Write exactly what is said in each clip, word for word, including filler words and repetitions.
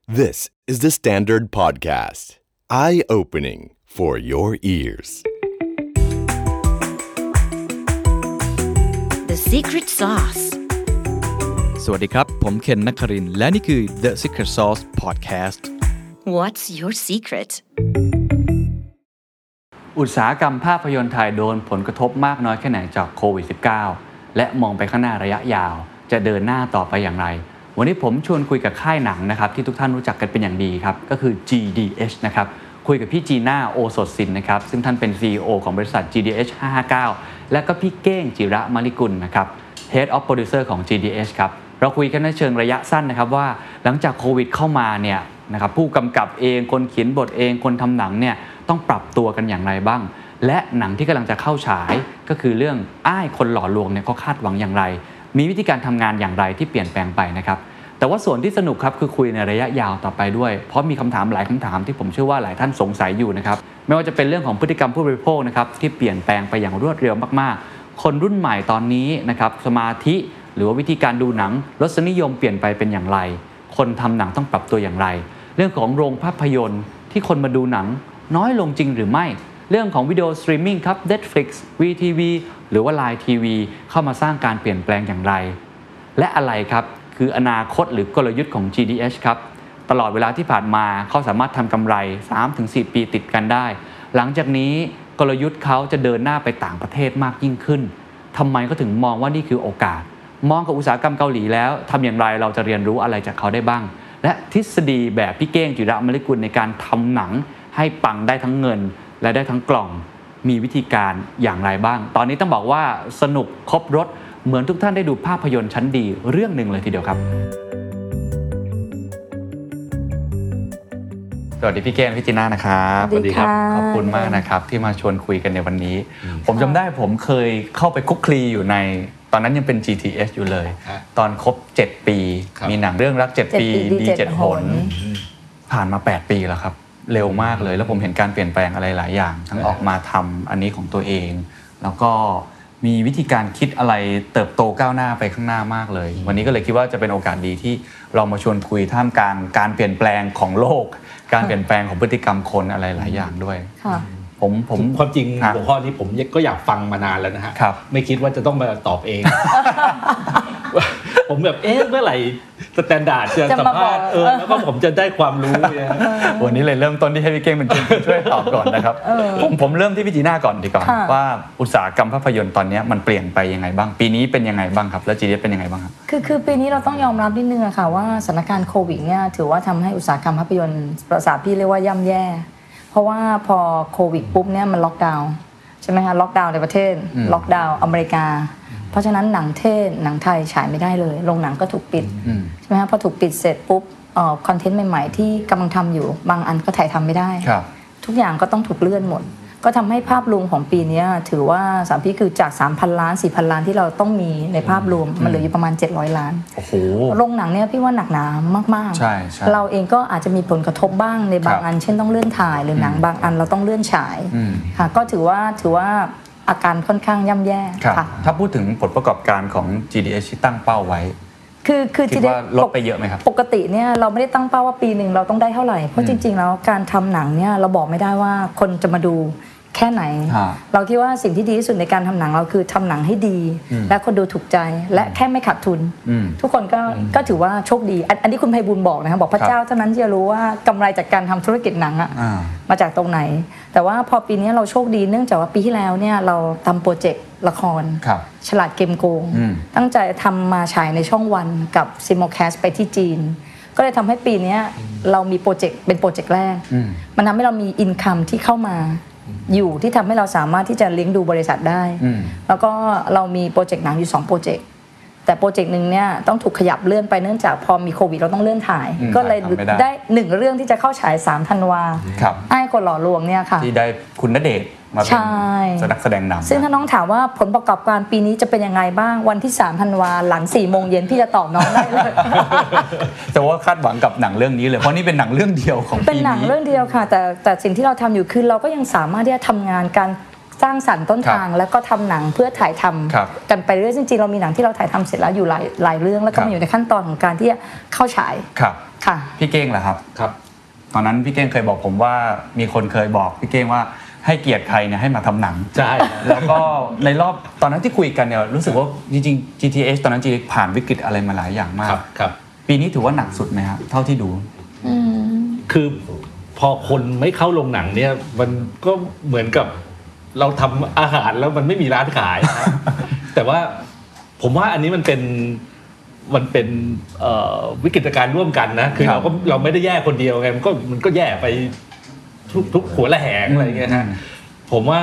This is the Standard Podcast. Eye-opening for your ears. The Secret Sauce สวัสดีครับผมเคนนครินทร์และนี่คือ The Secret Sauce Podcast What's your secret อุตสาหกรรมภาพยนตร์ไทยโดนผลกระทบมากน้อยแค่ไหนจากโควิด สิบเก้า และมองไปข้างหน้าระยะยาวจะเดินหน้าต่อไปอย่างไรวันนี้ผมชวนคุยกับค่ายหนังนะครับที่ทุกท่านรู้จักกันเป็นอย่างดีครับก็คือ จี ดี เอช นะครับคุยกับพี่จีน่าโอสถสินนะครับซึ่งท่านเป็น ซี อี โอ ของบริษัท จี ดี เอช ห้าห้าเก้าและก็พี่เก้งจิระมลิกุลนะครับ Head of Producer ของ จี ดี เอช ครับเราคุยกันในเชิงระยะสั้นนะครับว่าหลังจากโควิดเข้ามาเนี่ยนะครับผู้กำกับเองคนเขียนบทเองคนทำหนังเนี่ยต้องปรับตัวกันอย่างไรบ้างและหนังที่กำลังจะเข้าฉายก็คือเรื่องอ้ายคนหล่อลวงเนี่ยเขาคาดหวังอย่างไรมีวิธีการทำงานอย่างไรที่เปลี่ยนแปลงไปนะครับแต่ว่าส่วนที่สนุกครับคือคุยในระยะยาวต่อไปด้วยเพราะมีคำถามหลายคำถามที่ผมเชื่อว่าหลายท่านสงสัยอยู่นะครับไม่ว่าจะเป็นเรื่องของพฤติกรรมผู้บริโภคนะครับที่เปลี่ยนแปลงไปอย่างรวดเร็วมากๆคนรุ่นใหม่ตอนนี้นะครับสมาธิหรือว่าวิธีการดูหนังรสนิยมเปลี่ยนไปเป็นอย่างไรคนทำหนังต้องปรับตัวอย่างไรเรื่องของโรงภาพยนตร์ที่คนมาดูหนังน้อยลงจริงหรือไม่เรื่องของวิดีโอสตรีมมิ่งครับ Netflix วี ที วี หรือว่า ไลน์ ที วี เข้ามาสร้างการเปลี่ยนแปลงอย่างไรและอะไรครับคืออนาคตหรือกลยุทธ์ของ จี ดี เอช ครับตลอดเวลาที่ผ่านมาเขาสามารถทำกำไร สามถึงสี่ ปีติดกันได้หลังจากนี้กลยุทธ์เขาจะเดินหน้าไปต่างประเทศมากยิ่งขึ้นทำไมก็ถึงมองว่านี่คือโอกาสมองกับอุตสาหกรรมเกาหลีแล้วทำอย่างไรเราจะเรียนรู้อะไรจากเขาได้บ้างและทฤษฎีแบบพี่เก้งจิระมลิกุลในการทำหนังให้ปังได้ทั้งเงินและได้ทั้งกล่องมีวิธีการอย่างไรบ้างตอนนี้ต้องบอกว่าสนุกครบรสเหมือนทุกท่านได้ดูภาพยนตร์ชั้นดีเรื่องหนึ่งเลยทีเดียวครับสวัสดีพี่เก้งพี่จีน่านะครับสวัสดีครับขอบคุณมากนะครับที่มาชวนคุยกันในวันนี้ผมจำได้ผมเคยเข้าไปคุกคลีอยู่ในตอนนั้นยังเป็น จี ที เอช อยู่เลยตอนครบเจ็ดปีมีหนังเรื่องรักเจ็ดปีดีเจ็ดหนผ่านมาแปดปีแล้วครับเร็วมากเลยแล้วผมเห็นการเปลี่ยนแปลงอะไรหลายอย่างทั้งออกมาทำอันนี้ของตัวเองแล้วก็มีวิธีการคิดอะไรเติบโตก้าวหน้าไปข้างหน้ามากเลยวันนี้ก็เลยคิดว่าจะเป็นโอกาสดีที่เรามาชวนคุยท่ามกลางการเปลี่ยนแปลงของโลกการเปลี่ยนแปลงของพฤติกรรมคนอะไรหลายอย่างด้วยผมผมความจริงหัวข้อนี้ผมก็อยากฟังมานานแล้วนะฮะไม่คิดว่าจะต้องมาตอบเอง ผมแบบเอ๊ะเมื่อไหร่สแตนดาร์ดจะสัมภาษณ์เออแล้วก็ผมจะได้ความรู้เนี่ยวันนี้เลยเริ่มต้นที่ให้พี่เก้งเป็นคนช่วยตอบก่อนนะครับผมผมเริ่มที่พี่จีน่าก่อนดีกว่าว่าอุตสาหกรรมภาพยนตร์ตอนนี้มันเปลี่ยนไปยังไงบ้างปีนี้เป็นยังไงบ้างครับแล้วจีเอสเป็นยังไงบ้างครับคือคือปีนี้เราต้องยอมรับนิดนึงอะค่ะว่าสถานการณ์โควิดเนี่ยถือว่าทำให้อุตสาหกรรมภาพยนตร์ภาษาพี่เรียกว่าย่ำแย่เพราะว่าพอโควิดปุ๊บเนี่ยมันล็อกดาวน์ใช่ไหมคะล็อกดาวน์ในประเทศล็อกดาวน์อเมริกาเพราะฉะนั้นหนังเทศหนังไทยฉายไม่ได้เลยโรงหนังก็ถูกปิดใช่ไหมคะพอถูกปิดเสร็จปุ๊บเอ่อคอนเทนต์ใหม่ๆที่กำลังทำอยู่บางอันก็ถ่ายทำไม่ได้ทุกอย่างก็ต้องถูกเลื่อนหมดก็ทำให้ภาพรวมของปีนี้ถือว่าสามพี่คือจาก สามพัน ล้าน สี่พัน ล้านที่เราต้องมีในภาพรวมมันเหลืออยู่ประมาณเจ็ดร้อยล้านโอ้โหโรงหนังเนี่ยพี่ว่าหนักหนามากๆใช่ๆเราเองก็อาจจะมีผลกระทบบ้างในบางอันเช่นต้องเลื่อนถ่ายหรือหนังบางอันเราต้องเลื่อนฉายค่ะก็ถือว่าถือว่าอาการค่อนข้างย่ำแย่ค่ะถ้าพูดถึงผลประกอบการของ จี ดี เอช ที่ตั้งเป้าไว้คือคือคิดว่าลดไปเยอะไหมครับปกติเนี่ยเราไม่ได้ตั้งเป้าว่าปีหนึ่งเราต้องได้เท่าไหร่เพราะจริงๆแล้วการทำหนังเนี่ยเราบอกไม่ได้ว่าคนจะมาดูแค่ไหนเราคิดว่าสิ่งที่ดีที่สุดในการทำหนังเราคือทำหนังให้ดีและคนดูถูกใจและแค่ไม่ขาดทุนทุกคนก็ก็ถือว่าโชคดีอันนี้คุณไพบูลย์บอกนะครับบอกพระเจ้าเท่านั้นที่จะรู้ว่ากำไรจากการทำธุรกิจหนังอะมาจากตรงไหนแต่ว่าพอปีนี้เราโชคดีเนื่องจากว่าปีที่แล้วเนี่ยเราทำโปรเจกต์ละครฉลาดเกมโกงตั้งใจทำมาฉายในช่องวันกับซิโมแคสไปที่จีนก็เลยทำให้ปีนี้เรามีโปรเจกต์เป็นโปรเจกต์แรกมันทำให้เรามีอินคัมที่เข้ามาอยู่ที่ทำให้เราสามารถที่จะเลี้ยงดูบริษัทได้แล้วก็เรามีโปรเจกต์หนังอยู่สองโปรเจกต์แต่โปรเจกต์นึงเนี่ยต้องถูกขยับเลื่อนไปเนื่องจากพอมีโควิดเราต้องเลื่อนถ่ายก็เลยได้หนึ่งเรื่องที่จะเข้าฉายสามธันวาคมอ้ายคนหล่อลวงเนี่ยค่ะที่ได้คุณณเดชน์มาเป็นนักแสดงนำซึ่งถ้าน้องถามว่าผลประกอบการปีนี้จะเป็นยังไงบ้างวันที่สามธันวาหลังสี่โมงเย็นพี่จะตอบน้องได้เลยแต่ว่าคาดหวังกับหนังเรื่องนี้เลยเพราะนี่เป็นหนังเรื่องเดียวของปีนี้เป็นหนังเรื่องเดียวค่ะแต่แต่สิ่งที่เราทำอยู่คือเราก็ยังสามารถที่จะทำงานการสร้างสรรค์ต้นทางแล้วก็ทำหนังเพื่อถ่ายทำกันไปเรื่อยจริงๆเรามีหนังที่เราถ่ายทำเสร็จแล้วอยู่หลายหลายเรื่องแล้วก็มีอยู่ในขั้นตอนของการที่จะเข้าฉายค่ะพี่เก้งล่ะครับครับตอนนั้นพี่เก้งเคยบอกผมว่ามีคนเคยบอกพี่เก้งว่าให้เกียรติใครเนี่ยให้มาทำหนังใช่แล้วก็ในรอบตอนนั้นที่คุยกันเนี่ยรู้สึกว่าจริงๆ จี ที เอช ตอนนั้น จี ที เอช ผ่านวิกฤตอะไรมาหลายอย่างมากครับปีนี้ถือว่าหนักสุดไหมครับเท่าที่ดูคือพอคนไม่เข้าโรงหนังเนี่ยมันก็เหมือนกับเราทำอาหารแล้วมันไม่มีร้านขายแต่ว่าผมว่าอันนี้มันเป็นมันเป็นวิกฤตการณ์ร่วมกันนะคือเราก็เราไม่ได้แย่คนเดียวไงมันก็มันก็แย่ไปทุกทุกหัวละแหงอะไรเงี้ยฮะผมว่า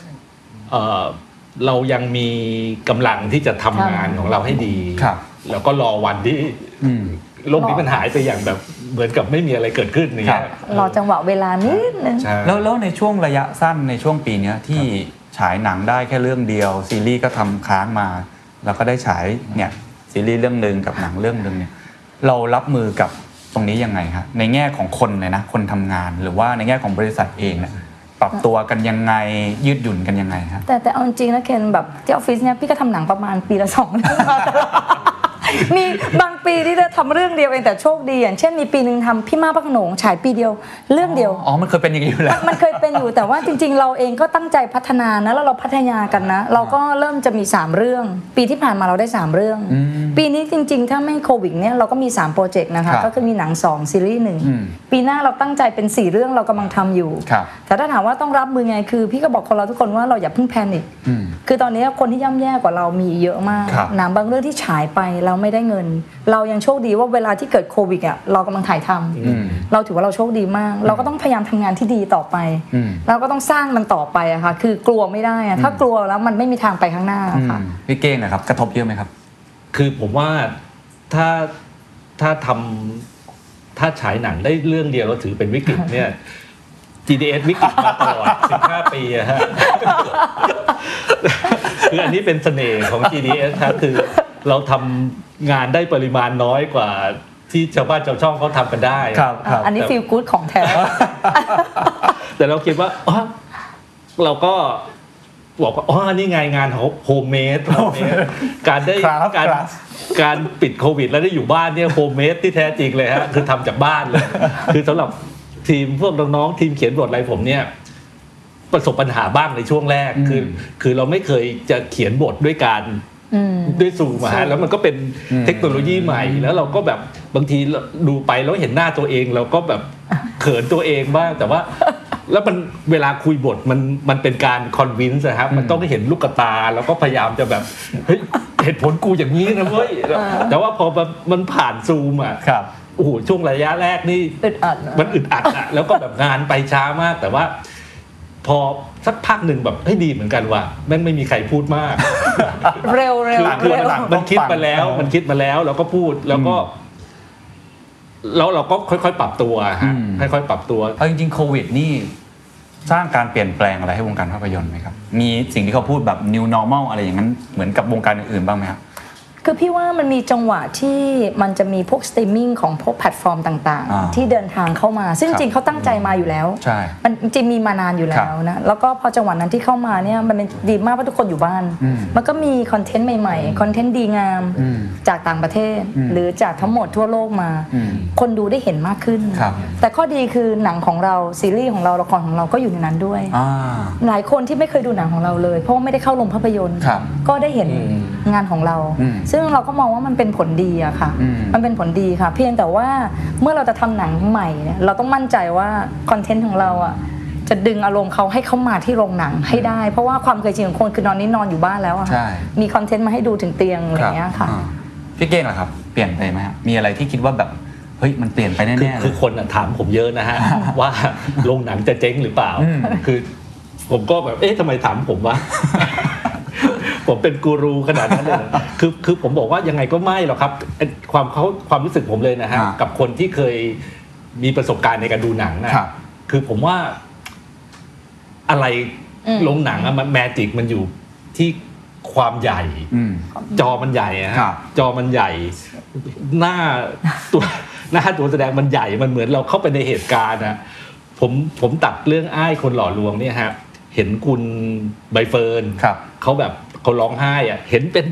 เรายังมีกำลังที่จะทำงานของเราให้ดีแล้วก็รอวันที่โลกนี้มันหายไปอย่างแบบเหมือนกับไม่มีอะไรเกิดขึ้นนี่รอจังหวะเวลานิดนึงแล้วแล้วในช่วงระยะสั้นในช่วงปีนี้ที่ฉายหนังได้แค่เรื่องเดียวซีรีส์ก็ทำค้างมาแล้วก็ได้ฉายเนี่ยซีรีส์เรื่องนึงกับหนังเรื่องนึงเนี่ยเรารับมือกับตรงนี้ยังไงครับในแง่ของคนเลยนะคนทำงานหรือว่าในแง่ของบริษัทเองเนี่ยปรับตัวกันยังไงยืดหยุ่นกันยังไงครับแต่แต่เอาจริงนะเคนแบบที่ออฟฟิศเนี่ยพี่ก็ทำหนังประมาณปีละสองเรื่องมีบางปีที่จะทำเรื่องเดียวเองแต่โชคดีอย่างเช่นมีปีนึงทำพี่มาพักหนงฉายปีเดียวเรื่องเดียวอ๋อมันเคยเป็นอย่างนี้อยู่แล้วมันเคยเป็นอยู่แต่ว่าจริงๆเราเองก็ตั้งใจพัฒนานะแล้วเราพัฒนากันนะเราก็เริ่มจะมีสามเรื่องปีที่ผ่านมาเราได้สามเรื่องปีนี้จริงๆถ้าไม่โควิดเนี่ยเราก็มีสามโปรเจกต์นะคะก็คือมีหนังสองซีรีส์หนึ่งปีหน้าเราตั้งใจเป็นสี่เรื่องเรากำลังทำอยู่แต่ถ้าถามว่าต้องรับมือไงคือพี่ก็บอกคนเราทุกคนว่าเราอย่าเพิ่งแพนิคคือตอนนี้คนที่ย่ำแย่กว่าเรามีเยอะมากหนังบางเรื่องที่ฉายไปเราไม่ได้เงินเรายังโชคดีว่าเวลาที่เกิดโควิดอ่ะเรากำลังถ่ายทำเราถือว่าเราโชคดีมากเราก็ต้องพยายามทำงานที่ดีต่อไปเราก็ต้องสร้างมันต่อไปอะค่ะคือกลัวไม่ได้อะถ้ากลัวแล้วมันไม่มีทางไปข้างหน้าค่ะพี่เก้งนะครับกระทบเยอะไหมครับคือผมว่าถ้าถ้าทำถ้าฉายหนังได้เรื่องเดียวเราถือเป็นวิกฤตเนี่ย จี ที เอส วิกฤตมาตลอดสิบห้าปีอะฮะคืออันนี้เป็นเสน่ห์ของ จี ที เอส ครับคือเราทำงานได้ปริมาณน้อยกว่าที่ชาวบ้านชาวช่องเขาทำกันได้ครับอันนี้ฟีลกู๊ดของแท้แต่เราคิดว่าอ๋อเราก็บอกว่าอ๋อนี่ไงงานของโฮมเมดการได้การการปิดโควิดแล้วได้อยู่บ้านเนี่ยโฮมเมดที่แท้จริงเลยฮะคือทำจากบ้านเลยคือสำหรับทีมพวกน้องๆทีมเขียนบทอะไรผมเนี่ยประสบปัญหาบ้างในช่วงแรกคือคือเราไม่เคยจะเขียนบทด้วยการด้วยซูมมาแล้วมันก็เป็นเทคโนโลยีใหม่แล้วเราก็แบบบางทีดูไปแล้วเห็นหน้าตัวเองเราก็แบบเขินตัวเองบ้างแต่ว่าแล้วมันเวลาคุยบทมันมันเป็นการคอนวินส์นะครับมันต้องเห็นลูกตาแล้วก็พยายามจะแบบเฮ้ยเหตุผลกูอย่างนี้นะเว้ยแต่ว่าพอมันผ่านซูมอ่ะโอ้โหช่วงระยะแรกนี่อึดอัดมันอึดอัดอ่ะแล้วก็แบบงานไปช้ามากแต่ว่าพอสักพักหนึ่งแบบเฮ้ยดีเหมือนกันว่ะแม่งไม่มีใครพูดมากเร็วเร็วมันคิดมาแล้วมันคิดมาแล้วเราก็พูดแล้วก็แล้วเราก็ค่อยๆปรับตัวฮะค่อยๆปรับตัวเอาจริงๆโควิดนี่สร้างการเปลี่ยนแปลงอะไรให้วงการภาพยนตร์ไหมครับมีสิ่งที่เขาพูดแบบ new normal อะไรอย่างนั้นเหมือนกับวงการอื่นๆบ้างไหมครับคือพี่ว่ามันมีจังหวะที่มันจะมีพวกสตรีมมิ่งของพวกแพลตฟอร์มต่างๆที่เดินทางเข้ามาซึ่งจริงเขาตั้งใจมาอยู่แล้วมันจริงมีมานานอยู่แล้วนะแล้วก็พอจังหวะนั้นที่เข้ามาเนี่ยมันเป็นดีมากเพราะทุกคนอยู่บ้านมันก็มีคอนเทนต์ใหม่ๆคอนเทนต์ดีงามจากต่างประเทศหรือจากทั้งหมดทั่วโลกมาคนดูได้เห็นมากขึ้นแต่ข้อดีคือหนังของเราซีรีส์ของเราละครของเราก็อยู่ในนั้นด้วยหลายคนที่ไม่เคยดูหนังของเราเลยเพราะไม่ได้เข้าโรงภาพยนตร์ก็ได้เห็นงานของเราซึ่งเราก็มองว่ามันเป็นผลดีอะค่ะมันเป็นผลดีค่ะเพียงแต่ว่าเมื่อเราจะทำหนังใหม่เนี่ยเราต้องมั่นใจว่าคอนเทนต์ของเราอะจะดึงอารมณ์เขาให้เขามาที่โรงหนังให้ได้เพราะว่าความเคยชินของคนคือนอนนี้นอนอยู่บ้านแล้วอะมีคอนเทนต์มาให้ดูถึงเตียงอะไรอย่างเงี้ยค่ะพี่เก้งล่ะครับเปลี่ยนไปไหมมีอะไรที่คิดว่าแบบเฮ้ยมันเปลี่ยนไปแน่ๆเลยคือคนถามผมเยอะนะฮะว่าโรงหนังจะเจ๊งหรือเปล่าคือผมก็แบบเอ๊ะทำไมถามผมวะผมเป็นกูรูขนาดนั้นเลยคือคือผมบอกว่ายังไงก็ไม่หรอกครับความเขาความรู้สึกผมเลยนะฮะกับคนที่เคยมีประสบการณ์ในการดูหนังนะคือผมว่าอะไรโรงหนังอะมันแมจิกมันอยู่ที่ความใหญ่จอมันใหญ่อะฮะจอมันใหญ่หน้าตัวหน้าตัวแสดงมันใหญ่มันเหมือนเราเข้าไปในเหตุการณ์นะผมผมตัดเรื่องอ้ายคนหล่อลวงเนี่ยฮะเห็นคุณใบเฟิร์นเขาแบบเขาร้องไห้อ่ะเห็นเป็นแบบ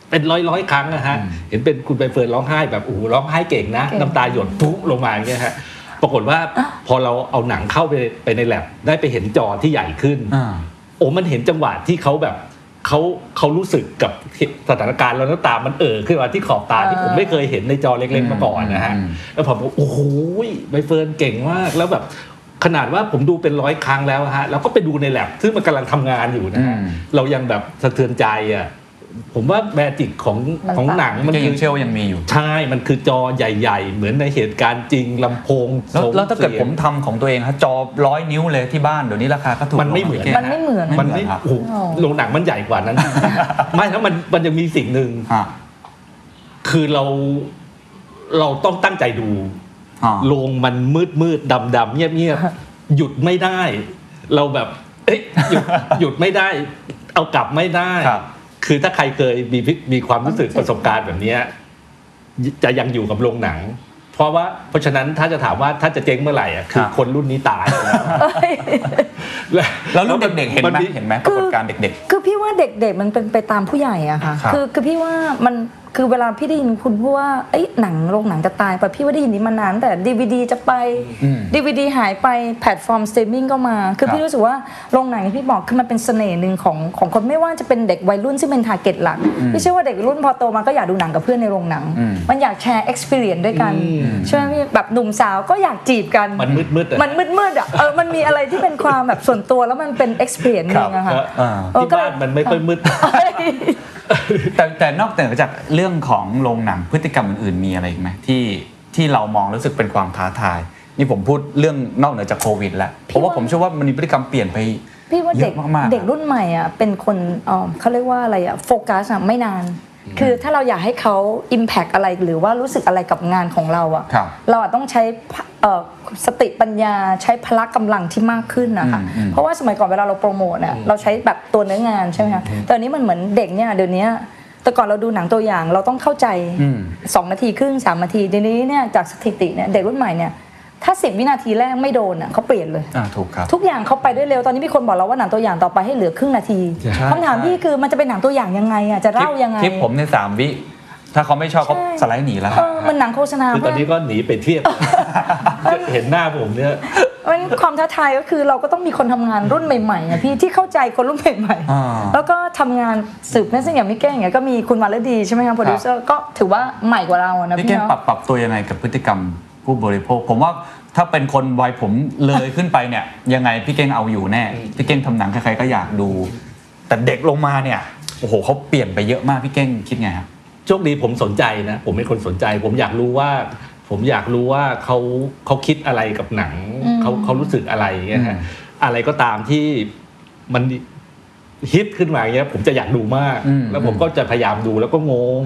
เป็นร้อยๆครั้งนะฮะเห็นเป็นคุณใบเฟิร์นร้องไห้แบบโอ้โหร้องไห้เก่งนะน้ำตาหยดปุ๊บลงมาอย่างเงี้ยฮะปรากฏว่าพอเราเอาหนังเข้าไปไปในแลบได้ไปเห็นจอที่ใหญ่ขึ้นโอ้มันเห็นจังหวะที่เขาแบบเขาเขารู้สึกกับสถานการณ์แล้วน้ำตามันเอ่อขึ้นมาที่ขอบตาที่ผมไม่เคยเห็นในจอเล็กๆมาก่อนนะฮะแล้วผมบอกโอ้โหใบเฟิร์นเก่งมากแล้วแบบขนาดว่าผมดูเป็นร้อยครั้งแล้วฮะแล้วก็ไปดูในแลบซึ่งมันกำลังทำงานอยู่นะฮะเรายังแบบสะเทือนใจอ่ะผมว่าแมจิกของของหนังมันคือเชื่อว่ายังมีอยู่ใช่มันคือจอใหญ่ๆเหมือนในเหตุการณ์จริงลำโพงแล้วถ้าเกิดผมทำของตัวเองฮะจอร้อยนิ้วเลยที่บ้านเดี๋ยวนี้ราคาก็ถูกมันไม่เหมือนมันไม่เหมือนมันไม่โอ้โหโรงหนังมันใหญ่กว่านั้นไม่แล้วมันมันยังมีสิ่งหนึ่งคือเราเราต้องตั้งใจดูโรงมันมืดมืดดำดำเงียบเงียบหยุดไม่ได้เราแบบเอ๊ะหยุดหยุดไม่ได้เอากลับไม่ได้คือถ้าใครเคยมีมีความรู้สึกประสบการณ์แบบนี้จะยังอยู่กับโรงหนังเพราะว่าเพราะฉะนั้นถ้าจะถามว่าถ้าจะเจ๊งเมื่อไหร่อ่ะคือคนรุ่นนี้ตายแล้วแล้วรุ่นเด็กๆเห็นไหมเห็นไหมปรากฏการณ์เด็กๆคือพี่ว่าเด็กๆมันเป็นไปตามผู้ใหญ่อะค่ะคือคือพี่ว่ามันคือเวลาพี่ได้ยินคุณพูดว่าไอ้หนังโรงหนังจะตายไปพี่ว่าได้ยินนี้มานานแต่ ดี วี ดี จะไป ดี วี ดี หายไปแพลตฟอร์มสตรีมมิ่งก็มาคือพี่รู้สึกว่าโรงหนังที่พี่บอกคือมันเป็นเสน่ห์นึงของของคนไม่ว่าจะเป็นเด็กวัยรุ่นซึ่งเป็นทาร์เก็ตหลักพี่เชื่อว่าเด็กรุ่นพอโตมาก็อยากดูหนังกับเพื่อนในโรงหนังมันอยากแชร์ experience ด้วยกันใช่ไหมพี่แบบหนุ่มสาวก็อยากจีบกันมันมืดๆมันมืดๆอ่ะเออมันมีอะไรที่เป็นความแบบส่วนตัวแล้วมันเป็น experience นึงอะค่ะที่บ้านมันไม่ค่อยมืดแต่แต่นอกจากเรื่องของโรงหนังพฤติกรรมอื่นๆมีอะไรอีกไหมที่ที่เรามองรู้สึกเป็นความท้าทายนี่ผมพูดเรื่องนอกเหนือจากโควิดแล้วเพราะว่าผมเชื่อว่ามันมีพฤติกรรมเปลี่ยนไปพี่ว่าเด็กเด็กรุ่นใหม่อ่ะเป็นคนอ๋อเขาเรียกว่าอะไรอ่ะโฟกัสอ่ะไม่นานคือถ้าเราอยากให้เขา impact อะไรหรือว่ารู้สึกอะไรกับงานของเราอ่ะเราอาจต้องใช้สติปัญญาใช้พละกำลังที่มากขึ้นนะคะเพราะว่าสมัยก่อนเวลาเราโปรโมทเนี่ยเราใช้แบบตัวเนื้องานใช่ไหมคะแต่อันนี้มันเหมือนเด็กเนี่ยเดี๋ยวนี้แต่ก่อนเราดูหนังตัวอย่างเราต้องเข้าใจสองนาทีครึ่งสามนาทีเดี๋ยวนี้เนี่ยจากสถิติเนี่ยเด็กรุ่นใหม่เนี่ยถ้าสิบวินาทีแรกไม่โดนอ่ะเขาเปลี่ยนเลยถูกครับทุกอย่างเขาไปได้เร็วตอนนี้มีคนบอกเราว่าหนังตัวอย่างต่อไปให้เหลือครึ่งนาทีคำถามพี่คือมันจะเป็นหนังตัวอย่างยังไงอ่ะจะเล่ายังไงคลิปผมในสามวิถ้าเขาไม่ชอบเขาสไลด์หนีแล้วมันหนังโฆษณาคือตอนนี้ก็หนีไปเทียบเห็นหน้าผมเนี่ยมันความท้าทายก็คือเราก็ต้องมีคนทำงานรุ่นใหม่ๆอ่ะพี่ที่เข้าใจคนรุ่นใหม่ๆแล้วก็ทำงานสืบเนื่องซึ่งอย่างพี่แก้งอย่างเงี้ยก็มีคุณวาลดีใช่ไหมครับโปรดิวเซอร์ก็ถือว่าใหม่กว่าเรานะพี่แก้งปรับปรับตัวยังไงกับพฤติกรรมผู้บริโภคผมว่าถ้าเป็นคนวัยผมเลยขึ้นไปเนี่ยยังไงพี่เก้งเอาอยู่แน่พี่เก้งทำหนังใครๆก็อยากดูแต่เด็กลงมาเนี่ยโอ้โหเขาเปลี่ยนไปเยอะมากพี่เก้งคิดไงครับโชคดีผมสนใจนะผมเป็นคนสนใจผมอยากรู้ว่าผมอยากรู้ว่าเขาเขาคิดอะไรกับหนังเขาเขารู้สึกอะไรเงี้ยฮะอะไรก็ตามที่มันฮิตขึ้นมาเงี้ยผมจะอยากดูมากแล้วผมก็จะพยายามดูแล้วก็งง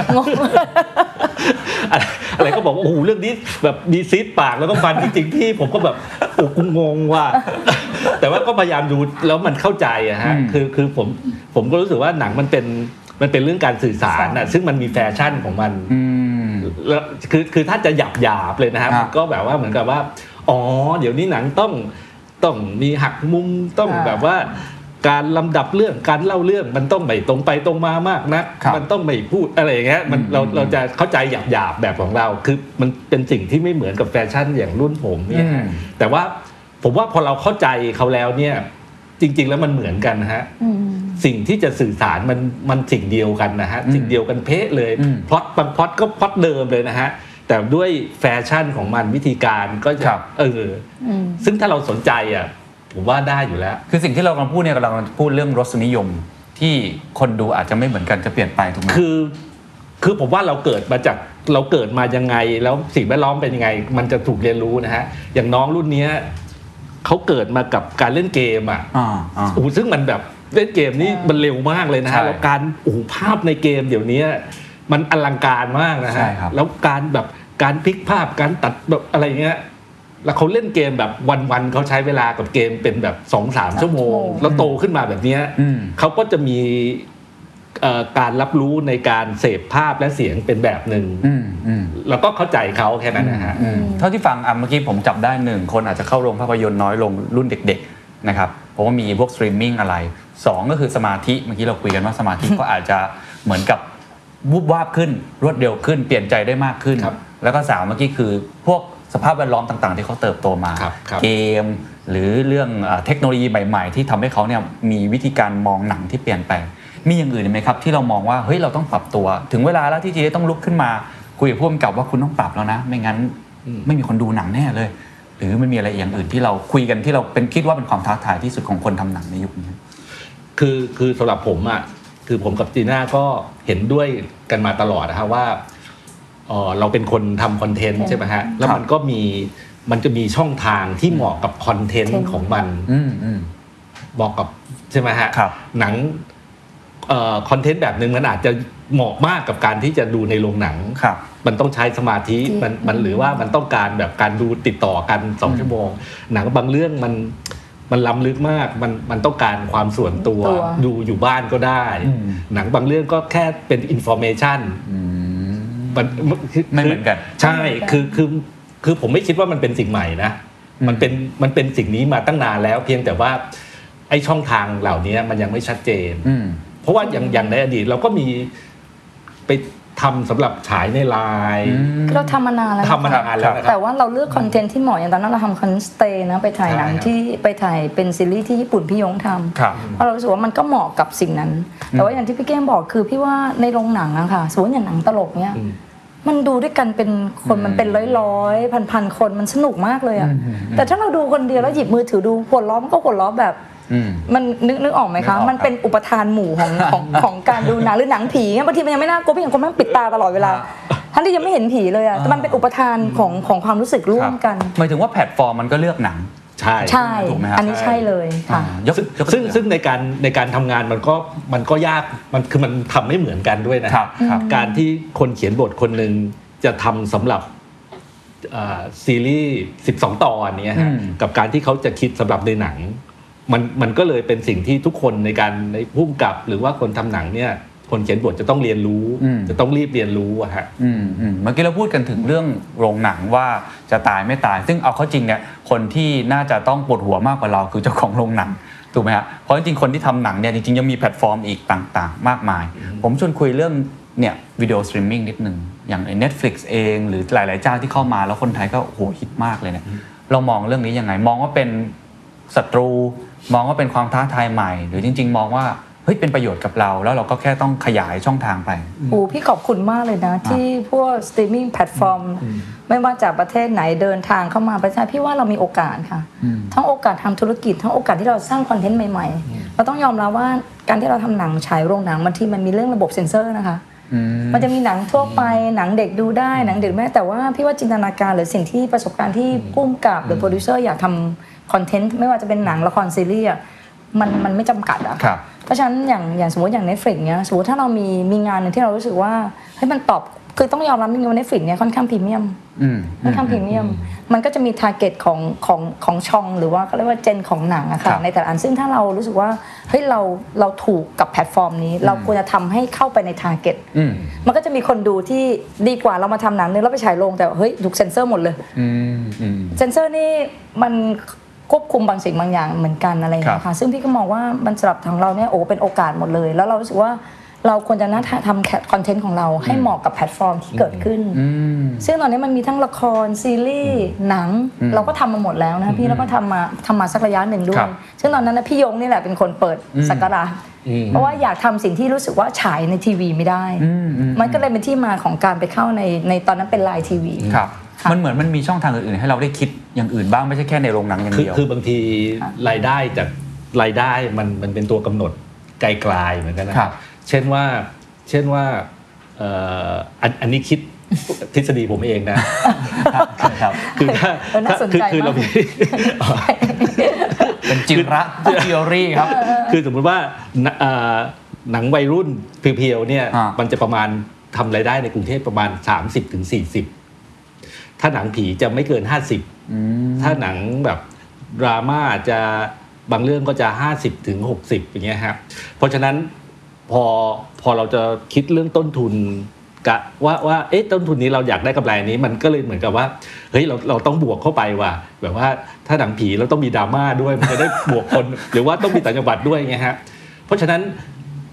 อะไรก็บอกว่าโอ้โหเรื่องนี้แบบมีซีดปากแล้วก็ฟันจริงๆที่ผมก็แบบโอ้กูงงว่ะแต่ว่าก็พยายามดูแล้วมันเข้าใจอะฮะคือคือผมผมก็รู้สึกว่าหนังมันเป็นมันเป็นเรื่องการสื่อสารน่ะซึ่งมันมีแฟชั่นของมันแล้วคือคือถ้าจะหยาบหยาบเลยนะครับก็แบบว่าเหมือนกับว่าอ๋อเดี๋ยวนี้หนังต้องต้องมีหักมุมต้องแบบว่าการลำดับเรื่องการเล่าเรื่องมันต้องไม่ตรงไปตรงมามากนะมันต้องไม่พูดอะไรอย่างเงี้ยมันเราเราจะเข้าใจหยาบหยาบแบบของเราคือมันเป็นสิ่งที่ไม่เหมือนกับแฟชั่นอย่างรุ่นผมเนี่ยแต่ว่าผมว่าพอเราเข้าใจเขาแล้วเนี่ยจริงๆแล้วมันเหมือนกันนะฮะสิ่งที่จะสื่อสารมันมันสิ่งเดียวกันนะฮะสิ่งเดียวกันเป๊ะเลยพล็อตบางพล็อตก็พล็อตเดิมเลยนะฮะแต่ด้วยแฟชั่นของมันวิธีการก็จะเออซึ่งถ้าเราสนใจอ่ะผมว่าได้อยู่แล้วคือสิ่งที่เรากำลังพูดเนี่ยเรากำลังพูดเรื่องรสนิยมที่คนดูอาจจะไม่เหมือนกันจะเปลี่ยนไปถูกไหมคือคือผมว่าเราเกิดมาจากเราเกิดมายังไงแล้วสิ่งแวดล้อมเป็นยังไงมันจะถูกเรียนรู้นะฮะอย่างน้องรุ่นนี้เขาเกิดมากับการเล่นเกมอ่ะโอ้ซึ่งมันแบบเล่นเกมนี่มันเร็วมากเลยนะฮะแล้วการโอ้ภาพในเกมเดี๋ยวนี้มันอลังการมากนะฮะแล้วการแบบการพลิกภาพการตัดแบบอะไรเงี้ยแล้วเขาเล่นเกมแบบวันๆเขาใช้เวลากับเกมเป็นแบบ สองถึงสาม ชั่วโมงแล้วโตขึ้นมาแบบนี้เขาก็จะมีการรับรู้ในการเสพภาพและเสียงเป็นแบบนึงแล้วก็เข้าใจเขาแค่นั้นนะฮะเท่าที่ฟังอ่ะเมื่อกี้ผมจับได้หนึ่งคนอาจจะเข้าโรงภาพยนตร์น้อยลงรุ่นเด็กๆนะครับเพราะว่ามีพวกสตรีมมิ่งอะไรสองก็คือสมาธิเมื่อกี้เราคุยกันว่าสมาธิก็อาจจะเหมือนกับวูบวาบขึ้นรวดเร็วขึ้นเปลี่ยนใจได้มากขึ้นแล้วก็สามเมื่อกี้คือพวกสภาพแวดล้อมต่างๆที่เขาเติบโตมาเกมหรือเรื่องเทคโนโลยีใหม่ๆที่ทำให้เขาเนี่ยมีวิธีการมองหนังที่เปลี่ยนแปลงมีอย่างอื่นไหมครับที่เรามองว่าเฮ้ยเราต้องปรับตัวถึงเวลาแล้วที่จะต้องลุกขึ้นมาคุยกับผู้กำกับว่าคุณต้องปรับแล้วนะไม่งั้นไม่มีคนดูหนังแน่เลยหรือมันมีอะไรอย่างอื่นที่เราคุยกันที่เราเป็นคิดว่าเป็นความท้าทายที่สุดของคนทำหนังในยุคนี้คือคือสำหรับผมอ่ะคือผมกับจีน่าก็เห็นด้วยกันมาตลอดนะครับว่าเออเราเป็นคนทำคอนเทนต์ใช่ไหมฮะแล้วมันก็มีมันจะมีช่องทางที่เหมาะกับคอนเทนต์ของมันเหมาะกับใช่ไหมฮะหนังเอ่อคอนเทนต์แบบนึงมันอาจจะเหมาะมากกับการที่จะดูในโรงหนังมันต้องใช้สมาธิมันมันหรือว่ามันต้องการแบบการดูติดต่อกันสองชั่วโมงหนังบางเรื่องมันมันล้ำลึกมากมันมันต้องการความส่วนตัวดูอยู่บ้านก็ได้หนังบางเรื่องก็แค่เป็นอินฟอร์เมชันมันไม่เหมือนกันใช่คือคือคือผมไม่คิดว่ามันเป็นสิ่งใหม่นะมันเป็นมันเป็นสิ่งนี้มาตั้งนานแล้วเพียงแต่ว่าไอ้ช่องทางเหล่านี้มันยังไม่ชัดเจนเพราะว่าอย่างอย่างในอดีตเราก็มีไปทำสำหรับฉายในไลน์เราทำมานานแล้วทำมานานแล้วแต่ว่าเราเลือกคอนเทนต์ที่เหมาะอย่างตอนนั้นเราทำคอนสเตย์นะไปถ่ายหนังที่ไปถ่ายเป็นซีรีส์ที่ญี่ปุ่นพี่ยงทำเพราะเรารู้สึกว่ามันก็เหมาะกับสิ่งนั้นแต่ว่าอย่างที่พี่แก้มบอกคือพี่ว่าในโรงหนังอะค่ะสมมติอย่างหนังตลกเนี้ยมันดูด้วยกันเป็นคนมันเป็นร้อยๆพันๆคนมันสนุกมากเลยอะแต่ถ้าเราดูคนเดียวแล้วหยิบมือถือดูหัวล้อมันก็หัวล้อแบบมันนึกนึกออกไหมคะมันเป็นอุปทานหมู่ของของของการดูหนังหรือหนังผีเงี้ยบางทีมันยังไม่น่ากลัวพี่อย่างคนมันปิดตาตลอดเวลาท่านที่ยังไม่เห็นผีเลยอะแต่มันเป็นอุปทานของของความรู้สึกร่วมกันหมายถึงว่าแพลตฟอร์มมันก็เลือกหนังใช่ใช่อันนี้ใช่เลยค่ะซึ่งซึ่งในการในการทำงานมันก็มันก็ยากมันคือมันทำไม่เหมือนกันด้วยนะการที่คนเขียนบทคนนึงจะทำสำหรับซีรีส์สิบสองตอนนี้กับการที่เขาจะคิดสำหรับในหนังมันมันก็เลยเป็นสิ่งที่ทุกคนในการในผู้กำกับหรือว่าคนทำหนังเนี่ยคนเขียนบทจะต้องเรียนรู้จะต้องรีบเรียนรู้อะฮะเมื่อกี้เราพูดกันถึงเรื่องโรงหนังว่าจะตายไม่ตายซึ่งเอาเข้าจริงเนี่ยคนที่น่าจะต้องปวดหัวมากกว่าเราคือเจ้าของโรงหนังถูกไหมฮะเพราะจริงๆคนที่ทำหนังเนี่ยจริงๆยังมีแพลตฟอร์มอีกต่างๆมากมายผมชวนคุยเรื่องเนี่ยวิดีโอสตรีมมิ่งนิดนึงอย่าง Netflix เองหรือหลายๆเจ้าที่เข้ามาแล้วคนไทยก็โหฮิตมากเลยเนี่ยเรามองเรื่องนี้ยังไงมองว่าเป็นศัตรูมองว่าเป็นความท้าทายใหม่หรือจริงๆมองว่าเฮ้ยเป็นประโยชน์กับเราแล้วเราก็แค่ต้องขยายช่องทางไปโอ้พี่ขอบคุณมากเลยนะที่พวกสตรีมมิ่งแพลตฟอร์มไม่ว่าจากประเทศไหนเดินทางเข้ามาประเทศพี่ว่าเรามีโอกาสค่ะทั้งโอกาสทำธุรกิจทั้งโอกาสที่เราสร้างคอนเทนต์ใหม่ๆเราต้องยอมรับว่าการที่เราทำหนังฉายโรงหนังบางทีมันมีเรื่องระบบเซ็นเซอร์นะคะมันจะมีหนังทั่วไปหนังเด็กดูได้หนังเด็กแม่แต่ว่าพี่ว่าจินตนาการหรือสิ่งที่ประสบการณ์ที่ผู้กำกับหรือโปรดิวเซอร์อยากทำคอนเทนต์ไม่ว่าจะเป็นหนังละครซีรีส์มันมันไม่จำกัดอะเพราะฉะนั้นอย่างอย่างสมมติอย่าง Netflix เนี้ยสมมติถ้าเรามีมีงานนึงที่เรารู้สึกว่าเฮ้ยมันตอบคือต้องยอมรับจริงๆว่า Netflix เนี้ยค่อนข้างพรีเมียมค่อนข้างพรีเมียมมันก็จะมี target ของของของช่องหรือว่าเขาเรียกว่าเจนของหนังอะค่ะในแต่ละอันซึ่งถ้าเรารู้สึกว่าเฮ้ยเราเราถูกกับแพลตฟอร์มนี้เราควรจะทำให้เข้าไปใน target มันก็จะมีคนดูที่ดีกว่าเรามาทำหนังนึงแล้วไปฉายโรงแต่เฮ้ยถูกเซ็นเซอร์หมดเลยเซ็นเซอร์นี่มันควบคุมบางสิ่งบางอย่างเหมือนกันอะไรอย่างเงี้ยค่ะซึ่งพี่ก็มองว่ามันสำหรับทางเราเนี่ยโอ้เป็นโอกาสหมดเลยแล้วเรารู้สึกว่าเราควรจะน่าทำคอนเทนต์ของเราให้เหมาะกับแพลตฟอร์มที่เกิดขึ้นซึ่งตอนนี้มันมีทั้งละครซีรีส์หนังเราก็ทำมาหมดแล้วนะพี่แล้วก็ทำมาทำมาสักระยะหนึ่งด้วยซึ่งตอนนั้นนะพี่ยงนี่แหละเป็นคนเปิดสักการะเพราะว่าอยากทำสิ่งที่รู้สึกว่าฉายในทีวีไม่ได้มันก็เลยเป็นที่มาของการไปเข้าในในตอนนั้นเป็นไลน์ทีวีมันเหมือนมันมีช่องทางอื่นๆให้เราได้คิดอย่างอื่นบ้างไม่ใช่แค่ในโรงหนังอย่างเดียวคือบางทีรายได้จากรายได้มันมันเป็นตัวกำหนดไกลๆเหมือนกันนะครับเช่นว่าเช่นว่าอันนี้คิดทฤษฎีผมเองนะคือถ้าคือคือเราเป็นจิระทีออรีครับคือสมมติว่าหนังวัยรุ่นเพียวๆเนี่ยมันจะประมาณทำรายได้ในกรุงเทพประมาณ สามสิบถึงสี่สิบถ้าหนังผีจะไม่เกินห้าสิบถ้าหนังแบบดราม่าจะบางเรื่องก็จะห้าสิบถึงหกสิบอย่างเงี้ยครับเพราะฉะนั้นพอพอเราจะคิดเรื่องต้นทุนกะว่าว่าเอ๊ะต้นทุนนี้เราอยากได้กำไรนี้มันก็เลยเหมือนกับว่าเฮ้ยเราเราต้องบวกเข้าไปว่ะแบบว่าถ้าหนังผีเราต้องมีดราม่าด้วยมันจะได้บวกคนหรือว่าต้องมีต่างจังหวัดด้วยไงฮะเพราะฉะนั้น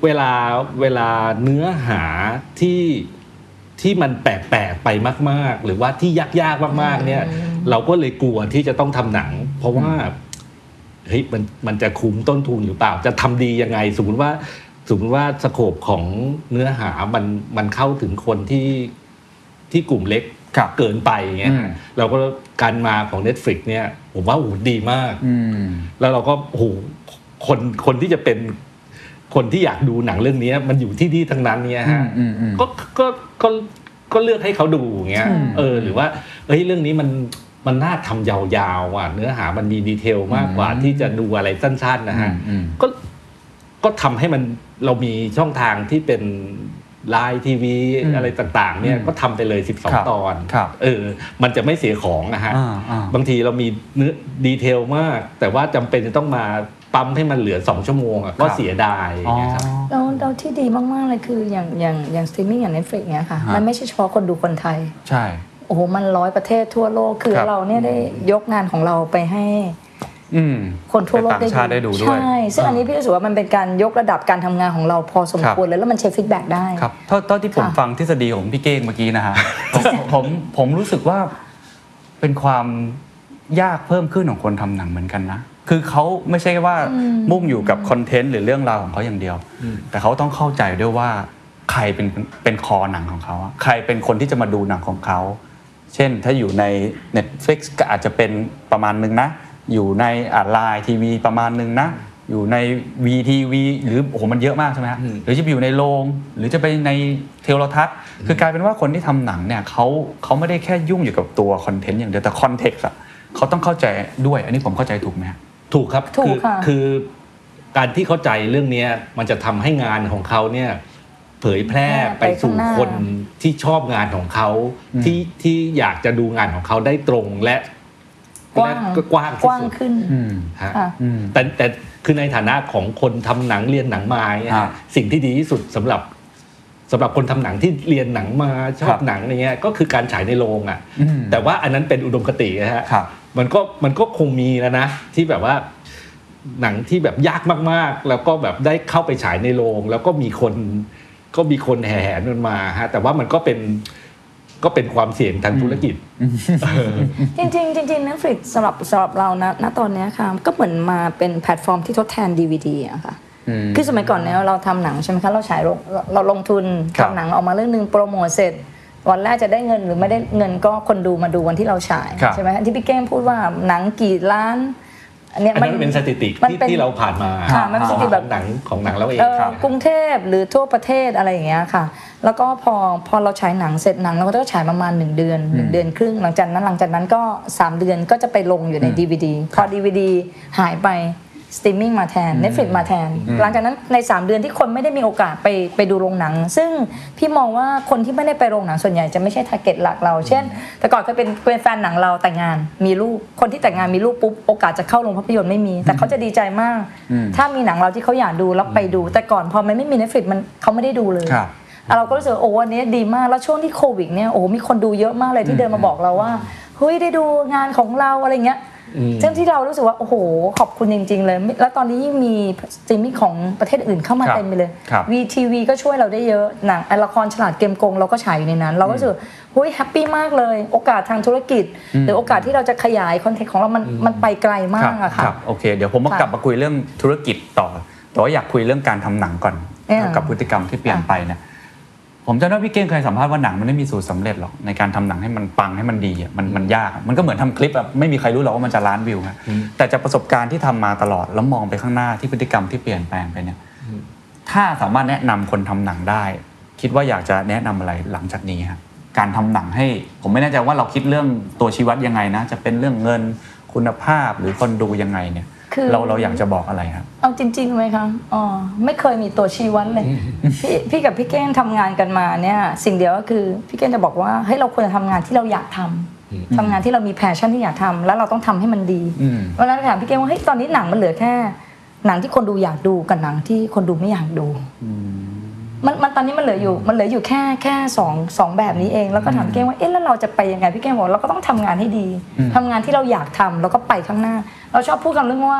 เวลาเวลาเนื้อหาที่ที่มันแปลกๆไปมากๆหรือว่าที่ยากๆมากๆเนี่ยเราก็เลยกลัวที่จะต้องทำหนังเพราะว่าเฮ้ยมันมันจะคุ้มต้นทุนหรือเปล่าจะทำดียังไงสมมติว่าสมมติว่าสโคปของเนื้อหามันมันเข้าถึงคนที่ที่กลุ่มเล็กเกินไปอย่างเงี้ยเราก็การมาของ Netflix เนี่ยผมว่าโอ้ดีมากแล้วเราก็โอ้โหคนคนที่จะเป็นคนที่อยากดูหนังเรื่องนี้มันอยู่ที่นี่ทั้งนั้นเนี่ยฮะก็ก็ก็ก็เลือกให้เขาดูอย่างเงี้ยเออหรือว่าเฮ้ยเรื่องนี้มันมันน่าทำยาวๆอ่ะเนื้อหามันมีดีเทลมากกว่าที่จะดูอะไรสั้นๆนะฮะก็ก็ทำให้มันเรามีช่องทางที่เป็นไลน์ทีวีอะไรต่างๆเนี่ยก็ทำไปเลยสิบสองตอนเออมันจะไม่เสียของนะฮะบางทีเรามีเนื้อดีเทลมากแต่ว่าจำเป็นจะต้องมาปั๊มให้มันเหลือสองชั่วโมงก็เสียดายนะครับแล้วเราที่ดีมากๆเลยคืออย่างอย่างอย่างสตรีมมิ่งอย่าง Netflix เนี่ยค่ะมันไม่ใช่เฉพาะคนดูคนไทยใช่โอ้โหมันร้อยประเทศทั่วโลกคือเราเนี่ยได้ยกงานของเราไปให้คนทั่วโลกได้ดูด้วยใช่ซึ่งอันนี้พี่รู้สึกว่ามันเป็นการยกระดับการทำงานของเราพอสมควรเลยแล้วมันใช้ฟีดแบ็กได้ครับเท่าเท่าที่ผมฟังทฤษฎีของพี่เก้งเมื่อกี้นะฮะผมผมรู้สึกว่าเป็นความยากเพิ่มขึ้นของคนทำหนังเหมือนกันนะคือเขาไม่ใช่ว่ามุ่งอยู่กับคอนเทนต์หรือเรื่องราวของเขาอย่างเดียวแต่เขาต้องเข้าใจด้วยว่าใครเป็นเป็นคอหนังของเขาใครเป็นคนที่จะมาดูหนังของเขาเช่นถ้าอยู่ใน Netflix ก็อาจจะเป็นประมาณนึงนะอยู่ในออนไลน์ทีวีประมาณนึงนะอยู่ใน วี ที วี หรือโอ้โหมันเยอะมากใช่ไหมฮะหรือจะไปอยู่ในโรงหรือจะไปในโทรทัศน์คือกลายเป็นว่าคนที่ทำหนังเนี่ยเขาเขาไม่ได้แค่ยุ่งอยู่กับตัวคอนเทนต์อย่างเดียวแต่คอนเท็กซ์อะเขาต้องเข้าใจด้วยอันนี้ผมเข้าใจถูกไหมถูกครับคือคือการที่เข้าใจเรื่องนี้มันจะทำให้งานของเขาเนี่ยเผยแพร่ไปสู่คนที่ชอบงานของเขาที่ที่อยากจะดูงานของเขาได้ตรงและกว้างกว้างกว้างขึ้นฮะแต่แต่คือในฐานะของคนทำหนังเรียนหนังมาเนี่ยสิ่งที่ดีที่สุดสำหรับสำหรับคนทำหนังที่เรียนหนังมาชอบหนังอะไรเงี้ยก็คือการฉายในโรงอ่ะแต่ว่าอันนั้นเป็นอุดมคตินะฮะมันก็มันก็คงมีแล้วนะที่แบบว่าหนังที่แบบยากมากๆแล้วก็แบบได้เข้าไปฉายในโรงแล้วก็มีคนก็มีคนแห่แหนมันมาฮะแต่ว่ามันก็เป็นก็เป็นความเสี่ยงทางธุรกิจจริงๆจริงๆ Netflix สำหรับสำหรับเรานะณตอนนี้ค่ะก็เหมือนมาเป็นแพลตฟอร์มที่ทดแทน ดี วี ดี อะค่ะคือสมัยก่อนเนี่ยเราทำหนังใช่ไหมคะเราฉายเราลงทุนทำหนังออกมาเรื่องนึงโปรโมทเสร็จวันแรกจะได้เงินหรือไม่ได้เงินก็คนดูมาดูวันที่เราฉายใช่ไหมที่พี่เก้งพูดว่าหนังกี่ล้านอันนี้มันเป็นสถิติที่เราผ่านมาของหนังของหนังเราเองกรุงเทพหรือทั่วประเทศอะไรอย่างเงี้ยค่ะแล้วก็พอพอเราฉายหนังเสร็จหนังเราก็จะฉายประมาณหนึ่งเดือนหนึ่งเดือนครึ่งหลังจากนั้นหลังจากนั้นก็สามเดือนก็จะไปลงอยู่ใน ดี วี ดี พอ ดี วี ดี หายไปสตรีมมิ่งมาแทน Netflix มาแทนหลังจากนั้นในสามเดือนที่คนไม่ได้มีโอกาสไปไปดูโรงหนังซึ่งพี่มองว่าคนที่ไม่ได้ไปโรงหนังส่วนใหญ่จะไม่ใช่ทาร์เก็ตหลักเราเช่นแต่ก่อนเคยเป็นเป็นแฟนหนังเราแต่งงานมีลูกคนที่แต่งงานมีลูกปุ๊บโอกาสจะเข้าโรงภาพยนตร์ไม่มีแต่เขาจะดีใจมากถ้ามีหนังเราที่เขาอยากดูแล้วไปดูแต่ก่อนพอมันไม่มี Netflix มันเขาไม่ได้ดูเลยเราก็รู้สึกโอ้วันนี้ดีมากแล้วช่วงที่โควิดเนี่ยโอ้มีคนดูเยอะมากเลยที่เดินมาบอกเราว่าเฮ้ยได้ดูงานของเราอะไรเงี้ยซึ่งที่เรารู้สึกว่าโอ้โหขอบคุณจริงๆเลยแล้วตอนนี้ยิ่งมีสตรีมมิ่งของประเทศอื่นเข้ามาเต็มไปเลย วี ที วี ก็ช่วยเราได้เยอะหนังละครฉลาดเกมโกงเราก็ฉายอยู่ในนั้นเราก็รู้สึกเฮ้ยแฮปปี้มากเลยโอกาสทางธุรกิจหรือโอกาสที่เราจะขยายคอนเทนต์ของเรามันมันไปไกลมากอะค่ะโอเคเดี๋ยวผมมากลับมาคุยเรื่องธุรกิจต่อแต่ว่าอยากคุยเรื่องการทำหนังก่อนกับพฤติกรรมที่เปลี่ยนไปเนี่ยผมจำได้พี่เก้งเคยสัมภาษณ์ว่าหนังมันไม่มีสูตรสำเร็จหรอกในการทำหนังให้มันปังให้มันดีอ่ะมันมันยากมันก็เหมือนทำคลิปแบบไม่มีใครรู้หรอกว่ามันจะล้านวิวนะแต่จากประสบการณ์ที่ทำมาตลอดแล้วมองไปข้างหน้าที่พฤติกรรมที่เปลี่ยนแปลงไปเนี่ยถ้าสามารถแนะนำคนทำหนังได้คิดว่าอยากจะแนะนำอะไรหลังจากนี้ครับการทำหนังให้ผมไม่แน่ใจว่าเราคิดเรื่องตัวชี้วัดยังไงนะจะเป็นเรื่องเงินคุณภาพหรือคนดูยังไงเนี่ยเราเราอยากจะบอกอะไรครับเอาจริงๆไหมคะอ๋อไม่เคยมีตัวชี้วัดเลยพี่พี่กับพี่เก้งทำงานกันมาเนี่ยสิ่งเดียวก็คือพี่เก้งจะบอกว่าให้เราควรจะทำงานที่เราอยากทำทำงานที่เรามีแพชชั่นที่อยากทำแล้วเราต้องทำให้มันดีเพราะฉะนั้นถามพี่เก้งว่าเฮ้ยตอนนี้หนังมันเหลือแค่หนังที่คนดูอยากดูกับหนังที่คนดูไม่อยากดูมันมันตอนนี้มันเหลืออยู่มันเหลืออยู่แค่แค่สองสองแบบนี้เองแล้วก็ถามพี่เก้งว่าเอ๊ะแล้วเราจะไปยังไงพี่เก้งบอกเราก็ต้องทำงานให้ดีทำงานที่เราอยากทำแล้วก็ไปข้างหน้าเราชอบพูดกันเรื่องว่า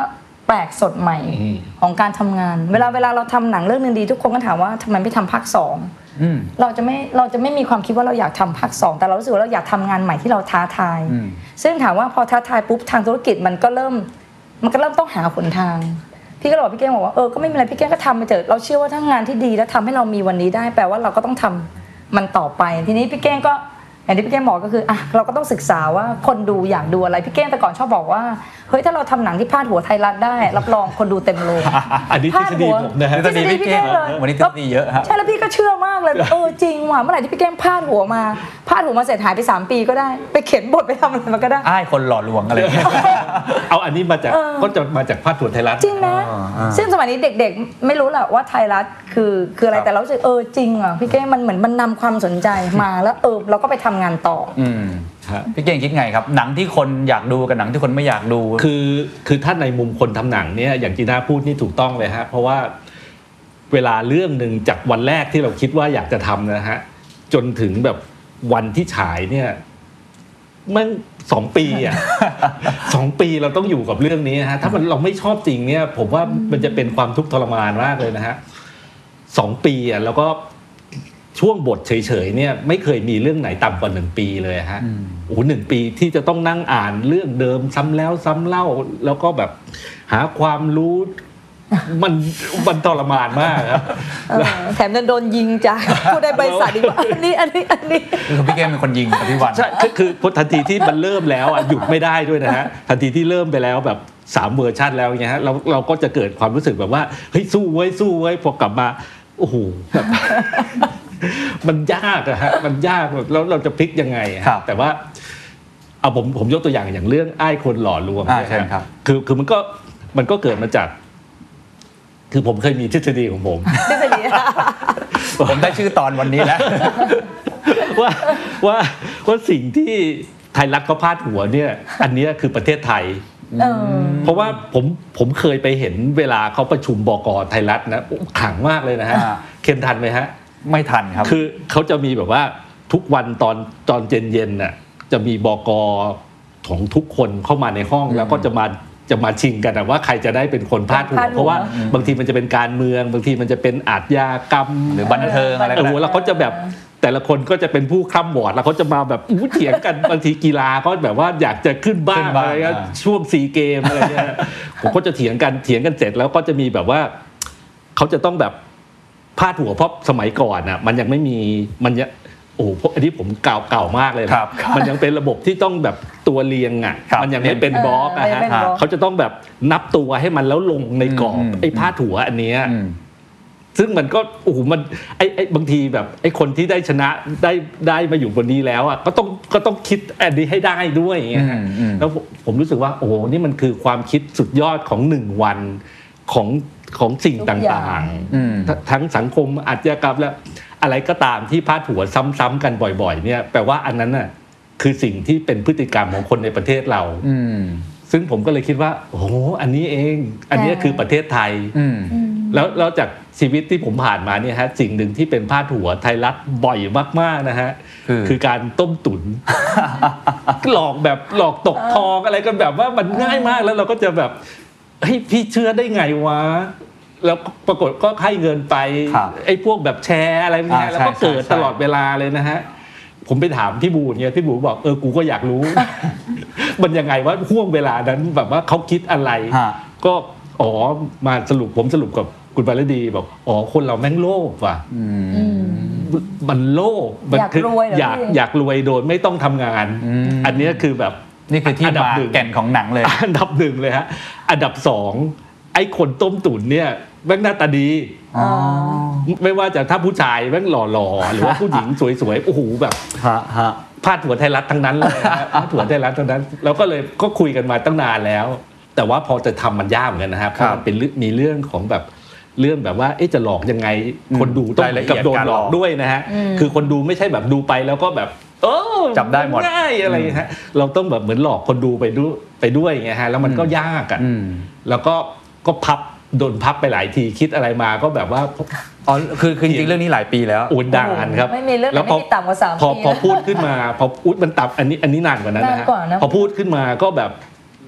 แปลกสดใหม่ของการทำงานเวลาเวลาเราทำหนังเรื่องนึงดีทุกคนก็ถามว่าทำไมไม่ทำภาคสองเราจะไม่เราจะไม่มีความคิดว่าเราอยากทำภาคสองแต่เรารู้สึกว่าเราอยากทำงานใหม่ที่เราท้าทายซึ่งถามว่าพอท้าทายปุ๊บทางธุรกิจมันก็เริ่มมันก็เริ่มต้องหาหนทางพี่ก็บอกพี่เก้งบอกว่าเออก็ไม่มีอะไรพี่เก้งก็ทำไปเถอะเราเชื่อว่าถ้างานที่ดีแล้วทำให้เรามีวันนี้ได้แปลว่าเราก็ต้องทำมันต่อไปทีนี้พี่เก้งก็อย่างที่พี่เก้งบอกก็คืออ่ะเราก็ต้องศึกษาว่าคนดูอยากดูอะไรพี่เก้งแต่ก่อนชอบบอกว่าเฮ้ยถ้าเราทำหนังที่พาดหัวไทยรัฐได้รับรองคนดูเต็มโรงอันนี้ทฤษฎีผมนะฮะทฤษฎีพี่เก้งเลยวันนี้ทฤษฎีเยอะครับใช่แล้วพี่ก็เชื่อมากเลยเออจริงว่ะเมื่อไหร่ที่พี่เก้งพาดหัวมาพาดหัวมาเสร็จหายไปสามปีก็ได้ไปเขียนบทไปทำอะไรมันก็ได้อ้ายคนหล่อลวงอะไรเอาอันนี้มาจากก็จะมาจากพาดหัวไทยรัฐจริงนะซึ่งสมัยนี้เด็กๆไม่รู้แหละว่าไทยรัฐคือคืออะไรแต่เรารู้สึกเออจริงอ่ะพี่เก้งมันเหมือนมันนำความสนใจมาแล้วเออเราก็ไปทำงานต่อพี่เก่งคิดไงครับหนังที่คนอยากดูกับหนังที่คนไม่อยากดูคือคือถ้าในมุมคนทำหนังเนี่ยอย่างจีน่าพูดนี่ถูกต้องเลยฮะเพราะว่าเวลาเรื่องหนึ่งจากวันแรกที่เราคิดว่าอยากจะทำนะฮะจนถึงแบบวันที่ฉายเนี่ยมันสองปีอ่ะสองปีเราต้องอยู่กับเรื่องนี้ฮะถ้ามันเราไม่ชอบจริงเนี่ยผมว่ามันจะเป็นความทุกข์ทรมานมากเลยนะฮะสองปีอ่ะแล้วก็ช่วงบทเฉยๆเนี่ยไม่เคยมีเรื่องไหนต่ำกว่าหนึ่งปีเลยฮะโอ้โหหนึ่งปีที่จะต้องนั่งอ่านเรื่องเดิมซ้ำแล้วซ้ำเล่าแล้วก็แบบหาความรู้มันมันทรมานมากครับแถมโดนยิงจ้ะผู้ได้บริษัทอีกว่าอันนี้อันนี้อันนี้คือพี่เก้งเป็นคนยิงกับพี่วันใช่คือทันทีที่มันเริ่มแล้วอ่ะหยุดไม่ได้ด้วยนะฮะทันทีที่เริ่มไปแล้วแบบสามเวอร์ชันแล้วอย่างเงี้ยฮะเราเราก็จะเกิดความรู้สึกแบบว่าเฮ้ยสู้เว้ยสู้เว้ยพอกลับมาโอ้โหแบบมันยากอะฮะมันยากแล้วเราจะพลิกยังไงแต่ว่าเอาผมผมยกตัวอย่างอย่างเรื่องอ้ายคนหล่อลวงใช่ครับคือคือมันก็มันก็เกิดมาจากคือผมเคยมีทฤษฎีของผมทฤษฎีผมได้ชื่อตอนวันนี้แล้วว่าว่าว่าสิ่งที่ไทยรัฐเขาพาดหัวเนี่ยอันนี้คือประเทศไทยเพราะว่าผมผมเคยไปเห็นเวลาเขาประชุมบก.ไทยรัฐนะขลังมากเลยนะฮะเคนทันไหมฮะไม่ทันครับคือเขาจะมีแบบว่าทุกวันตอนตอนเย็นๆน่ะจะมีบก.ของทุกคนเข้ามาในห้องแล้วก็จะมาจะมาชิงกันว่าใครจะได้เป็นคนพาดหัวเพราะว่าบางทีมันจะเป็นการเมืองบางทีมันจะเป็นอาชญากรรมหรือบันเทิงอะไรก็ได้แล้วเขาจะแบบแต่ละคนก็จะเป็นผู้คร่ำวอร์ดแล้วเขาจะมาแบบอู้เถียงกันบางทีกีฬาก็แบบว่าอยากจะขึ้นบ้างอะไรเงี้ยช่วงซีเกมอะไรเงี้ยผมก็จะเถียงกันเถียงกันเสร็จแล้วก็จะมีแบบว่าเขาจะต้องแบบพาดหัวเพราะสมัยก่อนน่ะมันยังไม่มีมันยังโอ้อันนี้ผมเก่าเก่ามากเลยนะมันยังเป็นระบบที่ต้องแบบตัวเรียงอ่ะมันยังไม่เป็นบล็อกนะฮะเขาจะต้องแบบนับตัวให้มันแล้วลงในกรอบไอ้พาดหัวอันนี้ซึ่งมันก็โอ้โหมันไอ้ไอ้บางทีแบบไอ้คนที่ได้ชนะได้ได้มาอยู่บนนี้แล้วอ่ะก็ต้องก็ต้องคิดอันนี้ให้ได้ด้วยอย่างเงี้ยแล้วผมรู้สึกว่าโอ้โหนี่มันคือความคิดสุดยอดของหนึ่งวันของของสิ่งต่างๆทั้งสังคมอาชญากรรมและอะไรก็ตามที่พาดหัวซ้ำๆกันบ่อยๆเนี่ยแปลว่าอันนั้นน่ะคือสิ่งที่เป็นพฤติกรรมของคนในประเทศเราซึ่งผมก็เลยคิดว่าโอ้โหอันนี้เองอันนี้คือประเทศไทยแล้วแล้วจากชีวิตที่ผมผ่านมาเนี่ยฮะสิ่งหนึ่งที่เป็นพาดหัวไทยรัฐบ่อยมากๆนะฮะคือการต้มตุ๋นหลอกแบบหลอกตกทองอะไรกันแบบว่ามันง่ายมากแล้วเราก็จะแบบเฮ้ยพี่เชื่อได้ไงวะแล้วปรากฏก็ให้เงินไปไอ้พวกแบบแชร์อะไรพวกนี้แล้วก็เกิดตลอดเวลาเลยนะฮะผมไปถามพี่บูนเนี่ยพี่บูนบอกเออกูก็อยากรู้มันยังไงว่าห่วงเวลานั้นแบบว่าเขาคิดอะไรก็อ๋อมาสรุปผมสรุปกับคุณบารดีบอกอ๋อคนเราแม่งโลภว่ะมันโลภมันคืออยากอยากรวยโดยไม่ต้องทำงานอันนี้คือแบบนี่คือที่มาแก่นของหนังเลยอันดับหนึ่งเลยฮะอันดับสองไอ้คนต้มตุ๋นเนี่ยแม่งหน้าตาดีไม่ว่าจะถ้าผู้ชายแม่งหล่อๆหรือว่าผู้หญิงสวยๆโอ้โหแบบพาดหัวไทยรัฐทั้งนั้นเลยพาดหัวไทยรัฐทั้งนั้นแล้วก็เลยก็คุยกันมาตั้งนานแล้วแต่ว่าพอจะทำมันยากเหมือนกันนะครับเพราะมันเป็นมีเรื่องของแบบเรื่องแบบว่าเอ๊ะจะหลอกยังไงคนดูต้องกับโดนหลอกด้วยนะฮะคือคนดูไม่ใช่แบบดูไปแล้วก็แบบเออจับได้หมดง่ายอะไรฮะเราต้องแบบเหมือนหลอกคนดูไปด้วยไปด้วยไงฮะแล้วมันก็ยากอ่ะแล้วก็ก็พับโดนพับไปหลายทีคิดอะไรมาก็แบบว่าอ๋อคือคือจริงๆเรื่องนี้หลายปีแล้วอุดด่านครับไม่มีเรื่องไม่มีต่ำกว่าสามปีพอพอพูดขึ้นมาพออุดมันต่ำอันนี้อันนี้นานกว่านั้นนะฮะพอพูดขึ้นมาก็แบบ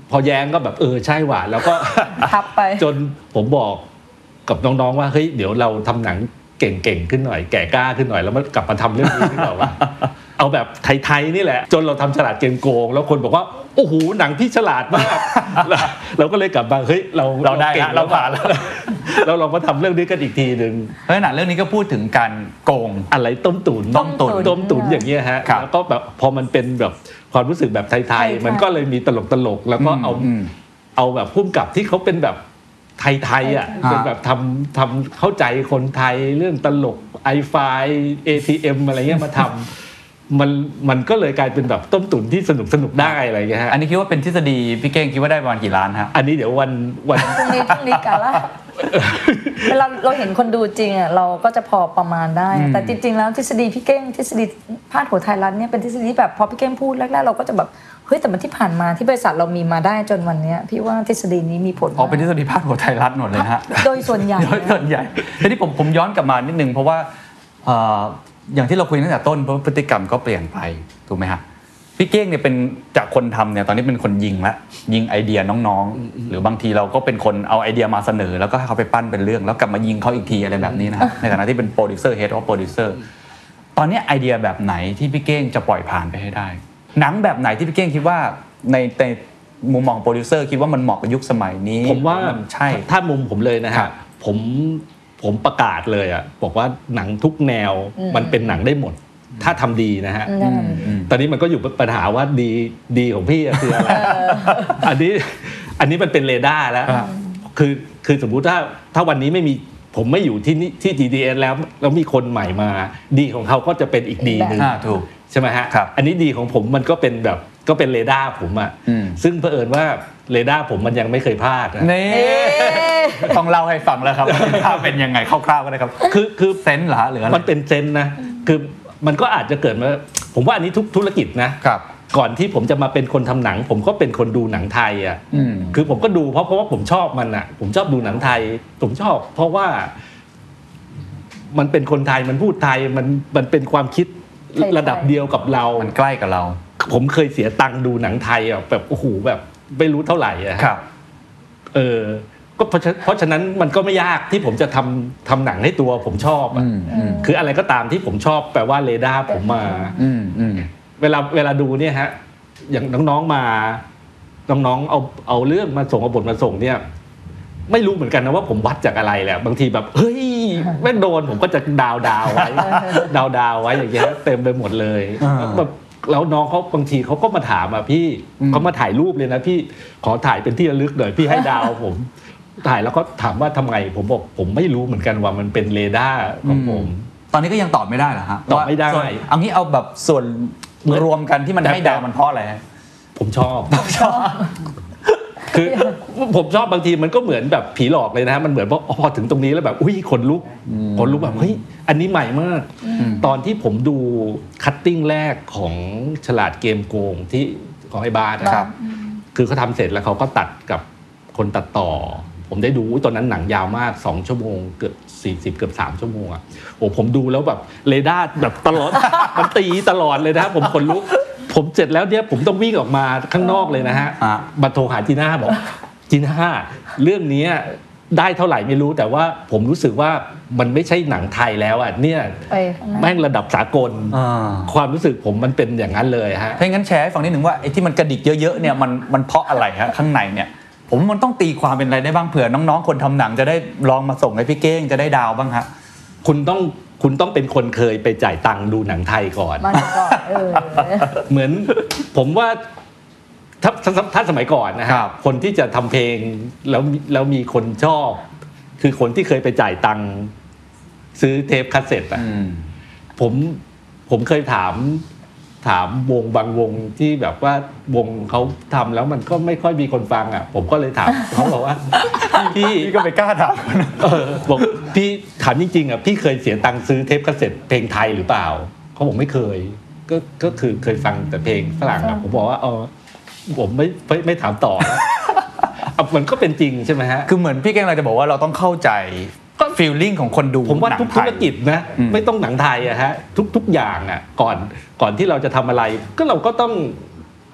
พอแย้งก็แบบเออใช่หว่าแล้วก็ทับไปจนผมบอกกับน้องๆว่าเฮ้ยเดี๋ยวเราทำหนังเก่งๆขึ้นหน่อยแก่กล้าขึ้นหน่อยแล้วมากลับมาทำเรื่องนี้ดีกว่าเอาแบบไทยๆนี่แหละจนเราทำฉลาดเกมโกงแล้วคนบอกว่าโอ้โหหนังพี่ฉลาดมากเราก็เลยกลับมาเฮ้ยเราเราได้แล้วเราผ่านแล้วแล้วเรามาทำเรื่องนี้กันอีกทีนึงเพราะหนังเรื่องนี้ก็พูดถึงการโกงอะไรต้มตุ๋นต้มตุ๋นต้มตุ๋นอย่างเงี้ยฮะแล้วก็แบบพอมันเป็นแบบความรู้สึกแบบไทยๆมันก็เลยมีตลกๆแล้วก็เอาเอาแบบพุ่มกับที่เขาเป็นแบบไทยๆอ่ะเป็นแบบทำทำเข้าใจคนไทยเรื่องตลก ไอ ไฟ เอ ที เอ็ม อะไรเงี้ยมาทำมันมันก็เลยกลายเป็นแบบต้มตุ๋นที่สนุกสนุกได้อะไรเงี้ยฮะอันนี้คิดว่าเป็นทฤษฎีพี่เก้งคิดว่าได้ประมาณกี่ล้านฮะอันนี้เดี๋ยววันวันพรุ่งนี้พรุ่งนี้กันละเวลาเราเห็นคนดูจริงอ่ะเราก็จะพอประมาณได้แต่จริงๆแล้วทฤษฎีพี่เก้งทฤษฎีพาดหัวไทยรัฐเนี่ยเป็นทฤษฎีแบบพอพี่เก้งพูดแรกๆเราก็จะแบบเฮ้ยแต่มันที่ผ่านมาที่บริษัทเรามีมาได้จนวันนี้พี่ว่าทฤษฎีนี้มีผลอ๋อเป็นทฤษฎีพาดหัวไทยรัฐหมดเลยฮะโดยส่วนใหญ่โดยส่วนใหญ่ทีนี้ผมผมย้อนกลับมานิดนึงเพราะว่าอย่างที่เราคุยตั้งแต่ต้นเพราะพฤติกรรมก็เปลี่ยนไปถูกไหมฮะพี่เก้งเนี่ยเป็นจากคนทำเนี่ยตอนนี้เป็นคนยิงละยิงไอเดียน้องๆหรือบางทีเราก็เป็นคนเอาไอเดียมาเสนอแล้วก็ให้เขาไปปั้นเป็นเรื่องแล้วกลับมายิงเขาอีกทีอะไรแบบนี้นะในฐานะที่เป็นโปรดิวเซอร์เฮดออฟโปรดิวเซอร์ตอนนี้ไอเดียแบบไหนที่พี่เก้งจะปล่อยผ่านไปให้ได้หนังแบบไหนที่พี่เก้งคิดว่าในในมุมมองโปรดิวเซอร์คิดว่ามันเหมาะกับยุคสมัยนี้ผมว่าใช่ถ้ามุมผมเลยนะฮะผมผมประกาศเลยอ่ะบอกว่าหนังทุกแนวมันเป็นหนังได้หมดถ้าทำดีนะฮะตอนนี้มันก็อยู่ปัญหาว่าดีดีของพี่คืออะไรอันนี้อันนี้มันเป็นเรดาร์แล้วคือคือสมมุติถ้าถ้าวันนี้ไม่มีผมไม่อยู่ที่นี่ที่ จี ดี เอส แล้วแล้วมีคนใหม่มาดีของเขาก็จะเป็นอีกดีนึงถูกใช่ไหมฮะอันนี้ดีของผมมันก็เป็นแบบก็เป็นเรดาร์ผมอ่ะซึ่งเผอิญว่าเรดาร์ผมมันยังไม่เคยพลาดนะนี่ต้องเล่าให้ฟังแล้วครับว่าเป็นยังไงคร่าวๆก็ได้ครับคือคือเซนส์เหรอหรืออะไรมันเป็นเซนส์นะคือมันก็อาจจะเกิดมาผมว่าอันนี้ทุกธุรกิจนะครับก่อนที่ผมจะมาเป็นคนทำหนังผมก็เป็นคนดูหนังไทยอ่ะคือผมก็ดูเพราะเพราะว่าผมชอบมันอ่ะผมชอบดูหนังไทยผมชอบเพราะว่ามันเป็นคนไทยมันพูดไทยมันมันเป็นความคิดระดับเดียวกับเรามันใกล้กับเราผมเคยเสียตังค์ดูหนังไทยอ่ะแบบโอ้โหแบบไม่รู้เท่าไหร่อ่ะครับเออก็เพราะเพราะฉะนั้นมันก็ไม่ยากที่ผมจะทำทำหนังให้ตัวผมชอบอ่ะคืออะไรก็ตามที่ผมชอบแปลว่าเรดาร์ผมมาเวลาเวลาดูเนี่ยฮะอย่างน้องๆมาน้องๆเอาเอาเรื่องมาส่งเอาบทมาส่งเนี่ยไม่รู้เหมือนกันนะว่าผมวัดจากอะไรแหละบางทีแบบเฮ้ยแม่งโดนผมก็จะดาวดาวไว้ดาวดาวไว้อย่างเงี้ยเต็มไปหมดเลยแบบแล้วน้องเขาบางทีเขาก็มาถามอ่ะพี่เขามาถ่ายรูปเลยนะพี่ขอถ่ายเป็นที่ระลึกหน่อยพี่ให้ดาวผมถ่ายแล้วก็ถามว่าทำไงผมบอกผมไม่รู้เหมือนกันว่ามันเป็นเรดาร์ของผมตอนนี้ก็ยังตอบไม่ได้เหรอฮะตอบไม่ได้เอางี้เอาแบบส่วนรวมกันที่มันให้ดาวมันเพราะอะไรผมชอบชอบคือผมชอบบางทีมันก็เหมือนแบบผีหลอกเลยนะมันเหมือนว่าพอถึงตรงนี้แล้วแบบอุ้ยขนลุกขนลุกแบบเฮ้ยอันนี้ใหม่มากตอนที่ผมดูคัตติ้งแรกของฉลาดเกมโกงที่ของไอ้บาสนะครับคือเขาทำเสร็จแล้วเขาก็ตัดกับคนตัดต่อผมได้ดูตอนนั้นหนังยาวมากสองชั่วโมงเกือบสี่สิบเกือบสามชั่วโมงอ่ะโอ้ผมดูแล้วแบบเรดาร์แบบตลอดมันตีตลอดเลยนะผมขนลุกผมเสร็จแล้วเนี่ยผมต้องวิ่งออกมาข้างนอกเลยนะฮะมาโทรหาจีน่าบอกจีน่าเรื่องนี้ได้เท่าไหร่ไม่รู้แต่ว่าผมรู้สึกว่ามันไม่ใช่หนังไทยแล้วอ่ะเนี่ยแม่งระดับสากลความรู้สึกผมมันเป็นอย่างนั้นเลยฮะถ้างั้นแชร์ให้ฟังนิดนึงว่าไอ้ที่มันกระดิกเยอะๆเนี่ยมันมันเพราะอะไรฮะข้างในเนี่ยผมมันต้องตีความเป็นอะไรได้บ้างเผื่อน้องๆคนทำหนังจะได้ลองมาส่งให้พี่เก้งจะได้ดาวบ้างฮะคุณต้องคุณต้องเป็นคนเคยไปจ่ายตังค์ดูหนังไทยก่อนเหมือนผมว่าถ้าถ้าสมัยก่อนนะครับคนที่จะทำเพลงแล้วแล้วมีคนชอบคือคนที่เคยไปจ่ายตังค์ซื้อเทปคาสเซ็ตอ่ะผมผมเคยถามถามวงบางวงที่แบบว่าวงเขาทำแล้วมันก็ไม่ค่อยมีคนฟังอ่ะผมก็เลยถามเขาบอกว่าพี่ก็ไม่กล้าถามเออบอกพี่ถามจริงๆอ่ะพี่เคยเสียตังค์ซื้อเทปคาสเซ็ตเพลงไทยหรือเปล่าเขาบอกไม่เคยก็ก็คือเคยฟังแต่เพลงฝรั่งอ่ะผมบอกว่าเออผมไม่ไม่ไม่ถามต่อมันก็เป็นจริงใช่ไหมฮะคือเหมือนพี่เก้งเราจะบอกว่าเราต้องเข้าใจก็ฟีลลิ่งของคนดูผมว่าทุกธุรกิจนะไม่ต้องหนังไทยอะฮะทุกทุกอย่างอะก่อนก่อนที่เราจะทำอะไรก็เราก็ต้อง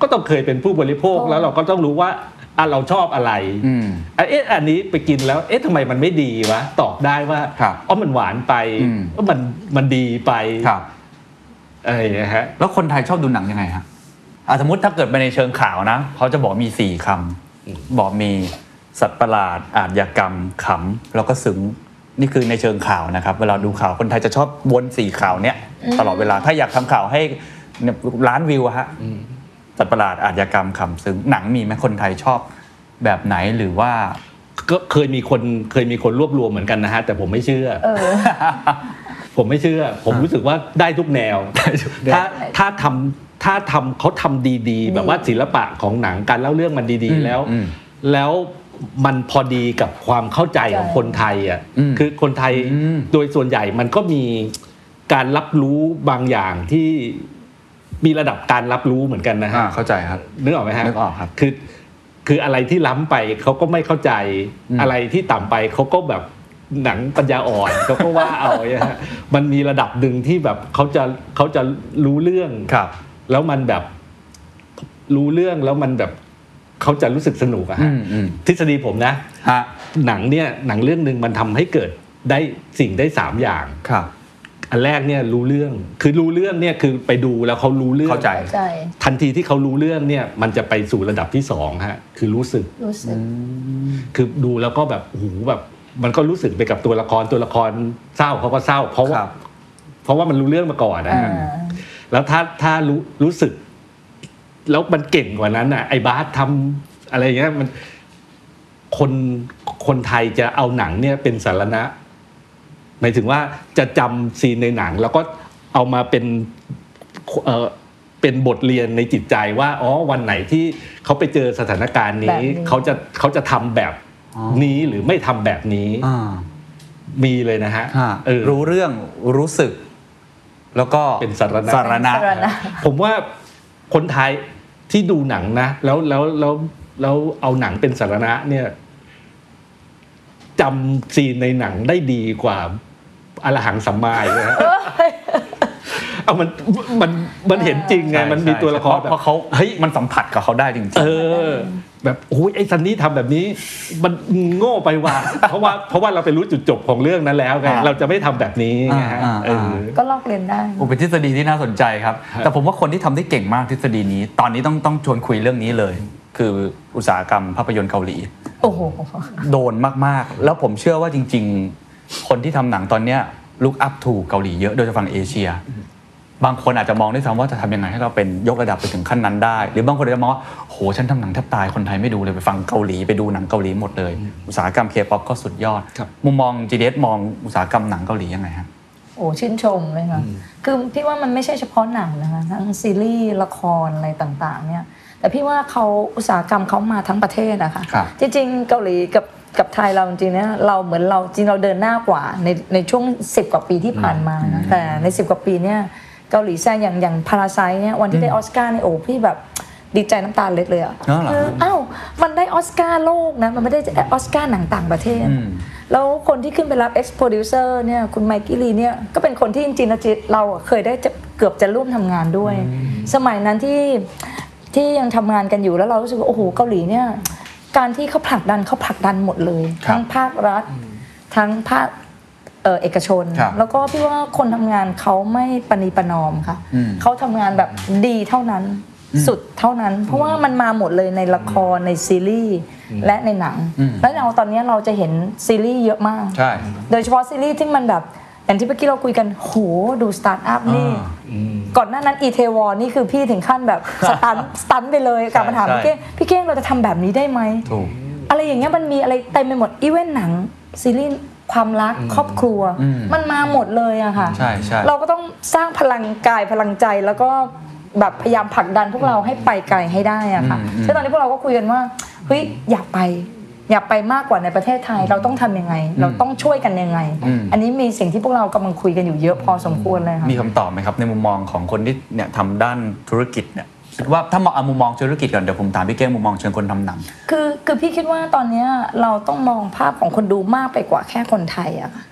ก็ต้องเคยเป็นผู้บริโภคแล้วเราก็ต้องรู้ว่าอ่ะเราชอบอะไรเอ๊ะอันนี้ไปกินแล้วเอ๊ะทำไมมันไม่ดีวะตอบได้ว่าอ๋อมันหวานไปมันมันดีไปอะไรนะฮะแล้วคนไทยชอบดูหนังยังไงฮะสมมติถ้าเกิดไปในเชิงข่าวนะเขาจะบอกมีสี่คำบอกมีสัตว์ประหลาดอาชญากรรมขำแล้วก็ซึ้งนี่คือในเชิงข่าวนะครับเวลาดูข่าวคนไทยจะชอบวนสี่ข่าวเนี้ยตลอดเวลาถ้าอยากทำข่าวให้ล้านวิวอะฮะสัตว์ประหลาดอาชญากรรมขำซึ้งหนังมีไหมคนไทยชอบแบบไหนหรือว่าก็เคยมีคนเคยมีคนรวบรวมเหมือนกันนะฮะแต่ผมไม่เชื่อผมไม่เชื่อผมรู้สึกว่าได้ทุกแนวถ้าถ้าทำถ้าทำเขาทำดีๆแบบว่าศิลปะของหนังการเล่าเรื่องมันดีๆแล้วแล้วมันพอดีกับความเข้าใจของคนไทยอ่ะคือคนไทยโดยส่วนใหญ่มันก็มีการรับรู้บางอย่างที่มีระดับการรับรู้เหมือนกันนะฮะเข้าใจครับนึกออกไหมฮะนึกออกครับคือคืออะไรที่ล้ำไปเขาก็ไม่เข้าใจอะไรที่ต่ำไปเขาก็แบบหนังปัญญาอ่อนเขาก็ว่าเอาเนี่ยฮะมันมีระดับหนึ่งที่แบบเขาจะเขาจะรู้เรื่องแล้วมันแบบรู้เรื่องแล้วมันแบบเขาจะรู้สึกสนุกอะฮะทฤษฎีผมนะหนังเนี่ยหนังเรื่องนึงมันทำให้เกิดได้สิ่งได้สามอย่างอันแรกเนี่ยรู้เรื่องคือรู้เรื่องเนี่ยคือไปดูแล้วเขารู้เรื่องเข้าใจทันทีที่เขารู้เรื่องเนี่ยมันจะไปสู่ระดับที่สองฮะคือรู้สึกรู้สึกคือดูแล้วก็แบบโอ้โหแบบมันก็รู้สึกไปกับตัวละครตัวละครเศร้าเขาก็เศร้าเพราะว่าเพราะว่ามันรู้เรื่องมาก่อนนะแล้วถ้าถ้ารู้รู้สึกแล้วมันเก่งกว่านั้นอ่ะไอ้บาสทำอะไรอย่างเงี้ยมันคนคนไทยจะเอาหนังเนี่ยเป็นสาระหมายถึงว่าจะจำซีนในหนังแล้วก็เอามาเป็นเอ่อเป็นบทเรียนในจิตใจว่าอ๋อวันไหนที่เขาไปเจอสถานการณ์นี้เขาจะเขาจะทำแบบนี้หรือไม่ทำแบบนี้มีเลยนะฮะรู้เรื่องรู้สึกแล้วก็เป็นสาระสาระผมว่าคนไทยที่ดูหนังนะแล้วแล้วแล้วแล้วเอาหนังเป็นสาระเนี่ยจำซีนในหนังได้ดีกว่าอรหังสัมมาเลยนะเอามันมันมันเห็นจริงไงมันมีตัวละครแบบเพราะเขาเฮ้ยมันสัมผัสกับเขาได้จริงๆเออแบบโอ้ยไอ้ซันนี่ทำแบบนี้มันโง่ไปว่ะเพราะว่าเพราะว่าเราไปรู้จุดจบของเรื่องนั้นแล้วไงเราจะไม่ทำแบบนี้ไงฮะก็ลอกเรียนได้โอ้เป็นทฤษฎีที่น่าสนใจครับแต่ผมว่าคนที่ทำได้เก่งมากทฤษฎีนี้ตอนนี้ต้องต้องชวนคุยเรื่องนี้เลยคืออุตสาหกรรมภาพยนตร์เกาหลีโอ้โหโดนมากๆแล้วผมเชื่อว่าจริงๆคนที่ทำหนังตอนเนี้ยลุกอัพถูกเกาหลีเยอะโดยเฉพาะฝั่งเอเชียบางคนอาจจะมองด้วยซ้ำว่าจะทำยังไงให้เราเป็นยกระดับไปถึงขั้นนั้นได้หรือบางคนอาจจะมองว่าโหฉันทำหนังแทบตายคนไทยไม่ดูเลยไปฟังเกาหลีไปดูหนังเกาหลีหมดเลยอุตสาหกรรม K-pop ก็สุดยอดมุมมอง จี ดี เอส มองอุตสาหกรรมหนังเกาหลียังไงครับโอ้ชื่นชมเลยค่ะคือพี่ว่ามันไม่ใช่เฉพาะหนังนะคะทั้งซีรีส์ละครอะไรต่างๆเนี่ยแต่พี่ว่าเขาอุตสาหกรรมเขามาทั้งประเทศนะคะจริงๆเกาหลีกับกับไทยเราจริงๆเนี่ยเราเหมือนเราจริงเราเดินหน้ากว่าในในช่วงสิบกว่าปีที่ผ่านมานะแต่ในสิบกว่าปีเนี่ยเกาหลีแซงอย่างอย่างพาราไซต์เนี่ยวันที่ได้ออสการ์เนี่ยโอ้พี่แบบดีใจน้ำตาเล็ดเลยอ่ะคืออ้าวมันได้ออสการ์โลกนะมันไม่ได้ออสการ์หนังต่างประเทศแล้วคนที่ขึ้นไปรับ ex producer เนี่ยคุณไมกี้ลีเนี่ยก็เป็นคนที่จริงๆเราเคยได้เกือบจะร่วมทำงานด้วยสมัยนั้นที่ที่ยังทำงานกันอยู่แล้วเรารู้สึกว่าโอ้โหเกาหลีเนี่ยการที่เขาผลักดันเขาผลักดันหมดเลยทั้งภาครัฐทั้งภาคเอ่อเอกชนแล้วก็พี่ว่าคนทำงานเขาไม่ปณีประนอมค่ะเขาทำงานแบบดีเท่านั้นสุดเท่านั้นเพราะว่ามันมาหมดเลยในละครในซีรีส์และในหนังแล้วเราตอนนี้เราจะเห็นซีรีส์เยอะมากโดยเฉพาะซีรีส์ที่มันแบบอย่างที่เมื่อกี้เราคุยกันโหดูสตาร์ทอัพนี่ก่อนหน้านั้นอีเทวอนี่คือพี่ถึงขั้นแบบสตันสตันไปเลยกลับมาถามพี่เก้งพี่เก้งเราจะทำแบบนี้ได้ไหมอะไรอย่างเงี้ยมันมีอะไรเต็มไปหมดอีเวนต์หนังซีรีส์ความรักครอบครัวมันมาหมดเลยอะค่ะเราก็ต้องสร้างพลังกายพลังใจแล้วก็แบบพยายามผลักดันพวกเราให้ไปไกลให้ได้อะค่ะซึ่งตอนนี้พวกเราก็คุยกันว่าเฮ้ยอยากไปอยากไปมากกว่าในประเทศไทยเราต้องทำยังไงเราต้องช่วยกันยังไงอันนี้มีสิ่งที่พวกเรากำลังคุยกันอยู่เยอะพอสมควรเลยค่ะมีคำตอบไหมครับในมุมมองของคนที่เนี่ยทำด้านธุรกิจเนี่ยคิดว่าถ้ามองมุมมองธุรกิจก่อนเดี๋ยวผมถามพี่เก้งมุมมองเชิงคนทำหนังคือคือพี่คิดว่าตอนนี้เราต้องมองภาพของคนดูมากไปกว่าแค่คนไทยอะค่ะ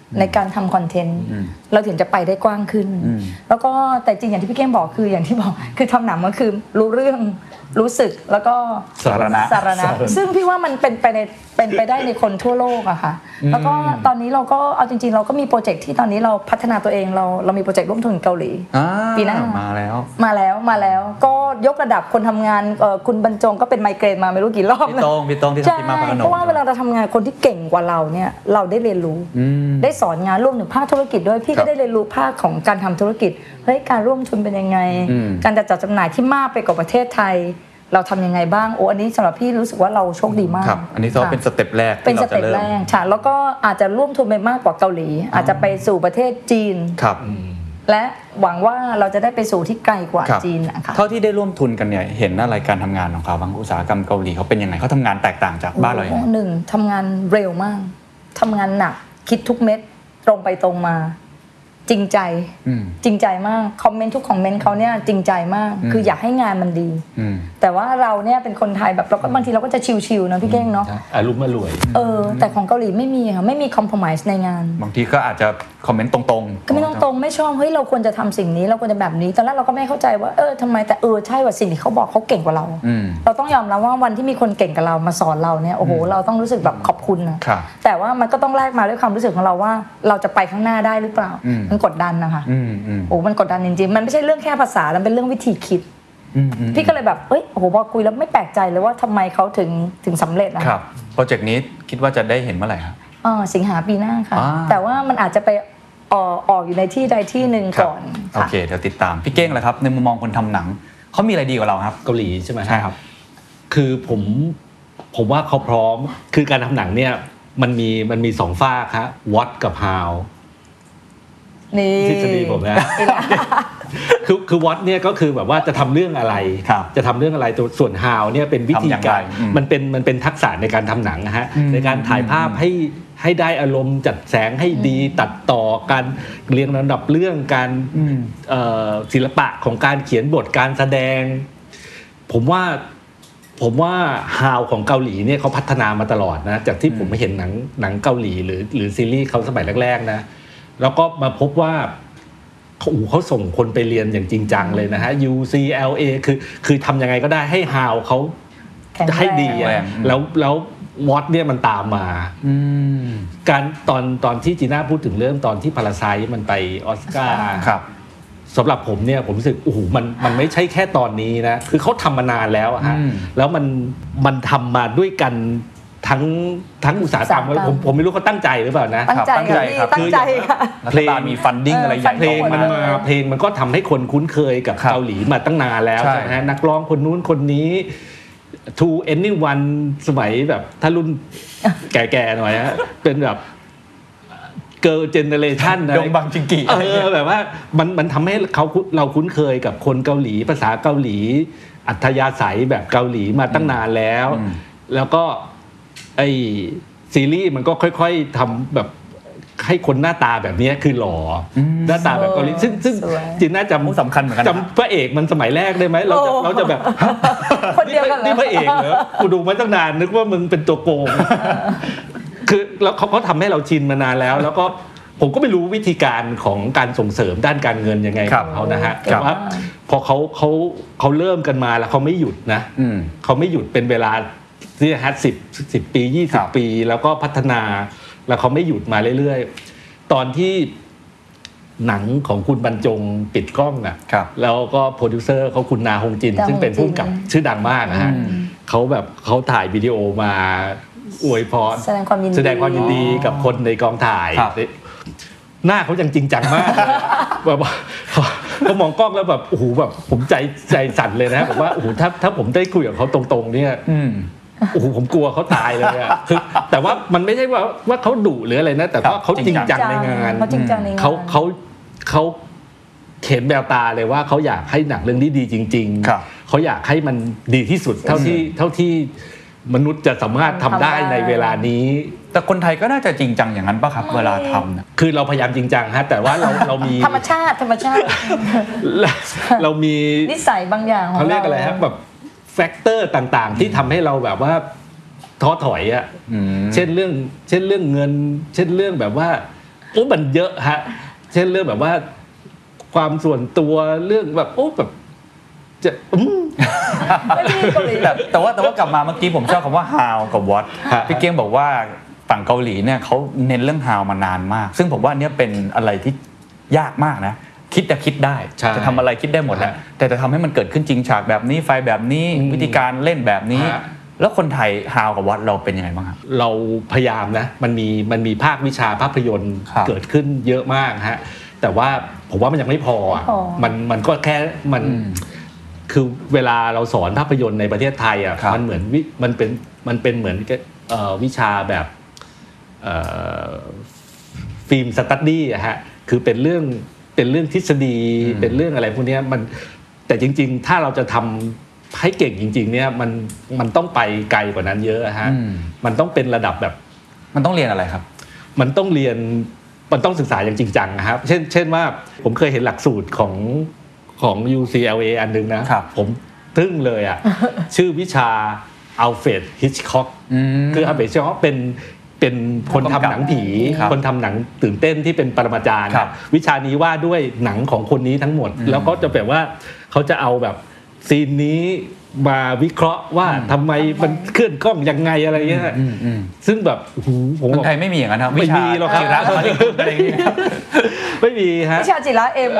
ในการทำคอนเทนต์เราถึงจะไปได้กว้างขึ้นแล้วก็แต่จริงอย่างที่พี่เก้งบอกคืออย่างที่บอกคือทำหนังมันคือรู้เรื่องรู้สึกแล้วก็สาระสาระซึ่งพี่ว่ามันเป็นไปในเป็นไปได้ในคนทั่วโลกอะค่ะแล้วก็ตอนนี้เราก็เอาจริงๆเราก็มีโปรเจกต์ที่ตอนนี้เราพัฒนาตัวเองเราเรามีโปรเจกต์ร่วมทุนเกาหลีปีหน้ามาแล้วมาแล้วมาแล้วก็ยกระดับคนทำงานคุณบรรจงก็เป็นไมเกรนมาไม่รู้กี่รอบพี่โต้งพี่โต้งที่ทำที่มาพนมเพราะว่าเวลาเราทำงานคนที่เก่งกว่าเราเนี่ยเราได้เรียนรู้ได้สอนงานร่วมถึงภาคธุรกิจด้วยพี่ก็ได้เรียนรู้ภาคของการทำธุรกิจเฮ้ยการร่วมทุนเป็นยังไงการจัดจำหน่ายที่มากไปกว่าประเทศไทยเราทำยังไงบ้างโอ้อันนี้สำหรับพี่รู้สึกว่าเราโชคดีมากครับอันนี้ก็เป็นสเต็ปแรกเป็นสเต็ปแรกค่ะแล้วก็อาจจะร่วมทุนไปมากกว่าเกาหลีอาจจะไปสู่ประเทศจีนครับและหวังว่าเราจะได้ไปสู่ที่ไกลกว่าจีนนะคะเท่าที่ได้ร่วมทุนกันเนี่ยเห็นอะไรการทำงานของเขาบางอุตสาหกรรมเกาหลีเขาเป็นยังไงเขาทำงานแตกต่างจากบ้านเราอย่างไรหนึ่งทำงานเร็วมากทำงานหนักคิดทุกเม็ดตรงไปตรงมาจริงใจจริงใจมากคอมเมนต์ทุกคอมเมนต์เขาเนี่ยจริงใจมากคืออยากให้งานมันดีแต่ว่าเราเนี่ยเป็นคนไทยแบบเราก็บางทีเราก็จะชิวๆนะพี่เก้งเนาะอารมณ์มารวยเออแต่ของเกาหลีไม่มีค่ะไม่มีคอมโพไมซ์ในงานบางทีก็อาจจะคอมเมนต์ตรงๆก็ไม่ตรงๆไม่ชอบเฮ้ยเราควรจะทำสิ่งนี้เราควรจะแบบนี้ตอนแรกเราก็ไม่เข้าใจว่าเออทำไมแต่เออใช่ว่าสิ่งที่เขาบอกเขาเก่งกว่าเราเราต้องยอมรับว่าวันที่มีคนเก่งกับเรามาสอนเราเนี่ยโอ้โหเราต้องรู้สึกแบบขอบคุณนะแต่ว่ามันก็ต้องแลกมาด้วยความรู้สึกของเราว่าเราจะไปข้างหน้าได้หรือเปล่ามันกดดันนะคะโอ้มันกดดันจริงๆมันไม่ใช่เรื่องแค่ภาษามันเป็นเรื่องวิธีคิดพี่ก็เลยแบบเอ้ยโอ้โหพอคุยแล้วไม่แปลกใจเลยว่าทำไมเขาถึงถึงสำเร็จนะครับโปรเจกต์นี้คิดว่าจะได้เห็นเมื่อไหร่ครับอ๋อสิงหาปีหน้าค่ะแต่ว่ามันอาจจะไปออกอยู่ในที่ใดที่หนึ่งก่อนโอเคเดี๋ยวติดตามพี่เก้งแหละครับในมุมมองคนทำหนังเขามีอะไรดีกว่าเราครับเกาหลีใช่ไหมใช่ครับคือผมผมว่าเขาพร้อมคือการทำหนังเนี่ยมันมีมันมีสองฝากครับ what กับ how นี่ทฤษฎีผมนะคือคือ what เนี่ยก็คือแบบว่าจะทำเรื่องอะไรจะทำเรื่องอะไรตัวส่วน how เนี่ยเป็นวิธีการมันเป็นมันเป็นทักษะในการทำหนังนะฮะในการถ่ายภาพให้ให้ได้อารมณ์จัดแสงให้ดีตัดต่อการเรียงลำดับเรื่องการศิลปะของการเขียนบทการแสดงผมว่าผมว่า how ของเกาหลีเนี่ยเขาพัฒนามาตลอดนะจากที่ผมเห็นหนังหนังเกาหลีหรือหรือซีรีส์เขาสมัยแรกๆนะแล้วก็มาพบว่าเขาเขาส่งคนไปเรียนอย่างจริงจังเลยนะฮะ ยู ซี แอล เอ คือคือทำยังไงก็ได้ให้ how เขาให้ดีแล้วแล้ววอตเนี่ยมันตามมาการตอนตอนที่จีน่าพูดถึงเรื่องตอนที่พาราไซต์มันไปออสการ์สำหรับผมเนี่ยผมรู้สึกโอ้โหมันมันไม่ใช่แค่ตอนนี้นะคือเขาทำมานานแล้วฮะแล้วมันมันทำมาด้วยกันทั้งทั้งอุตสาหกรรมผมผมไม่รู้เขาตั้งใจหรือเปล่านะตั้งใจครับตั้งใจค่ะเพลงมีฟันดิ้งอะไรใหญ่เพลงมันมาเพลงมันก็ทำให้คนคุ้นเคยกับเกาหลีมาตั้งนานแล้วใช่ไหมนักร้องคนนู้นคนนี้ To Anyone สมัยแบบถ้ารุ่นแก่ๆหน่อยฮะเป็นแบบGirl Generation นะยงบังจิงกิเออแบบว่ามันมันทำให้เขาเราคุ้นเคยกับคนเกาหลีภาษาเกาหลีอัธยาศัยแบบเกาหลีมาตั้งนานแล้วแล้วก็ไอซีรีส์มันก็ค่อยๆทำแบบให้คนหน้าตาแบบนี้คือหล่อหน้าตาแบบเกาหลีซึ่งซึ่งจริงน่าจำสำคัญเหมือนกันจำพระเอกมันสมัยแรกได้ไหมเราจะเราจะแบบคนเดียวกันนี่พระเอกเหรอกูดูมาตั้งนานนึกว่ามึงเป็นตัวโกงคือแล้วเขาเขาทำให้เราชินมานานแล้วแล้วก็ผมก็ไม่รู้วิธีการของการส่งเสริมด้านการเงินยังไงของเขานะฮะแต่ว่าพอเขาเขาเขาเริ่มกันมาแล้วเขาไม่หยุดนะเขาไม่หยุดเป็นเวลาที่ฮะสิบสิบปียี่สิบปีแล้วก็พัฒนาแล้วเขาไม่หยุดมาเรื่อยๆตอนที่หนังของคุณบรรจงปิดกล้องอ่ะแล้วก็โปรดิวเซอร์เขาคุณนาฮงจินซึ่งเป็นผู้กำกับชื่อดังมากนะฮะเขาแบบเขาถ่ายวิดีโอมาอวยพรแสดงความยินดีแสดงความยินดีกับคนในกองถ่ายหน้าเขายังจริงจังมากแบบเขามองกล้องแล้วแบบโอ้โหแบบผมใจใจสั่นเลยนะแบบว่าโอ้โหถ้าถ้าผมได้คุยกับเขาตรงๆเนี่ยโอ้โหผมกลัวเขาตายเลยอ่ะคือแต่ว่ามันไม่ใช่ว่าว่าเขาดุหรืออะไรนะแต่ว่าเขาจริงจังในงานเขาเขาเขาเห็นแววตาเลยว่าเขาอยากให้หนังเรื่องนี้ดีจริงๆเขาอยากให้มันดีที่สุดเท่าที่เท่าที่มนุษย์จะสามารถทำได้ในเวลานี้แต่คนไทยก็น่าจะจริงจังอย่างนั้นป่ะครับเวลาทำนะคือเราพยายามจริงจังฮะแต่ว่าเราเรามีธรรมชาติธรรมชาติเรามีนิสัยบางอย่างเขาเรียกอะไรฮะแบบแฟกเตอร์ต่างๆที่ทำให้เราแบบว่าท้อถอยอ่ะเช่นเรื่องเช่นเรื่องเงินเช่นเรื่องแบบว่าโอ้มันเยอะฮะเช่นเรื่องแบบว่าความส่วนตัวเรื่องแบบโอ้แบบจะแต่แต่ว่าแต่ว่ากลับมาเมื่อกี้ผมชอบคำว่า how กับ what พี่เก้งบอกว่าฝั่งเกาหลีเนี่ยเขาเน้นเรื่อง how มานานมากซึ่งผมว่าเนี่ยเป็นอะไรที่ยากมากนะคิดจะคิดได้จะทำอะไรคิดได้หมดแหละแต่จะทำให้มันเกิดขึ้นจริงฉากแบบนี้ไฟแบบนี้วิธีการเล่นแบบนี้แล้วคนไทย how กับ what เราเป็นยังไงบ้างครับเราพยายามนะมันมีมันมีภาควิชาภาพยนตร์เกิดขึ้นเยอะมากฮะแต่ว่าผมว่ามันยังไม่พออ่ะมันมันก็แค่มันคือเวลาเราสอนภาพยนตร์ในประเทศไทยอ่ะมันเหมือนมันเป็นมันเป็นเหมือนวิชาแบบฟิล์มสตั๊ดดี้อะฮะคือเป็นเรื่องเป็นเรื่องทฤษฎีเป็นเรื่องอะไรพวกนี้มันแต่จริงๆถ้าเราจะทำให้เก่งจริงๆเนี่ยมันมันต้องไปไกลกว่านั้นเยอะฮะมันต้องเป็นระดับแบบมันต้องเรียนอะไรครับมันต้องเรียนมันต้องศึกษาอย่างจริงจังนะครับเช่นเช่นว่าผมเคยเห็นหลักสูตรของของ ยู ซี แอล เอ อันนึงนะผมทึ่งเลยอ่ะชื่อวิชาอัลเฟรดฮิตช์ค็อกคืออัลเฟรดฮิตช์ค็อกเป็นเป็นคนทำหนังผีคนทำหนังตื่นเต้นที่เป็นปรมาจารย์วิชานี้ว่าด้วยหนังของคนนี้ทั้งหมดแล้วก็จะแบบว่าเขาจะเอาแบบซีนนี้มาวิเคราะห์ว่าทำไมมันเคลื่อนกล้องยังไงอะไรเงี้ยซึ่งแบบผมคนไทยไม่มีอย่างนั้นครับไม่มีหรอกครับไม่มีฮะวิชาจิระเอม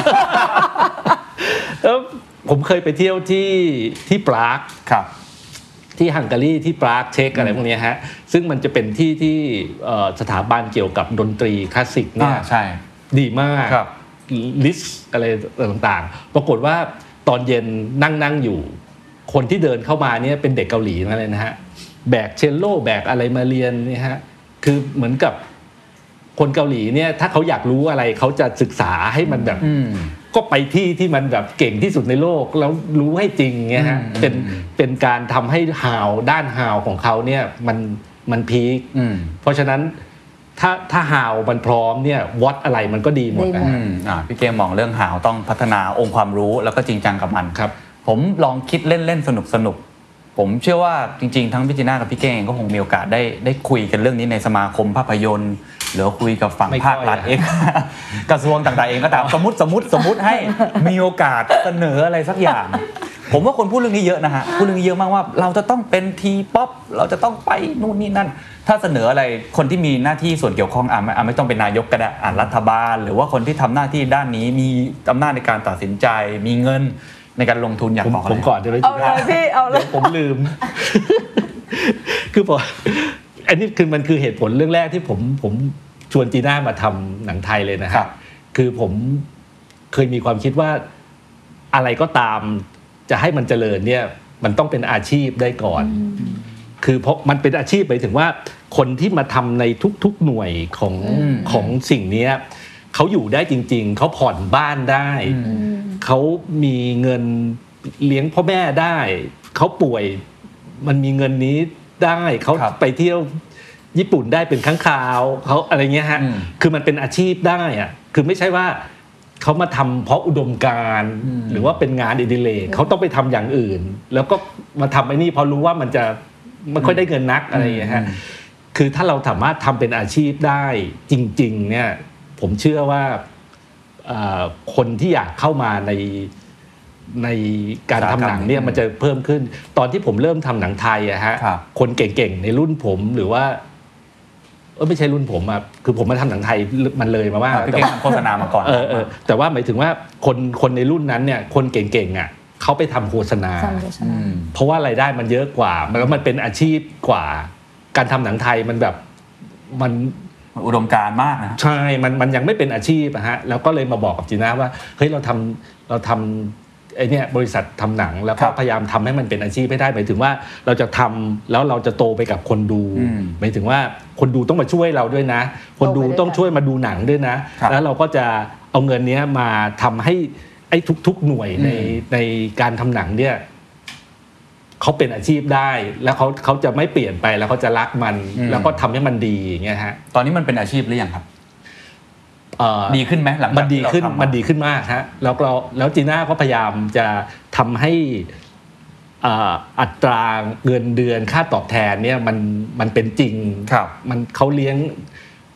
แล้วผมเคยไปเที่ยวที่ที่ปรากที่ฮังการีที่ปรากเช็กอะไรพวกนี้ฮะซึ่งมันจะเป็นที่ที่สถาบันเกี่ยวกับดนตรีคลาสสิกเนี่ยดีมากลิสต์อะไรต่างๆปรากฏว่าตอนเย็นนั่งนั่งอยู่คนที่เดินเข้ามาเนี่ยเป็นเด็กเกาหลีนั่นเลยนะฮะแบกเชลโล่แบกอะไรมาเรียนนี่ฮะคือเหมือนกับคนเกาหลีเนี่ยถ้าเขาอยากรู้อะไรเขาจะศึกษาให้มันแบบก็ไปที่ที่มันแบบเก่งที่สุดในโลกแล้วรู้ให้จริงเงี้ยฮะเป็นเป็นการทำให้ฮาวด้านฮาวของเขาเนี่ยมันมันพีคเพราะฉะนั้นถ้าถ้าฮาวมันพร้อมเนี่ยวัดอะไรมันก็ดีหมดนะอ่าพี่เกมมองเรื่องฮาวต้องพัฒนาองค์ความรู้แล้วก็จริงจังกับมันครับผมลองคิดเล่นๆสนุกๆผมเชื่อว่าจริงๆทั้งพี่จีน่ากับพี่เก้งก็คงมีโอกาสได้ได้คุยกันเรื่องนี้ในสมาคมภาพยนตร์หรือคุยกับฝั่งภาครัฐเองกระทรวงต่างๆเองก็ตามสมมติสมมติสมมติให้มีโอกาสเสนออะไรสักอย่างผมว่าคนพูดเรื่องนี้เยอะนะฮะพูดเรื่องนี้เยอะมากว่าเราจะต้องเป็นทีป๊อปเราจะต้องไปนู่นนี่นั่นถ้าเสนออะไรคนที่มีหน้าที่ส่วนเกี่ยวข้องอ่ะไม่ต้องเป็นนายกก็ได้อ่ะรัฐบาลหรือว่าคนที่ทำหน้าที่ด้านนี้มีอำนาจในการตัดสินใจมีเงินในการลงทุนอย่างบอกผมก่อนจะได้เอาเลยพี่เอาเลยผมลืมคือพออันนี้คือมันคือเหตุผลเรื่องแรกที่ผมผมชวนจีน่ามาทำหนังไทยเลยนะครับคือผมเคยมีความคิดว่าอะไรก็ตามจะให้มันเจริญเนี่ยมันต้องเป็นอาชีพได้ก่อนคือเพราะมันเป็นอาชีพหมายถึงว่าคนที่มาทำในทุกๆหน่วยของของสิ่งนี้เขาอยู่ได้จริงๆเขาผ่อนบ้านได้เขามีเงินเลี้ยงพ่อแม่ได้เขาป่วยมันมีเงินนี้ได้เขาไปเที่ยวญี่ปุ่นได้เป็นครั้งคราวเขาอะไรเงี้ยฮะคือมันเป็นอาชีพได้อะคือไม่ใช่ว่าเขามาทำเพราะอุดมการณ์หรือว่าเป็นงานอดิเรกเขาต้องไปทำอย่างอื่นแล้วก็มาทำไอ้นี่พอรู้ว่ามันจะไม่ค่อยได้เงินนักอะไรอย่างเงี้ยฮะคือถ้าเราสามารถทำเป็นอาชีพได้จริงๆเนี่ยผมเชื่อว่าคนที่อยากเข้ามาในในการทำหนังเนี่ยมันจะเพิ่มขึ้นตอนที่ผมเริ่มทำหนังไทยอะฮะคนเก่งๆในรุ่นผมหรือว่าเออไม่ใช่รุ่นผมอ่ะคือผมมาทำหนังไทยมันเลยมาว่าแต่ว่าโฆษณามาก่อนเออเออแต่ว่าหมายถึงว่าคนคนในรุ่นนั้นเนี่ยคนเก่งๆอ่ะเขาไปทำโฆษณาเพราะว่ารายได้มันเยอะกว่าแล้วมันเป็นอาชีพกว่าการทำหนังไทยมันแบบมันอุดมการณ์มากนะใช่มันมันยังไม่เป็นอาชีพอะฮะแล้วก็เลยมาบอกกับจีน่าว่าเฮ้ยเราทำเราทำไอ้นี่บริษัททำหนังแล้วก็พยายามทำให้มันเป็นอาชีพให้ได้หมายถึงว่าเราจะทำแล้วเราจะโตไปกับคนดูหมายถึงว่าคนดูต้องมาช่วยเราด้วยนะคนดูต้องช่วยมาดูหนังด้วยนะแล้วเราก็จะเอาเงินนี้มาทำให้ไอ้ทุกๆหน่วยในในการทำหนังเนี่ยเขาเป็นอาชีพได้แล้วเขาเขาจะไม่เปลี่ยนไปแล้วเขาจะรักมันแล้วก็ทำให้มันดีอย่างเงี้ยฮะตอนนี้มันเป็นอาชีพหรือยังครับดีขึ้นไหมหลังจากมันดีขึ้นมันดีขึ้นมากฮะแล้วเราแล้วจีน่าก็พยายามจะทำให้อัตราเงินเดือนค่าตอบแทนเนี่ยมันมันเป็นจริงมันเขาเลี้ยง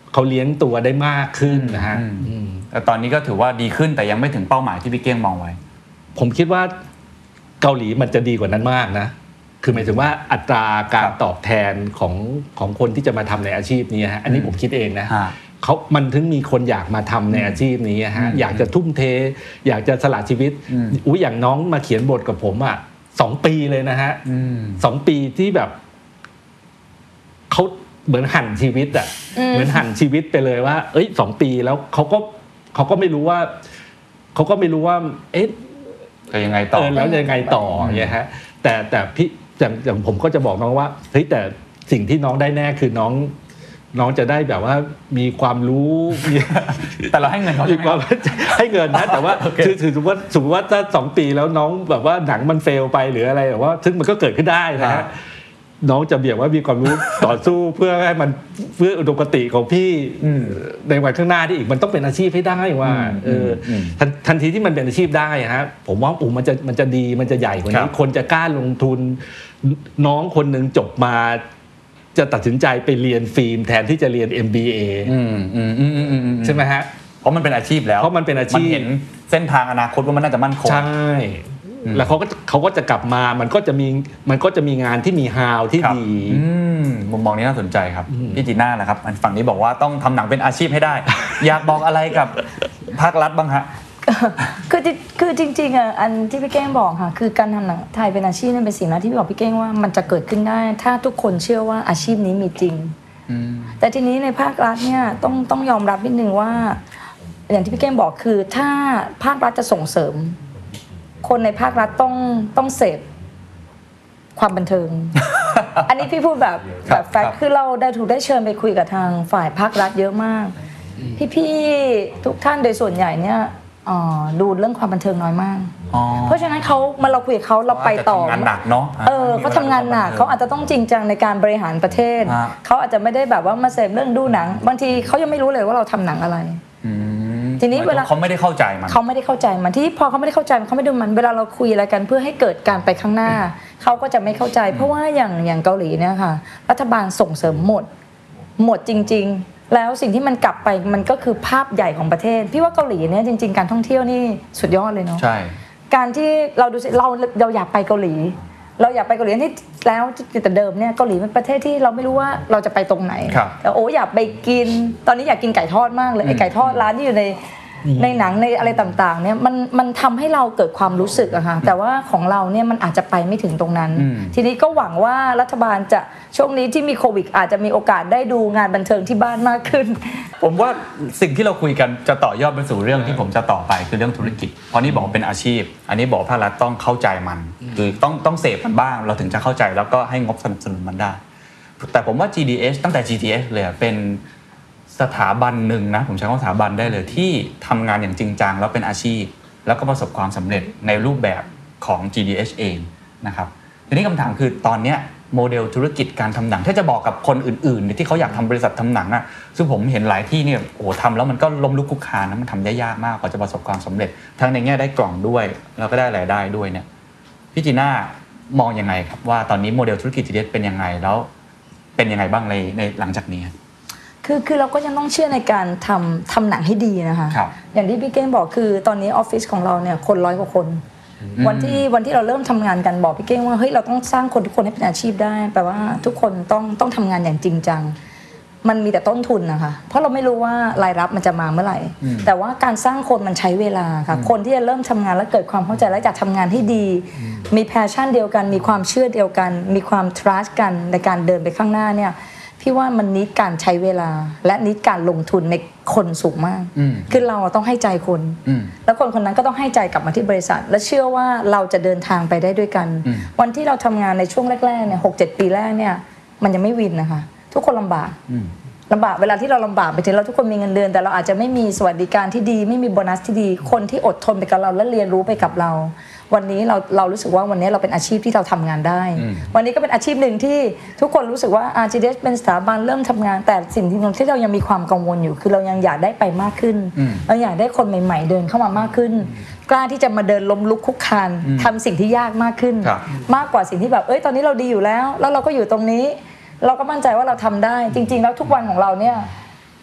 เขาเลี้ยงตัวได้มากขึ้นนะฮะแต่ตอนนี้ก็ถือว่าดีขึ้นแต่ยังไม่ถึงเป้าหมายที่พี่เก้งมองไว้ผมคิดว่าเกาหลีมันจะดีกว่านั้นมากนะคือหมายถึงว่าอัตราการตอบแทนของของคนที่จะมาทำในอาชีพนี้ฮะอันนี้ผมคิดเองนะเขามันถึงมีคนอยากมาทำในอาชีพนี้ฮะอยากจะทุ่มเทอยากจะสละชีวิตอุ้ยอย่างน้องมาเขียนบทกับผมอ่ะสองปีเลยนะฮะสองปีที่แบบเขาเหมือนหั่นชีวิตอ่ะเหมือนหั่นชีวิตไปเลยว่าเอ้ยสองปีแล้วเขาก็เขาก็ไม่รู้ว่าเขาก็ไม่รู้ว่าเอ๊ะจะยังไงต่อแล้วยังไงต่อเนี่ยฮะแต่แต่พี่อย่างอย่างผมก็จะบอกน้องว่าเฮ้ยแต่สิ่งที่น้องได้แน่คือน้องน้องจะได้แบบว่ามีความรู้แต่เราให้เงินเขามีความให้เงินนะแต่ว่าคือถือว่าสมมติว่าถ้าสองปีแล้วน้องแบบว่าหนังมันเฟลไปหรืออะไรแบบว่าซึ่งมันก็เกิดขึ้นได้นะฮะน้องจะเบี่ยงว่ามีความรู้ต่อสู้เพื่อให้มันเพื่ออุดมคติของพี่ในวันข้างหน้าที่อีกมันต้องเป็นอาชีพให้ได้ว่าเออทันทีที่มันเป็นอาชีพได้ฮะผมว่าโอ้มันจะมันจะดีมันจะใหญ่กว่านี้คนจะกล้าลงทุนน้องคนนึงจบมาจะตัดสินใจไปเรียนฟิล์มแทนที่จะเรียน เอ็ม บี เอ ใช่ไหมฮะเพราะมันเป็นอาชีพแล้วเพราะมันเป็นอาชีพมันเห็นเส้นทางอนาคตว่ามันน่าจะมั่นคงใช่แล้วเขาก็เขาก็จะกลับมามันก็จะมีมันก็จะมีงานที่มีฮาวที่ดีมุมมองนี้น่าสนใจครับพี่จีน่านะครับฝั่งนี้บอกว่าต้องทำหนังเป็นอาชีพให้ได้อยากบอกอะไรกับภาครัฐบ้างฮะคือคือจริงๆอ่ะอันที่พี่เก้งบอกค่ะคือการทำหนังไทยเป็นอาชีพนั่นเป็นสิ่งที่พี่บอกพี่เก้งว่ามันจะเกิดขึ้นได้ถ้าทุกคนเชื่อว่าอาชีพนี้มีจริงแต่ทีนี้ในภาครัฐเนี่ยต้องต้องยอมรับนิดนึงว่าอย่างที่พี่เก้งบอกคือถ้าภาครัฐจะส่งเสริมคนในภาครัฐต้องต้องเสพความบันเทิง อันนี้พี่พูดแบบแบบแฟกต์คือเราได้ถูกได้เชิญไปคุยกับทางฝ่ายภาครัฐเยอะมากพี่ๆทุกท่านโดยส่วนใหญ่เนี่ยดูเรื่องความบันเทิงน้อยมากเพราะฉะนั้นเขามาเราคุยกับเขาเราไปต่อทำงานหนักเนาะเออเขาทำงานหนักเขาอาจจะต้องจริงจังในการบริหารประเทศเขาอาจจะไม่ได้แบบว่ามาเสพเรื่องดูหนังบางทีเขายังไม่รู้เลยว่าเราทำหนังอะไรทีนี้เวลาเขาไม่ได้เข้าใจมันเขาไม่ได้เข้าใจมันที่พอเขาไม่ได้เข้าใจเขาไม่ดูมันเวลาเราคุยอะไรกันเพื่อให้เกิดการไปข้างหน้าเขาก็จะไม่เข้าใจเพราะว่าอย่างอย่างเกาหลีเนี่ยค่ะรัฐบาลส่งเสริมหมดหมดจริงๆแล้วสิ่งที่มันกลับไปมันก็คือภาพใหญ่ของประเทศพี่ว่าเกาหลีเนี่ยจริงๆการท่องเที่ยวนี่สุดยอดเลยเนาะใช่การที่เราดูเราเราอยากไปเกาหลีเราอยากไปเกาหลีที่แล้วแต่เดิมเนี่ยเกาหลีเป็นประเทศที่เราไม่รู้ว่าเราจะไปตรงไหนแต่โอ้อยากไปกินตอนนี้อยากกินไก่ทอดมากเลยไอ้ไก่ทอดร้านที่อยู่ในในหนังในอะไรต่างๆเนี่ยมันมันทำให้เราเกิดความรู้สึกอะค่ะแต่ว่าของเราเนี่ยมันอาจจะไปไม่ถึงตรงนั้นทีนี้ก็หวังว่ารัฐบาลจะช่วงนี้ที่มีโควิดอาจจะมีโอกาสได้ดูงานบันเทิงที่บ้านมากขึ้นผมว่าสิ่งที่เราคุยกันจะต่อยอดไปสู่เรื่องที่ผมจะต่อไปคือเรื่องธุรกิจเพราะนี่บอกเป็นอาชีพอันนี้บอกภาครัฐต้องเข้าใจมันคือต้องต้องเสพมันบ้างเราถึงจะเข้าใจแล้วก็ให้งบสนับสนุนมันได้แต่ผมว่า จี ดี เอช ตั้งแต่ จี ที เอช เลยเป็นสถาบันหนึ่งนะผมใช้คำว่าสถาบันได้เลยที่ทำงานอย่างจริงจังแล้วเป็นอาชีพแล้วก็ประสบความสำเร็จในรูปแบบของ จี ดี เอช เองนะครับทีนี้คำถามคือตอนนี้โมเดลธุรกิจการทำหนังถ้าจะบอกกับคนอื่นๆที่เขาอยากทำบริษัททำหนังอ่ะซึ่งผมเห็นหลายที่เนี่ยโอ้ทำแล้วมันก็ล้มลุกคลุกคลานนะมันทำยากมากกว่าจะประสบความสำเร็จทั้งในแง่ได้กล่องด้วยแล้วก็ได้รายได้ด้วยเนี่ยพี่จีน่ามองยังไงครับว่าตอนนี้โมเดลธุรกิจ จี ดี เอช เป็นยังไงแล้วเป็นยังไงบ้างในในหลังจากนี้คือคือเราก็ยังต้องเชื่อในการทำทำหนังให้ดีนะคะอย่างที่พี่เก้งบอกคือตอนนี้ออฟฟิศของเราเนี่ยคนร้อยกว่าคนวันที่วันที่เราเริ่มทำงานกันบอกพี่เก้งว่าเฮ้ยเราต้องสร้างคนทุกคนให้เป็นอาชีพได้แปลว่าทุกคนต้องต้องทำงานอย่างจริงจังมันมีแต่ต้นทุนนะคะเพราะเราไม่รู้ว่ารายรับมันจะมาเมื่อไหร่แต่ว่าการสร้างคนมันใช้เวลาค่ะคนที่จะเริ่มทำงานแล้วเกิดความเข้าใจและอยากทำงานให้ดีมีแพชชั่นเดียวกันมีความเชื่อเดียวกันมีความ trust กันในการเดินไปข้างหน้าเนี่ยพี่ว่ามันนิดการใช้เวลาและนิดการลงทุนในคนสูงมากคือเราต้องให้ใจคนแล้วคนคนนั้นก็ต้องให้ใจกลับมาที่บริษัทและเชื่อว่าเราจะเดินทางไปได้ด้วยกันวันที่เราทำงานในช่วงแรกๆเนี่ยหกเจ็ดปีแรกเนี่ยมันยังไม่วินนะคะทุกคนลำบากลำบากเวลาที่เราลำบากไปถึงเราทุกคนมีเงินเดือนแต่เราอาจจะไม่มีสวัสดิการที่ดีไม่มีโบนัสที่ดีคนที่อดทนไปกับเราและเรียนรู้ไปกับเราวันนี้เราเรารู้สึกว่าวันนี้เราเป็นอาชีพที่เราทำงานได้วันนี้ก็เป็นอาชีพหนึ่งที่ทุกคนรู้สึกว่า อาร์ จี ดี เอช เป็นสถาบันเริ่มทำงานแต่สิ่งที่เรายังมีความกังวลอยู่คือเรายังอยากได้ไปมากขึ้นเราอยากได้คนใหม่ๆเดินเข้ามามากขึ้นกล้าที่จะมาเดินล้มลุกคุกคานทำสิ่งที่ยากมากขึ้นมากกว่าสิ่งที่แบบเอ้ยตอนนี้เราดีอยู่แล้วแล้วเราก็อยู่ตรงนี้เราก็มั่นใจว่าเราทำได้จริงๆแล้วทุกวันของเราเนี่ย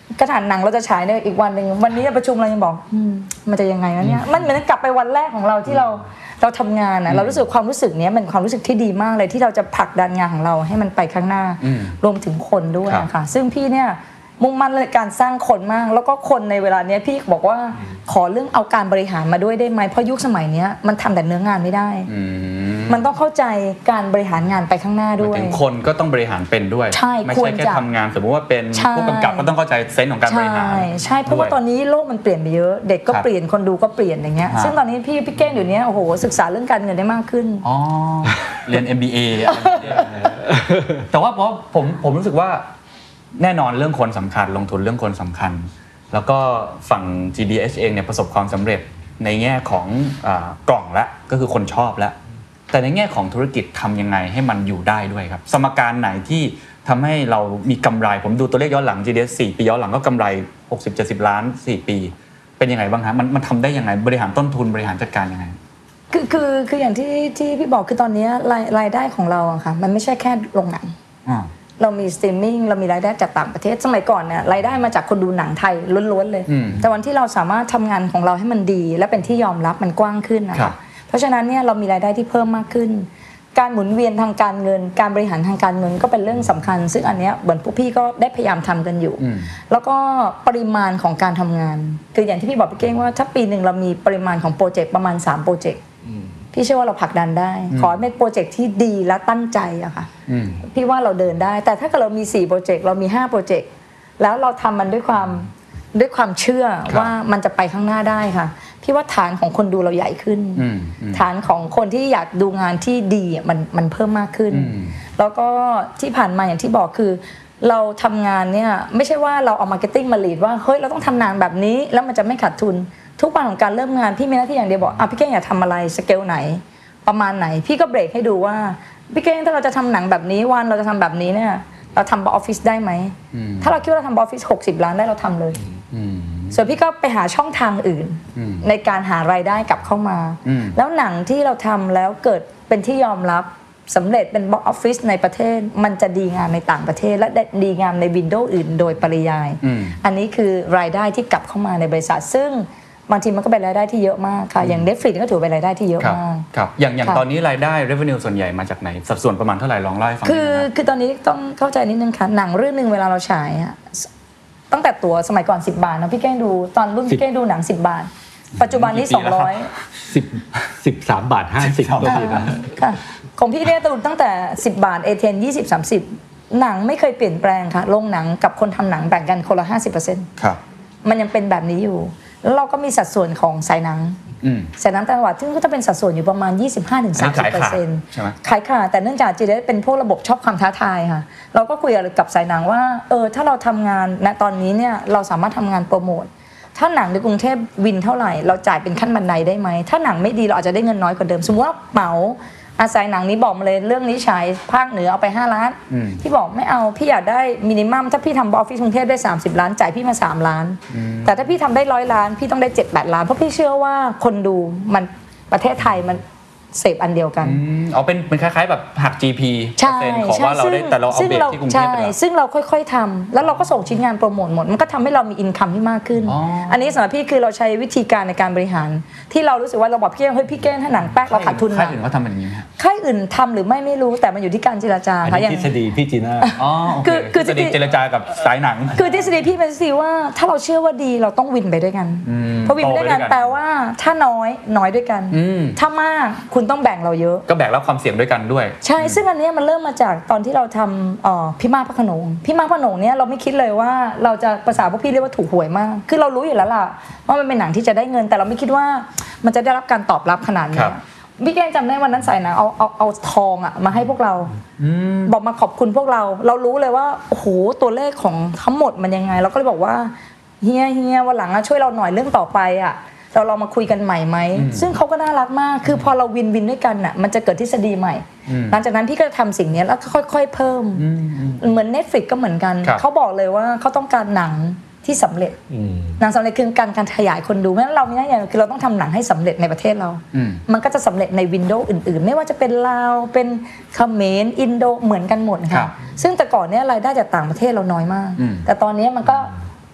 กระถางหนังเราจะฉายในอีกวันนึงวันนี้ประชุมเรายังบอกมันจะยังไงวะเนี่ยมันเหมือนกลับไปวันแรกของเราที่เราเราทำงานนะเรารู้สึกความรู้สึกนี้มันความรู้สึกที่ดีมากเลยที่เราจะผลักดันงานของเราให้มันไปข้างหน้ารวมถึงคนด้วยนะคะซึ่งพี่เนี่ยมุ่งมั่นในการสร้างคนมากแล้วก็คนในเวลานี้พี่บอกว่าขอเรื่องเอาการบริหารมาด้วยได้ไหมเพราะยุคสมัยนี้มันทำแต่เนื้องานไม่ได้มันต้องเข้าใจการบริหารงานไปข้างหน้าด้วยถึงคนก็ต้องบริหารเป็นด้วยไม่ใช่แค่ทำงานสมมติว่าเป็นผู้กำกับก็ต้องเข้าใจเซนส์ของการบริหารใช่ใช่เพราะว่าตอนนี้โลกมันเปลี่ยนไปเยอะเด็กก็เปลี่ยนคนดูก็เปลี่ยนอย่างเงี้ยซึ่งตอนนี้พี่พี่เก้งอยู่เนี้ยโอ้โหศึกษาเรื่องการเงินได้มากขึ้นอ๋อเรียน เอ็ม บี เอ แต่ว่าเพราะผมผมรู้สึกว่าแน่นอนเรื่องคนสำคัญลงทุนเรื่องคนสำคัญแล้วก็ฝั่ง จี ดี เอช เองเนี่ยประสบความสำเร็จในแง่ของอ่ากล่องละก็คือคนชอบแล้วแต่ในแง่ของธุรกิจทำยังไงให้มันอยู่ได้ด้วยครับสมการไหนที่ทำให้เรามีกำไรผมดูตัวเลขย้อนหลัง จี ดี เอช สี่ปีย้อนหลังก็กำไร หกสิบเจ็ดสิบ ล้านสี่ปีเป็นยังไงบ้างฮะมันมันทำได้ยังไงบริหารต้นทุนบริหารจัดการยังไงคือคือคืออย่างที่ที่พี่บอกคือตอนนี้รายรายได้ของเราอะค่ะมันไม่ใช่แค่โรงหนังเรามีสตรีมมิ่งเรามีรายได้จากต่างประเทศสมัยก่อนเนี่ยรายได้มาจากคนดูหนังไทยล้วนๆเลยแต่วันที่เราสามารถทำงานของเราให้มันดีและเป็นที่ยอมรับมันกว้างขึ้นนะคะเพราะฉะนั้นเนี่ยเรามีรายได้ที่เพิ่มมากขึ้นการหมุนเวียนทางการเงินการบริหารทางการเงินก็เป็นเรื่องสำคัญซึ่งอันเนี้ยเหมือนพวกพี่ก็ได้พยายามทำกันอยู่แล้วก็ปริมาณของการทำงานคืออย่างที่พี่บอกพี่เก้งว่าถ้าปีหนึ่งเรามีปริมาณของโปรเจกต์ประมาณสามโปรเจกต์พี่เชื่อว่าเราผลักดันได้ขอให้เป็นโปรเจกต์ที่ดีและตั้งใจอะค่ะพี่ว่าเราเดินได้แต่ถ้าเกิดเรามีสี่โปรเจกต์เรามีห้าโปรเจกต์แล้วเราทำมันด้วยความด้วยความเชื่อว่ามันจะไปข้างหน้าได้ค่ะพี่ว่าฐานของคนดูเราใหญ่ขึ้นฐานของคนที่อยากดูงานที่ดีมันมันเพิ่มมากขึ้นแล้วก็ที่ผ่านมาอย่างที่บอกคือเราทำงานเนี่ยไม่ใช่ว่าเราเอามาร์เก็ตติ้งมาลีดว่าเฮ้ยเราต้องทำงานแบบนี้แล้วมันจะไม่ขาดทุนทุกวันของการเริ่มงานพี่มีหน้าที่อย่างเดียวบอกอ่ะพี่เก้งอยากทำอะไรสเกลไหนประมาณไหนพี่ก็เบรกให้ดูว่าพี่เก้งถ้าเราจะทำหนังแบบนี้วันเราจะทำแบบนี้เนี่ยเราทำบออฟฟิศได้ไหมถ้าเราคิดว่าเราทำบออฟฟิศหกสิบล้านได้เราทำเลยส่วนพี่ก็ไปหาช่องทางอื่นในการหารายได้กลับเข้ามาแล้วหนังที่เราทำแล้วเกิดเป็นที่ยอมรับสำเร็จเป็นบ็อกออฟฟิศในประเทศมันจะดีงามในต่างประเทศและดีงามในวินโดว์อื่นโดยปริยายอันนี้คือรายได้ที่กลับเข้ามาในบริษัทซึ่งบางทีมันก็เป็นรายได้ที่เยอะมากค่ะอย่าง Netflix ก็ถือเป็นรายได้ที่เยอะมากครับอย่างอย่างตอนนี้รายได้ revenue ส่วนใหญ่มาจากไหนสัดส่วนประมาณเท่าไหร่ลองเล่าให้ฟังคือคือตอนนี้ต้องเข้าใจนิดนึงค่ะหนังเรื่องนึงเวลาเราฉายอะตั้งแต่ตัวสมัยก่อนสิบบาทนะพี่แก้งดูตอนรุ่นพี่แก้งดูหนังสิบบาทปัจจุบันนี้สองร้อยสิบ สิบสามบาทห้าสิบตัวทีนะค่ะของพี่เนี่ยตั้งแต่สิบบาท เอ เทน ยี่สิบ สามสิบหนังไม่เคยเปลี่ยนแปลงค่ะโรงหนังกับคนทำหนังแบ่งกันคนละ ห้าสิบเปอร์เซ็นต์ครับมันยังเป็นแบบนี้อยู่แล้วเราก็มีสัดส่วนของสายหนังสายหนังต่างจังหวัดซึ่งก็จะเป็นสัดส่วนอยู่ประมาณ ยี่สิบห้าถึงสามสิบเปอร์เซ็นต์ใช่มั้ยขายขาดแต่เนื่องจาก จี ดี เอส เป็นพวกระบบชอบความท้าทายค่ะเราก็คุยกับสายหนังว่าเออถ้าเราทำงานณตอนนี้เนี่ยเราสามารถทำงานโปรโมทถ้าหนังในกรุงเทพวินเท่าไหร่เราจ่ายเป็นขั้นบันไดได้ไหมถ้าหนังไม่ดีเราอาจจะได้เงินน้อยกว่าเดิมสมมติว่าเหมาอาศัยหนังนี้บอกมาเลยเรื่องนี้ฉายภาคเหนือเอาไปห้าล้านพี่บอกไม่เอาพี่อยากได้มินิมัมถ้าพี่ทำบออฟฟิศกรุงเทพได้สามสิบล้านจ่ายพี่มาสามล้านแต่ถ้าพี่ทำได้ร้อยล้านพี่ต้องได้เจ็ดแปดล้านเพราะพี่เชื่อว่าคนดูมันประเทศไทยมันเสพอันเดียวกันอ๋อเป็นเป็นคล้ายๆแบบหัก จี พี เปอร์เซ็นต์ของว่าเราได้แต่เราเอาเบสที่กรุงเทพไปแล้วซึ่งเราค่อยๆทำแล้วเราก็ส่งชิ้นงานโปรโมทหมดมันก็ทำให้เรามีอินคัมที่มากขึ้นอันนี้สำหรับพี่คือเราใช้วิธีการในการบริหารที่เรารู้สึกว่าเราบอกพี่เฮ้ยพี่เก้งถ้าหนังแป๊กเราขาดทุนนะค่ายอื่นเขาทำแบบนี้ไหมค่ายอื่นทำหรือไม่ไม่รู้แต่มันอยู่ที่การเจรจาค่ะอย่างทฤษฎีพี่จีน่าอ๋อคือคือทฤษฎีเจรจากับสายหนังคือทฤษฎีพี่เป็นทฤษฎีว่าถ้าเราเชื่อว่าดีเราต้องวินไปด้วยกันเพราะวินไปด้วยกันแปลว่าถ้าน้อยน้อยด้วยกันถ้ามากคุณต้องแบ่งเราเยอะก็แบกรับความเสี่ยงด้วยกันด้วยใช่ซึ่งอันนี้มันเริ่มมาจากตอนที่เราทำพี่มากพระโขนงพี่มากพระโขนงเนี่ยเราไม่คิดเลยว่าเราจะภาษาพวกพี่เรียกว่าถูกหวยมากคือเรารู้อยู่แล้วล่ะว่ามันเป็นหนังที่จะได้เงินแต่เราไม่คิดว่ามันจะได้รับการตอบรับขนาดนี้พี่แก้งจำได้วันนั้นใส่หนังเอาเอาเอาทองอ่ะมาให้พวกเราบอกมาขอบคุณพวกเราเรารู้เลยว่าโอ้โหตัวเลขของทั้งหมดมันยังไงเราก็เลยบอกว่าเฮียเฮียวันหลังช่วยเราหน่อยเรื่องต่อไปอ่ะเราลองมาคุยกันใหม่ไหมซึ่งเขาก็น่ารักมากคือพอเราวินวินด้วยกันน่ะมันจะเกิดทฤษฎีใหม่หลังจากนั้นพี่ก็ทำสิ่งนี้แล้วก็ค่อยๆเพิ่มเหมือน Netflix ก็เหมือนกันเขาบอกเลยว่าเขาต้องการหนังที่สำเร็จหนังสำเร็จคือการการขยายคนดูเพราะฉะนั้นเรามีหน้าที่คือเราต้องทำหนังให้สำเร็จในประเทศเรามันก็จะสำเร็จในวินโดว์อื่นๆไม่ว่าจะเป็นลาวเป็นเขมรอินโดเหมือนกันหมดค่ะซึ่งแต่ก่อนเนี้ยรายได้จากต่างประเทศเราน้อยมากแต่ตอนนี้มันก็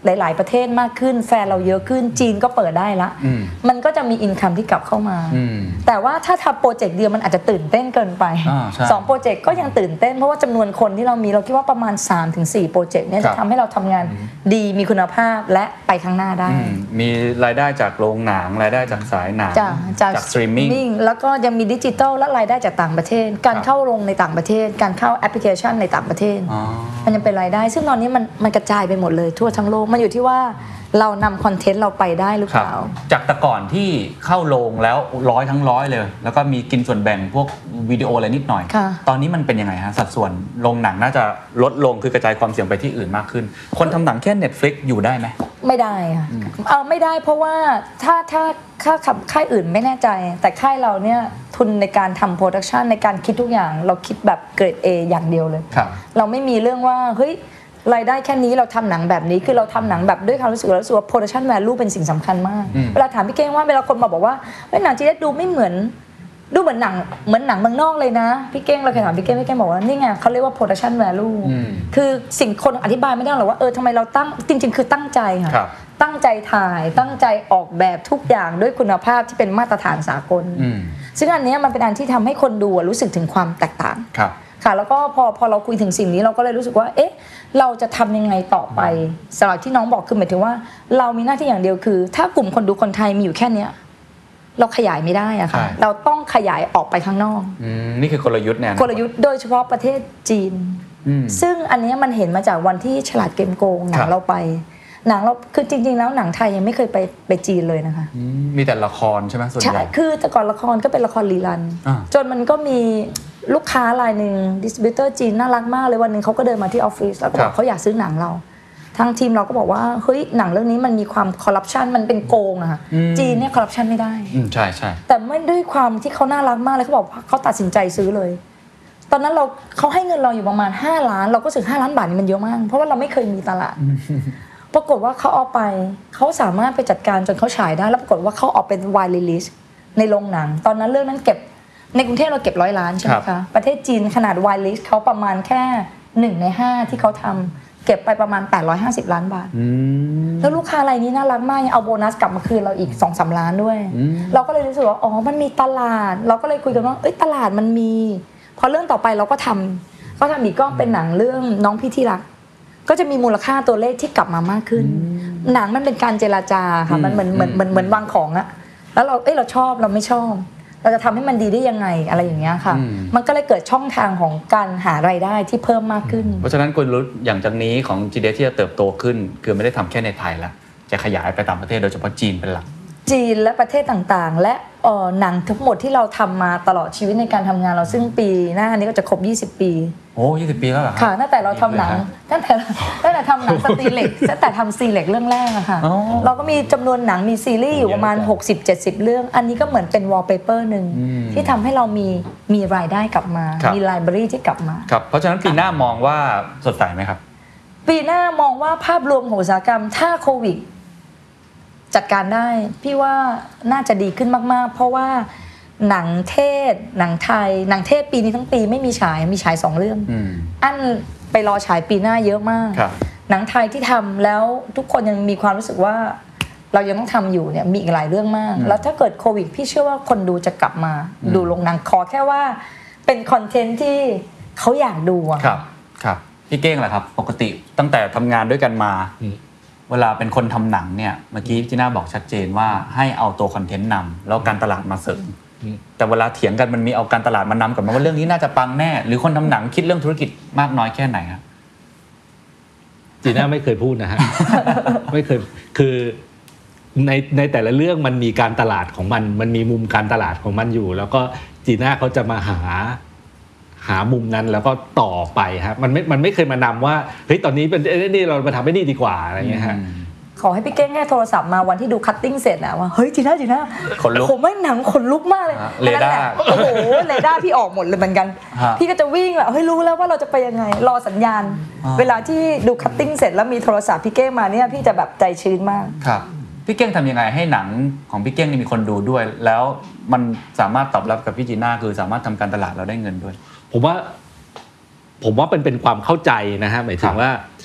หลายๆประเทศมากขึ้นแฟนเราเยอะขึ้นจีนก็เปิดได้ละมันก็จะมีอินคัมที่กลับเข้ามาแต่ว่าถ้าทำโปรเจกต์เดียวมันอาจจะตื่นเต้นเกินไปสองโปรเจกต์ก็ยังตื่นเต้นเพราะว่าจำนวนคนที่เรามีเราคิดว่าประมาณ สามถึงสี่ โปรเจกต์เนี่ยจะทำให้เราทำงานดีมีคุณภาพและไปข้างหน้าได้มีรายได้จากโรงหนังรายได้จากสายหนังจากสตรีมมิ่งแล้วก็ยังมีดิจิทัลและรายได้จากต่างประเทศการเข้าลงในต่างประเทศการเข้าแอปพลิเคชันในต่างประเทศมันยังเป็นรายได้ซึ่งตอนนี้มันมันกระจายไปหมดเลยทั่วทั้งโลกมันอยู่ที่ว่าเรานำคอนเทนต์เราไปได้หรือเปล่าจากแต่ก่อนที่เข้าโรงแล้วร้อยทั้งร้อยเลยแล้วก็มีกินส่วนแบ่งพวกวิดีโออะไรนิดหน่อยตอนนี้มันเป็นยังไงฮะสัดส่วนโรงหนังน่าจะลดลงคือกระจายความเสี่ยงไปที่อื่นมากขึ้นคนทำหนังแค่ Netflix อยู่ได้ไหมไม่ได้ค่ะเอาไม่ได้เพราะว่าถ้าถ้าค่าขับค่ายอื่นไม่แน่ใจแต่ค่ายเราเนี่ยทุนในการทำโปรดักชันในการคิดทุกอย่างเราคิดแบบเกรด A อย่างเดียวเลยเราไม่มีเรื่องว่าเฮ้ยรายได้แค่นี้เราทำหนังแบบนี้คือเราทำหนังแบบด้วยความรู้สึกเรารู้สึกว่า production value เป็นสิ่งสำคัญมากเวลาถามพี่เก้งว่าเวลาคนมาบอกว่าเฮ้ยหนังจีนดูไม่เหมือนดูเหมือนหนังเหมือนหนังเมืองนอกเลยนะพี่เก้งเราเคยถามพี่เก้งพี่เก้งบอกว่านี่ไงเขาเรียกว่า production value คือสิ่งคนอธิบายไม่ได้หรอกว่าเออทำไมเราตั้งจริงๆคือตั้งใจค่ะตั้งใจถ่ายตั้งใจออกแบบทุกอย่างด้วยคุณภาพที่เป็นมาตรฐานสากลซึ่งอันนี้มันเป็นอันที่ทำให้คนดูรู้สึกถึงความแตกต่างค่ะแล้วก็พอพอเราคุยถึงสิ่งนี้เราก็เลยรู้สึกว่าเอ๊ะเราจะทำยังไงต่อไปสำหรับที่น้องบอกคือหมายถึงว่าเรามีหน้าที่อย่างเดียวคือถ้ากลุ่มคนดูคนไทยมีอยู่แค่นี้เราขยายไม่ได้อะค่ะเราต้องขยายออกไปข้างนอกนี่คือกลยุทธ์เนี่ยกลยุทธ์โดยเฉพาะประเทศจีนซึ่งอันนี้มันเห็นมาจากวันที่ฉลาดเกมโกงหนังเราไปหนังเราคือจริงๆแล้วหนังไทยยังไม่เคยไปไปจีนเลยนะคะมีแต่ละครใช่ไหมส่วนใหญ่ใช่คือแต่ก่อนละครก็เป็นละครรีรันจนมันก็มีลูกค้ารายหนึ่งดิสติบิวเตอร์จีนน่ารักมากเลยวันนึงเขาก็เดินมาที่ออฟฟิศแล้วก็บอกเขาอยากซื้อหนังเราทางทีมเราก็บอกว่าเฮ้ยหนังเรื่องนี้มันมีความคอร์รัปชันมันเป็นโกงอะค่ะจีนเนี่ยคอร์รัปชันไม่ได้ใช่ใช่แต่ไม่ด้วยความที่เขาน่ารักมากเลยเขาบอกเขาตัดสินใจซื้อเลยตอนนั้นเราเขาให้เงินเราอยู่ประมาณห้าล้านเราก็รู้สึกห้าล้านบาทนี่มันเยอะมากเพราะว่าเราไม่เคยมีตลาดปรากฏว่าเขาเอาไปเขาสามารถไปจัดการจนเขาฉายได้แล้วปรากฏว่าเขาออกเป็นไวด์รีลิสในโรงหนังตอนนั้นเรื่องนั้นเก็บในกรุงเทพเราเก็บร้อยล้านใช่ไหมคะประเทศจีนขนาดไวด์ลิสเขาประมาณแค่หนึ่งในห้าที่เขาทำเก็บไปประมาณแปดร้อยห้าสิบล้านบาทแล้วลูกค้ารายนี้น่ารักมากยังเอาโบนัสกลับมาคืนเราอีก สองถึงสาม ล้านด้วยเราก็เลยรู้สึกว่าอ๋อมันมีตลาดเราก็เลยคุยกันว่าเอ้ยตลาดมันมีพอเรื่องต่อไปเราก็ทำก็ทำอีกก็เป็นหนังเรื่องน้องพี่ที่รักก็จะมีมูลค่าตัวเลขที่กลับมามากขึ้นหนังมันเป็นการเจรจาค่ะมันเหมือนเหมือนเหมือนเหมือนวางของอะแล้วเราเอ้ยเราชอบเราไม่ชอบเราจะทำให้มันดีได้ยังไงอะไรอย่างเงี้ยค่ะมันก็เลยเกิดช่องทางของการหารายได้ที่เพิ่มมากขึ้นเพราะฉะนั้นกลยุทธ์อย่างจากนี้ของ จี ดี เอส ที่จะเติบโตขึ้นคือไม่ได้ทำแค่ในไทยแล้วจะขยายไปต่างประเทศโดยเฉพาะจีนเป็นหลักจีนและประเทศต่างๆและหนังทั้งหมดที่เราทำมาตลอดชีวิตในการทำงานเราซึ่งปีหน้านี้ก็จะครบยี่สิบปีโอ้ยี่สิบปีแล้วเหรอค่ะตั้งแต่เราทำหนังตั้งแต่ตั้งแต่ทำหนังสตีเล็กตั้งแต่ทำซีเล็กเรื่องแรกอะค่ะเราก็มีจำนวนหนังมีซีรีส์อยู่ประมาณ หกสิบเจ็ดสิบ เรื่องอันนี้ก็เหมือนเป็นวอลเปเปอร์นึงที่ทำให้เรามีมีรายได้กลับมามีไลบรารีที่กลับมาครับเพราะฉะนั้นปีหน้ามองว่าสดใสไหมครับปีหน้ามองว่าภาพรวมของอุตสาหกรรมถ้าโควิดจัดการได้พี่ว่าน่าจะดีขึ้นมากๆเพราะว่าหนังเทศหนังไทยหนังเทศปีนี้ทั้งปีไม่มีฉายมีฉายสองเรื่องอันไปรอฉายปีหน้าเยอะมากหนังไทยที่ทำแล้วทุกคนยังมีความรู้สึกว่าเรายังต้องทำอยู่เนี่ยมีอีกหลายเรื่องมากแล้วถ้าเกิดโควิดพี่เชื่อว่าคนดูจะกลับมาดูโรงหนังขอแค่ว่าเป็นคอนเทนต์ที่เขาอยากดูอะครับครับพี่เก้งแหละครับปกติตั้งแต่ทำงานด้วยกันมาเวลาเป็นคนทำหนังเนี่ยเมื่อกี้จีน่าบอกชัดเจนว่าให้เอาตัวคอนเทนต์นำแล้วการตลาดมาเสริมแต่เวลาเถียงกันมันมีเอาการตลาดมานำก่อนว่าเรื่องนี้น่าจะปังแน่หรือคนทำหนังคิดเรื่องธุรกิจมากน้อยแค่ไหนครับจีน่าไม่เคยพูดนะฮะ ไม่เคยคือในในแต่ละเรื่องมันมีการตลาดของมันมันมีมุมการตลาดของมันอยู่แล้วก็จีน่าเขาจะมาหาหามุมนั้นแล้วก็ต่อไปครับมันไม่มันไม่เคยมานำว่าเฮ้ยตอนนี้เป็นนี่เรามาทำให้นี่ดีกว่าอะไรเงี้ยฮะขอให้พี่เก้งแค่โทรศัพท์มาวันที่ดูคัตติ้งเสร็จนะว่าเฮ้ยจีน่าจีน่าผมไม่หนังขนลุกมากเลยเรดาร์โอ้โหเรดาร์พี่ออกหมดเลยเหมือนกันพี่ก็จะวิ่งแบบเฮ้ยรู้แล้วว่าเราจะไปยังไงรอสัญญาณเวลาที่ดูคัตติ้งเสร็จแล้วมีโทรศัพท์พี่เก้งมาเนี่ยพี่จะแบบใจชื้นมากครับพี่เก้งทำยังไงให้หนังของพี่เก้งนี่มีคนดูด้วยแล้วมันสามารถตอบรับกับพี่จีน่าคือสามารถทำการตลาดเราได้เงินด้วยผมว่าผมว่าเป็นเป็นความเข้าใจนะฮะหมายถึงว่า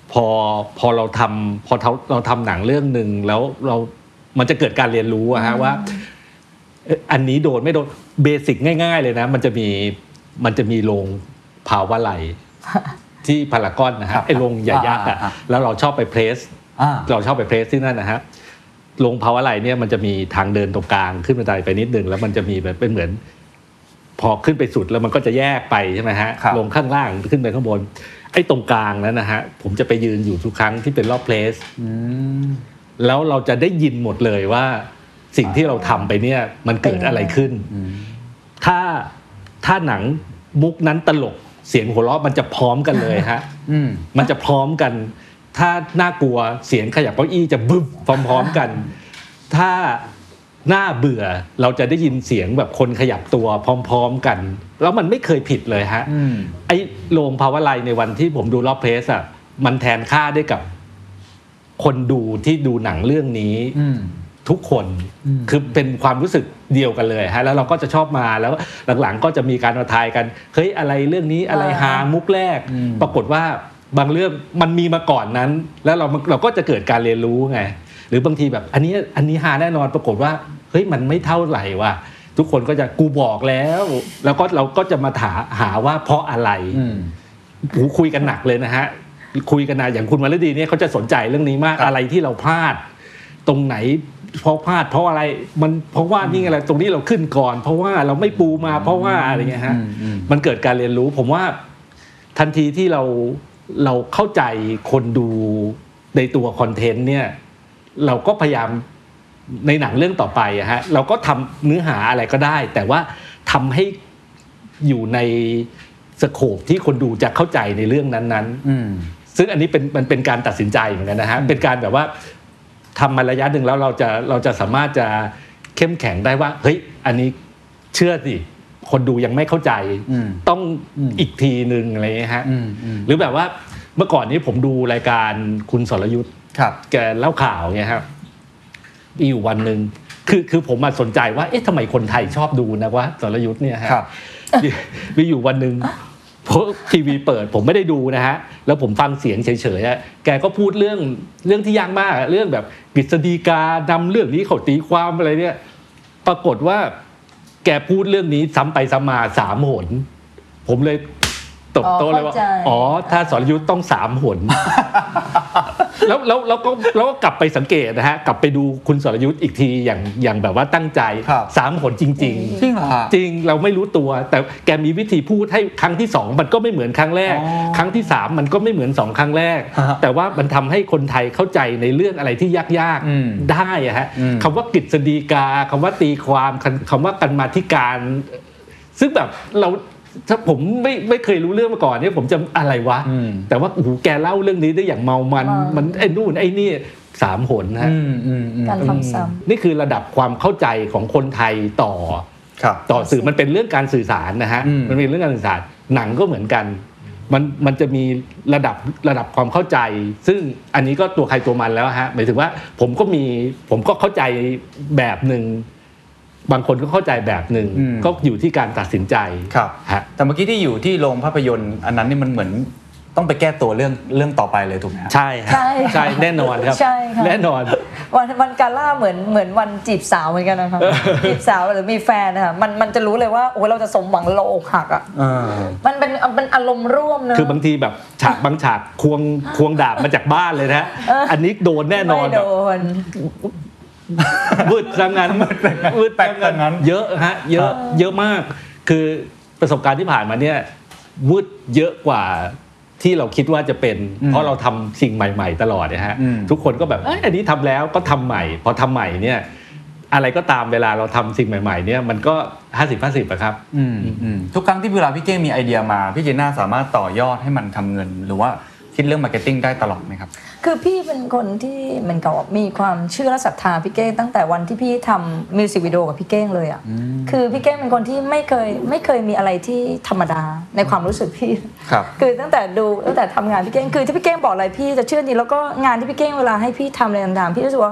พอพอเราทำพอเราทำหนังเรื่องนึงแล้วเรามันจะเกิดการเรียนรู้อะฮะว่าอันนี้โดนไม่โดนเบสิกง่ายๆเลยนะมันจะมีมันจะมีโรงภาวะไหลที่พารากอนนะฮะไอ้โรงใหญ่ยักษ์อ่ะแล้วเราชอบไปเพรสเราชอบไปเพรสที่นั่นนะฮะโรงภาวะไหลเนี่ยมันจะมีทางเดินตรงกลางขึ้นบันไดไปนิดนึงแล้วมันจะมีแบบเป็นเหมือนพอขึ้นไปสุดแล้วมันก็จะแยกไปใช่ไหมฮะลงข้างล่างขึ้นไปข้างบนไอ้ตรงกลางนั้นนะฮะผมจะไปยืนอยู่ทุกครั้งที่เป็นรอบเพลสแล้วเราจะได้ยินหมดเลยว่าสิ่งที่เราทำไปเนี่ยมันเกิดอะไรขึ้นถ้าถ้าหนังมุกนั้นตลกเสียงหัวเราะมันจะพร้อมกันเลยฮะมันจะพร้อมกันถ้าน่ากลัวเสียงขยับเก้าอี้จะบึ้มพร้อมๆกันถ้าน่าเบื่อเราจะได้ยินเสียงแบบคนขยับตัวพร้อมๆกันแล้วมันไม่เคยผิดเลยฮะไอ้โรงภาวะไลในวันที่ผมดูรอบเพลสอ่ะมันแทนค่าได้กับคนดูที่ดูหนังเรื่องนี้ทุกคนคือเป็นความรู้สึกเดียวกันเลยฮะแล้วเราก็จะชอบมาแล้วหลังๆก็จะมีการมาทายกันเฮ้ยอะไรเรื่องนี้อะไรฮามุกแรกปรากฏว่าบางเรื่องมันมีมาก่อนนั้นแล้วเราเราก็จะเกิดการเรียนรู้ไงหรือบางทีแบบอันนี้อันนี้ฮาแน่นอนปรากฏว่าเฮ้ยมันไม่เท่าไหร่ว่ะทุกคนก็จะกูบอกแล้วแล้วก็เราก็จะมาถาหาว่าเพราะอะไรหูคุยกันหนักเลยนะฮะคุยกันนะอย่างคุณวรดีเนี่ยเขาจะสนใจเรื่องนี้มากอะไรที่เราพลาดตรงไหนเพราะพลาดเพราะอะไรมันเพราะว่านี่อะไรตรงนี้เราขึ้นก่อนเพราะว่าเราไม่ปูมาเพราะว่าอะไรเงี้ยฮะมันเกิดการเรียนรู้ผมว่าทันทีที่เราเราเข้าใจคนดูในตัวคอนเทนต์เนี่ยเราก็พยายามในหนังเรื่องต่อไปอะฮะเราก็ทำเนื้อหาอะไรก็ได้แต่ว่าทำให้อยู่ในสโคปที่คนดูจะเข้าใจในเรื่องนั้นๆซึ่งอันนี้เป็นมันเป็นการตัดสินใจเหมือนกันนะฮะเป็นการแบบว่าทำมาระยะหนึ่งแล้วเราจะเราจะสามารถจะเข้มแข็งได้ว่าเฮ้ยอันนี้เชื่อสิคนดูยังไม่เข้าใจต้องอีกทีนึงอะไรเงี้ยฮะหรือแบบว่าเมื่อก่อนนี้ผมดูรายการคุณสรยุทธ์แกเล่าข่าวเงี้ยครับมีอยู่วันนึงคือคือผมมาสนใจว่าเอ๊ะทำไมคนไทยชอบดูนะว่าสรยุทธ์เนี่ยฮะมีอยู่วันนึงเพราะทีวีเปิดผมไม่ได้ดูนะฮะแล้วผมฟังเสียงเฉยๆแกก็พูดเรื่องเรื่องที่ยากมากเรื่องแบบกฤษฎีกานำเรื่องนี้เขาตีความอะไรเนี่ยปรากฏว่าแกพูดเรื่องนี้ซ้ำไปซ้ำมาสามหนผมเลยตบโต๊ะเลยว่าอ๋อถ้าสรยุทธ์ต้องสามหนแล้วแล้วแล้วก็แล้วก็กลับไปสังเกตนะฮะกลับไปดูคุณสรยุทธ์อีกทีอย่างอย่างแบบว่าตั้งใจสามหนจริงๆจริงเหรอจริงเราไม่รู้ตัวแต่แกมีวิธีพูดให้ครั้งที่สองมันก็ไม่เหมือนครั้งแรกครั้งที่สามมันก็ไม่เหมือนสองครั้งแรกแต่ว่ามันทำให้คนไทยเข้าใจในเรื่องอะไรที่ยากๆได้อะฮะคำว่ากฤษฎีกาคำว่าตีความคำว่ากรรมาธิการซึ่งแบบเราถ้าผมไม่ไม่เคยรู้เรื่องมาก่อนเนี่ยผมจะอะไรวะแต่ว่าโอ้โหแกเล่าเรื่องนี้ได้อย่างเมามันมันไอ้นู่นไอ้นี่สามหนนะฮะการทำซ้ำนี่คือระดับความเข้าใจของคนไทยต่อต่อสื่อมันเป็นเรื่องการสื่อสารนะฮะมันเป็นเรื่องการสื่อสารหนังก็เหมือนกันมันมันจะมีระดับระดับความเข้าใจซึ่งอันนี้ก็ตัวใครตัวมันแล้วฮะหมายถึงว่าผมก็มีผมก็เข้าใจแบบนึงบางคนก็เข้าใจแบบนึงก็อยู่ที่การตัดสินใจครับแต่เมื่อกี้ที่อยู่ที่โรงภาพยนตร์อันนั้นนี่มันเหมือนต้องไปแก้ตัวเรื่องเรื่องต่อไปเลยถูกไหมใช่ครับใช่แน่นอนครับแน่นอนวันวันกาล่าเหมือนเหมือนวันจีบสาวเหมือนกันนะครับจีบสาวหรือมีแฟนนะคะมันมันจะรู้เลยว่าโอ้เราจะสมหวังเราอกหักอ่ะมันเป็นมันอารมณ์ร่วมนะคือบางทีแบบฉากบางฉากควงควงดาบมาจากบ้านเลยนะอันนี้โดนแน่นอนโดนวืดทำงานวืดแปลกทำงานเยอะฮะเยอะเยอะมากคือประสบการณ์ที่ผ่านมาเนี่ยวืดเยอะกว่าที่เราคิดว่าจะเป็นเพราะเราทำสิ่งใหม่ๆตลอดนะฮะทุกคนก็แบบอันนี้ทำแล้วก็ทำใหม่พอทำใหม่เนี่ยอะไรก็ตามเวลาเราทำสิ่งใหม่ๆเนี่ยมันก็ห้าสิบ ห้าสิบอะครับทุกครั้งที่เวลาพี่เก้งมีไอเดียมาพี่เจน่าสามารถต่อยอดให้มันทำเงินหรือว่าคิดเรื่องมาร์เก็ตติ้งได้ตลอดไหมครับคือพี่เป็นคนที่เหมือนกับมีความเชื่อและศรัทธาพี่เก้งตั้งแต่วันที่พี่ทำมิวสิกวิดีโอกับพี่เก้งเลยอ่ะคือพี่เก้งเป็นคนที่ไม่เคยไม่เคยมีอะไรที่ธรรมดาในความรู้สึกพี่ครับคือตั้งแต่ดูตั้งแต่ทำงานพี่เก้งคือที่พี่เก้งบอกอะไรพี่จะเชื่อดีแล้วก็งานที่พี่เก้งเวลาให้พี่ทำอะไรต่างๆพี่รู้สึกว่า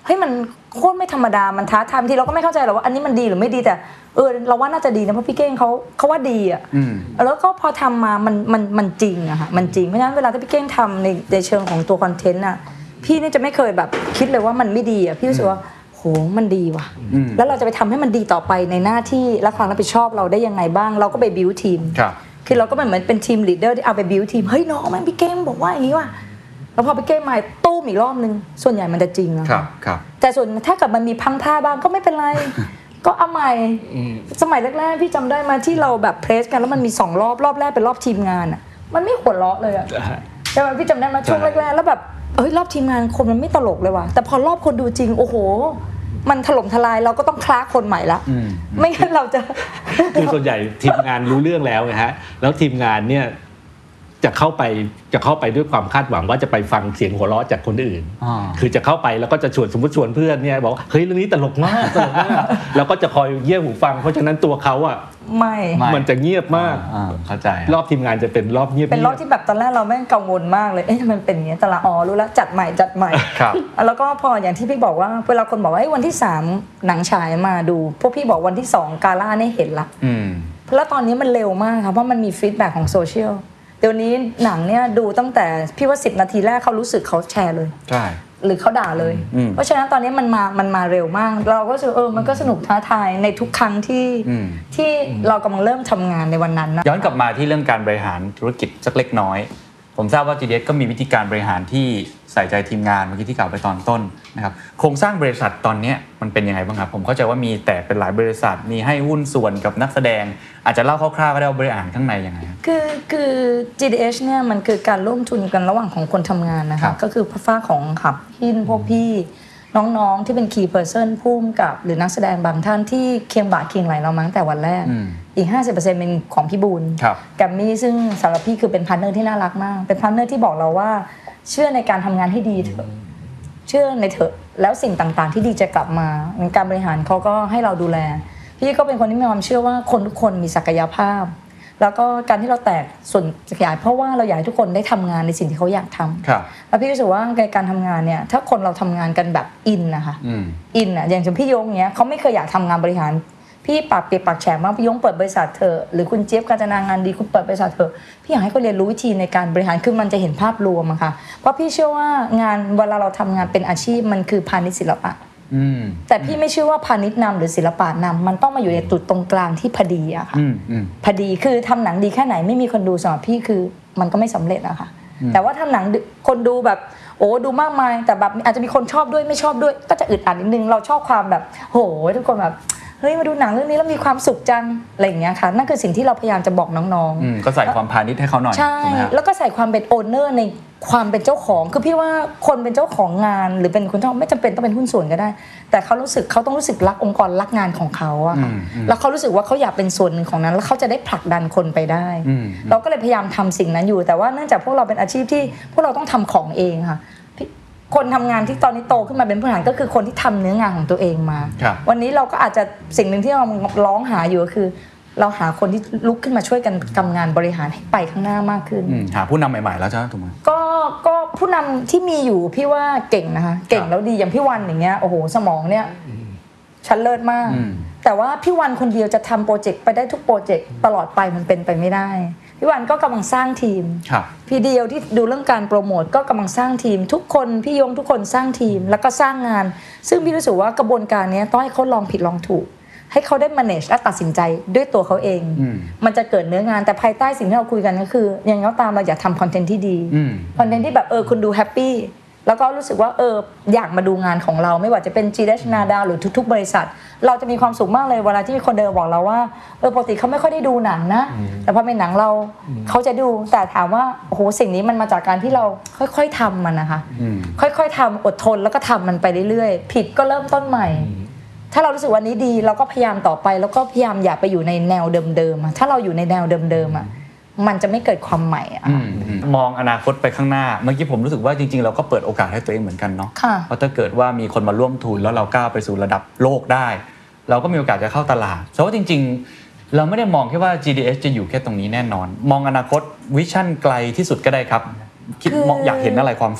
เฮ้ยมันโคตรไม่ธรรมดามันท้าทายทีเราก็ไม่เข้าใจหรอกว่าอันนี้มันดีหรือไม่ดีแต่เออเราว่าน่าจะดีนะเพราะพี่เก้งเขาเขาว่าดีอ่ะแล้วก็พอทำมามันมันมันจริงอะค่ะมันจริงเพราะฉะนั้นเวลาที่พี่เก้งทำในในเชิงของตัวคอนเทนต์อะพี่นี่จะไม่เคยแบบคิดเลยว่ามันไม่ดีอะพี่รู้สึกว่าโหมันดีว่ะแล้วเราจะไปทำให้มันดีต่อไปในหน้าที่และความรับผิดชอบเราได้ยังไงบ้างเราก็ไปบิวทีมคือเราก็เหมือนเป็นทีมลีดเดอร์ที่เอาไปบิวทีมเฮ้ยน้องมันพี่เก้งบอกว่าอย่างนี้ว่ะแล้วพอพี่เก้งมาตู้มอีกรอบนึงส่วนใหญ่มันจะจริงนะครับแต่ส่วนถ้าเกิดมันมีพังพลาดบ้างก็ไม่เป็นไรก็เอาใหม่สมัยแรกๆพี่จำได้มาที่เราแบบเพรสกันแล้วมันมีสองรอบรอบแรกเป็นรอบทีมงานอ่ะมันไม่หัวเราะเลยอ่ะใช่ไหมพี่จำได้มาช่วงแรกๆแล้วแบบเอ้ยรอบทีมงานคนมันไม่ตลกเลยว่ะแต่พอรอบคนดูจริงโอ้โหมันถล่มทลายเราก็ต้องคลาคนใหม่ละไม่งั้นเราจะคือส่วนใหญ่ทีมงานรู้เรื่องแล้วไงฮะแล้วทีมงานเนี่ยจะเข้าไปจะเข้าไปด้วยความคาดหวังว่าจะไปฟังเสียงหัวเราะจากคนอื่นคือจะเข้าไปแล้วก็จะชวนสมมติชวนเพื่อนเนี่ยบอกเฮ้ยเรื่องนี้ตลกมากตลกมากแล้วก็จะคอยเยี่ยหูฟังเพราะฉะนั้นตัวเขาอ่ะไม่มันจะเงียบมากเข้าใจรอบทีมงานจะเป็นรอบเงียบเป็นรอบที่แบบตอนแรกเราแม่งกังวลมากเลยเอ๊ะทำไมเป็นอย่างนี้แต่ละอ๋อรู้แล้วจัดใหม่จัดใหม่แล้วก็พออย่างที่พี่บอกว่าเวลาคนบอกว่าวันที่สามหนังฉายมาดูพวกพี่บอกวันที่สองกาล่าเนี่ยเห็นละแล้วตอนนี้มันเร็วมากค่ะเพราะมันมีฟีดแบ็กของโซเชียลเดี๋ยวนี้หนังเนี่ยดูตั้งแต่พี่ว่าสิบนาทีแรกเขารู้สึกเขาแชร์เลยใช่หรือเขาด่าเลยเพราะฉะนั้นตอนนี้มันมามันมาเร็วมากเราก็รู้สึกเออมันก็สนุกท้าทายในทุกครั้งที่ที่เรากำลังเริ่มทำงานในวันนั้นนะย้อนกลับมาที่เรื่องการบริหารธุรกิจสักเล็กน้อยผมทราบว่า จี ดี เอส ก็มีวิธีการบริหารที่ใส่ใจทีมงานเมื่อกี้ที่กล่าวไปตอนต้นนะครับโครงสร้างบริษัทตอนนี้มันเป็นยังไงบ้างครับผมเข้าใจว่ามีแต่เป็นหลายบริษัทมีให้หุ้นส่วนกับนักแสดงอาจจะเล่าคร่าวๆก็ได้ว่าบริหารข้างในยังไงคือคือ จี ดี เอส เนี่ยมันคือการร่วมทุนกันระหว่างของคนทำงานนะคะก็คือฝ้าของขับหินพวกพี่น้องๆที่เป็น key person พุ่มกับหรือนักแสดงบางท่านที่เคียงบ่าเคียงไหลเรามาตั้งแต่วันแรกอีก ห้าสิบเปอร์เซ็นต์ เป็นของพี่บูลแกมมี่ซึ่งสำหรับพี่คือเป็นพาร์ทเนอร์ที่น่ารักมากเป็นพาร์ทเนอร์ที่บอกเราว่าเชื่อในการทำงานให้ดีเถอะเชื่อในเถอะแล้วสิ่งต่างๆที่ดีจะกลับมาในการบริหารเขาก็ให้เราดูแลพี่ก็เป็นคนที่มีความเชื่อว่าคนทุกคนมีศักยภาพแล้วก็การที่เราแตกส่วนขยายเพราะว่าเราอยากให้ทุกคนได้ทำงานในสิ่งที่เขาอยากทำแล้วพี่รู้สึกว่าในการทำงานเนี่ยถ้าคนเราทำงานกันแบบอินนะคะอินอ่ะอย่างเช่นพี่ยงเนี้ยเขาไม่เคยอยากทำงานบริหารพี่ปากเปียกปากแฉะมากพี่ยงเปิดบริษัทเธอหรือคุณเจี๊ยบกาญจนางานดีคุณเปิดบริษัทเธอพี่อยากให้เขาเรียนรู้วิธีในการบริหารคือมันจะเห็นภาพรวมอะค่ะเพราะพี่เชื่อว่างานเวลาเราทำงานเป็นอาชีพมันคือพาณิชย์ศิลปะแต่พี่ไม่เชื่อว่าพาณิชย์นำหรือศิลปะนำมันต้องมาอยู่ในจุดตรงกลางที่พอดีอะค่ะพอดีคือทำหนังดีแค่ไหนไม่มีคนดูสำหรับพี่คือมันก็ไม่สำเร็จอะค่ะแต่ว่าทำหนังคนดูแบบโอ้ดูมากมายแต่แบบอาจจะมีคนชอบด้วยไม่ชอบด้วยก็จะอึดอัดนิดนึงเราชอบความแบบโหทุกคนแบบเฮ้ยมาดูหนังเรื่องนี้แล้วมีความสุขจังอะไรอย่างเงี้ยค่ะนั่นคือสิ่งที่เราพยายามจะบอกน้องๆก็ใส่ความพาณิชย์ให้เขาหน่อยใช่แล้วก็ใส่ความเป็นโอนเนอร์ในความเป็นเจ้าของคือพี่ว่าคนเป็นเจ้าของงานหรือเป็นคนเจ้าไม่จำเป็นต้องเป็นหุ้นส่วนก็ได้แต่เขารู้สึกเขาต้องรู้สึกรักองค์กรรักงานของเขาอะค่ะแล้วเขารู้สึกว่าเขาอยากเป็นส่วนหนึ่งของนั้นแล้วเขาจะได้ผลักดันคนไปได้เราก็เลยพยายามทำสิ่งนั้นอยู่แต่ว่าเนื่องจากพวกเราเป็นอาชีพที่พวกเราต้องทำของเองค่ะคนทำงานที่ตอนนี้โตขึ้นมาเป็นผู้บริหารก็คือคนที่ทำเนื้องานของตัวเองมาวันนี้เราก็อาจจะสิ่งหนึ่งที่เราร้องหาอยู่ก็คือเราหาคนที่ลุกขึ้นมาช่วยกันทำงานบริหารให้ไปข้างหน้ามากขึ้นหาผู้นำใหม่ๆแล้วใช่ไหมถูกไหมก็ก็ผู้นำที่มีอยู่พี่ว่าเก่งนะคะเก่งแล้วดีอย่างพี่วันอย่างเงี้ยโอ้โหสมองเนี่ยชั้นเลิศมากแต่ว่าพี่วันคนเดียวจะทำโปรเจกต์ไปได้ทุกโปรเจกต์ตลอดไปมันเป็นไปไม่ได้พี่วันก็กำลังสร้างทีมพี่เดียวที่ดูเรื่องการโปรโมทก็กำลังสร้างทีมทุกคนพี่ยงทุกคนสร้างทีมแล้วก็สร้างงานซึ่งพี่รู้สึกว่ากระบวนการนี้ต้องให้เขาลองผิดลองถูกให้เขาได้ manage และตัดสินใจด้วยตัวเขาเองมันจะเกิดเนื้องานแต่ภายใต้สิ่งที่เราคุยกันก็คือยังไงก็ตามเราอยากทำคอนเทนต์ที่ดีคอนเทนต์ที่แบบเออคุณดูแฮปปี้แล้วก็รู้สึกว่าเอออยากมาดูงานของเราไม่ว่าจะเป็น จี ดี เอส นาดาวหรือทุกๆบริษัทเราจะมีความสุขมากเลยเวลาที่มีคนเดินบอกเราว่าเออปกติเขาไม่ค่อยได้ดูหนังนะแต่พอเป็นหนังเราเขาจะดูแต่ถามว่าโอ้โหสิ่งนี้มันมาจากการที่เราค่อยๆทำมันนะคะค่อยๆทำอดทนแล้วก็ทำมันไปเรื่อยๆผิดก็เริ่มต้นใหม่ถ้าเรารู้สึกวันนี้ดีเราก็พยายามต่อไปแล้วก็พยายามอย่าไปอยู่ในแนวเดิมๆถ้าเราอยู่ในแนวเดิมๆอ่ะมันจะไม่เกิดความใหม่อ่ะมองอนาคตไปข้างหน้าเมื่อกี้ผมรู้สึกว่าจริงๆเราก็เปิดโอกาสให้ตัวเองเหมือนกันเนาะเพราะถ้าเกิดว่ามีคนมาร่วมทุนแล้วเราก้าวไปสู่ระดับโลกได้เราก็มีโอกาสจะเข้าตลาดเพราะว่าจริงๆเราไม่ได้มองแค่ว่า จี ดี เอส จะอยู่แค่ตรงนี้แน่นอนมองอนาคตวิชั่นไกลที่สุดก็ได้ครับคิดมองอยากเห็นอะไรความฝัน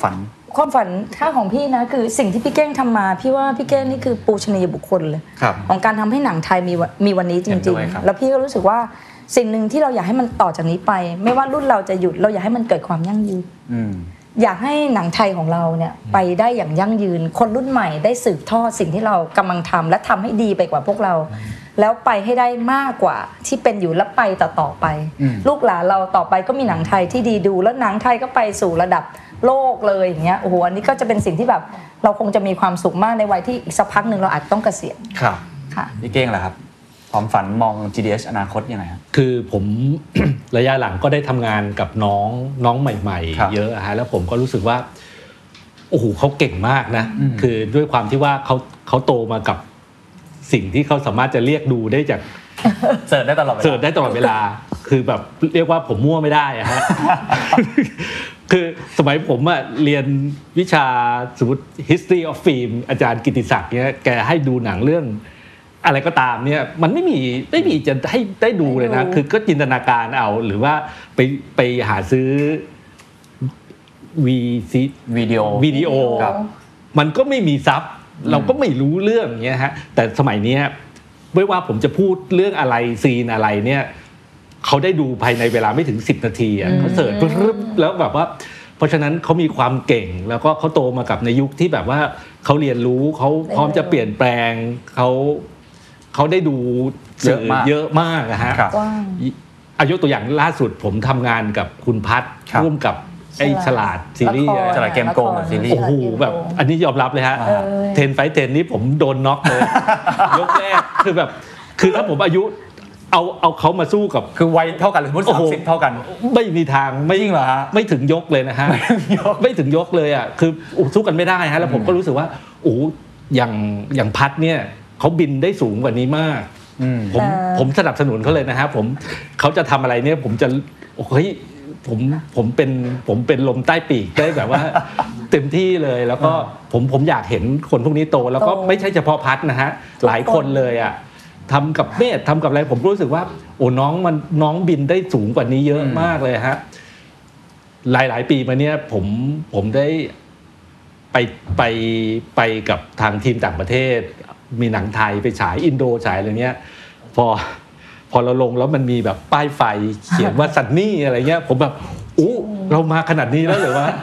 ความฝันถ้าของพี่นะคือสิ่งที่พี่เก้งทำมาพี่ว่าพี่เก้งนี่คือปูชนียบุคคลเลยของการทำให้หนังไทยมีมีวันนี้จริงๆแล้วพี่ก็รู้สึกว่าสิ่งหนึ่งที่เราอยากให้มันต่อจากนี้ไปไม่ว่ารุ่นเราจะหยุดเราอยากให้มันเกิดความยั่งยืนอยากให้หนังไทยของเราเนี่ยไปได้อย่างยั่งยืนคนรุ่นใหม่ได้สืบทอดสิ่งที่เรากำลังทำและทำให้ดีไปกว่าพวกเราแล้วไปให้ได้มากกว่าที่เป็นอยู่และไปต่อๆไปลูกหลานเราต่อไปก็มีหนังไทยที่ดีดูแล้วหนังไทยก็ไปสู่ระดับโลกเลยอย่างเงี้ยโอ้โหอันนี้ก็จะเป็นสิ่งที่แบบเราคงจะมีความสุขมากในวัยที่อีกสักพักหนึ่งเราอาจต้องเกษียณครับค่ะพี่เก้งล่ะครับความฝันมอง จี ดี เอช อนาคตยังไงครับคือผม ระยะหลังก็ได้ทำงานกับน้องน้องใหม่ๆเยอะฮะแล้วผมก็รู้สึกว่าโอ้โหเขาเก่งมากนะคือด้วยความที่ว่าเขาเขาโตมากับสิ่งที่เขาสามารถจะเรียกดูได้จากเสิร์ชได้ตลอดเวลาเสิร์ชได้ตลอดเวลาคือแบบเรียกว่าผมมั่วไม่ได้อะฮะ คือสมัยผมอะเรียนวิชาสมมติ history of film อาจารย์กิติศักดิ์เนี่ยแกให้ดูหนังเรื่องอะไรก็ตามเนี่ยมันไม่มีไม่มีจะให้ได้ดูเลยนะคือก็จินตนาการเอาหรือว่าไปไปหาซื้อวีซีวิดีโอวิดีโอมันก็ไม่มีซับเราก็ไม่รู้เรื่องเงี้ยฮะแต่สมัยนี้ไม่ว่าผมจะพูดเรื่องอะไรซีนอะไรเนี่ยเขาได้ดูภายในเวลาไม่ถึงสิบนาทีอ่ะเขาเสิร์ชปึ๊บแล้วแบบว่าเพราะฉะนั้นเขามีความเก่งแล้วก็เขาโตมากับในยุคที่แบบว่าเขาเรียนรู้เขาพร้อมจะเปลี่ยนแปลงเขาเขาได้ดูเยอะมากเยอะมากนะฮะอายุตัวอย่างล่าสุดผมทำงานกับคุณพัฒน์ร่วมกับไอ้ฉลาดซีรีส์ฉลาดเกมโกงซีรีส์โอ้โหแบบอันนี้ยอมรับเลยฮะเทนไฟเทนนี้ผมโดนน็อกเลยยกแรกคือแบบคือถ้าผมอายุเอาเอาเขามาสู้กับคือวัยเท่ากันหรือสมมติสามสิบเท่ากันไม่มีทางไม่จริงเหรอฮะไม่ถึงยกเลยนะฮะไม่ถึงยกเลยอ่ะคือสู้กันไม่ได้ฮะแล้วผมก็รู้สึกว่าโอ้อย่างอย่างพัดเนี่ยเขาบินได้สูงกว่านี้มากผมผมสนับสนุนเขาเลยนะฮะผมเขาจะทำอะไรเนี่ยผมจะเฮ้ยผมผมเป็นผมเป็นลมใต้ปีกได้แบบว่าเต็มที่เลยแล้วก็ผมผมอยากเห็นคนพวกนี้โตแล้วก็ไม่ใช่เฉพาะพัดนะฮะหลายคนเลยอ่ะทำกับเมธทำกับอะไรผมรู้สึกว่าโอ้น้องมันน้องบินได้สูงกว่านี้เยอะมากเลยฮะหลายหลายปีมาเนี้ยผมผมได้ไปไปไปกับทางทีมต่างประเทศมีหนังไทยไปฉายอินโดฉายอะไรเนี้ยพอพอเราลงแล้วมันมีแบบป้ายไฟเขียนว่าซันนี่อะไรเงี้ยผมแบบอู้เรามาขนาดนี้แล้วเหรอวะ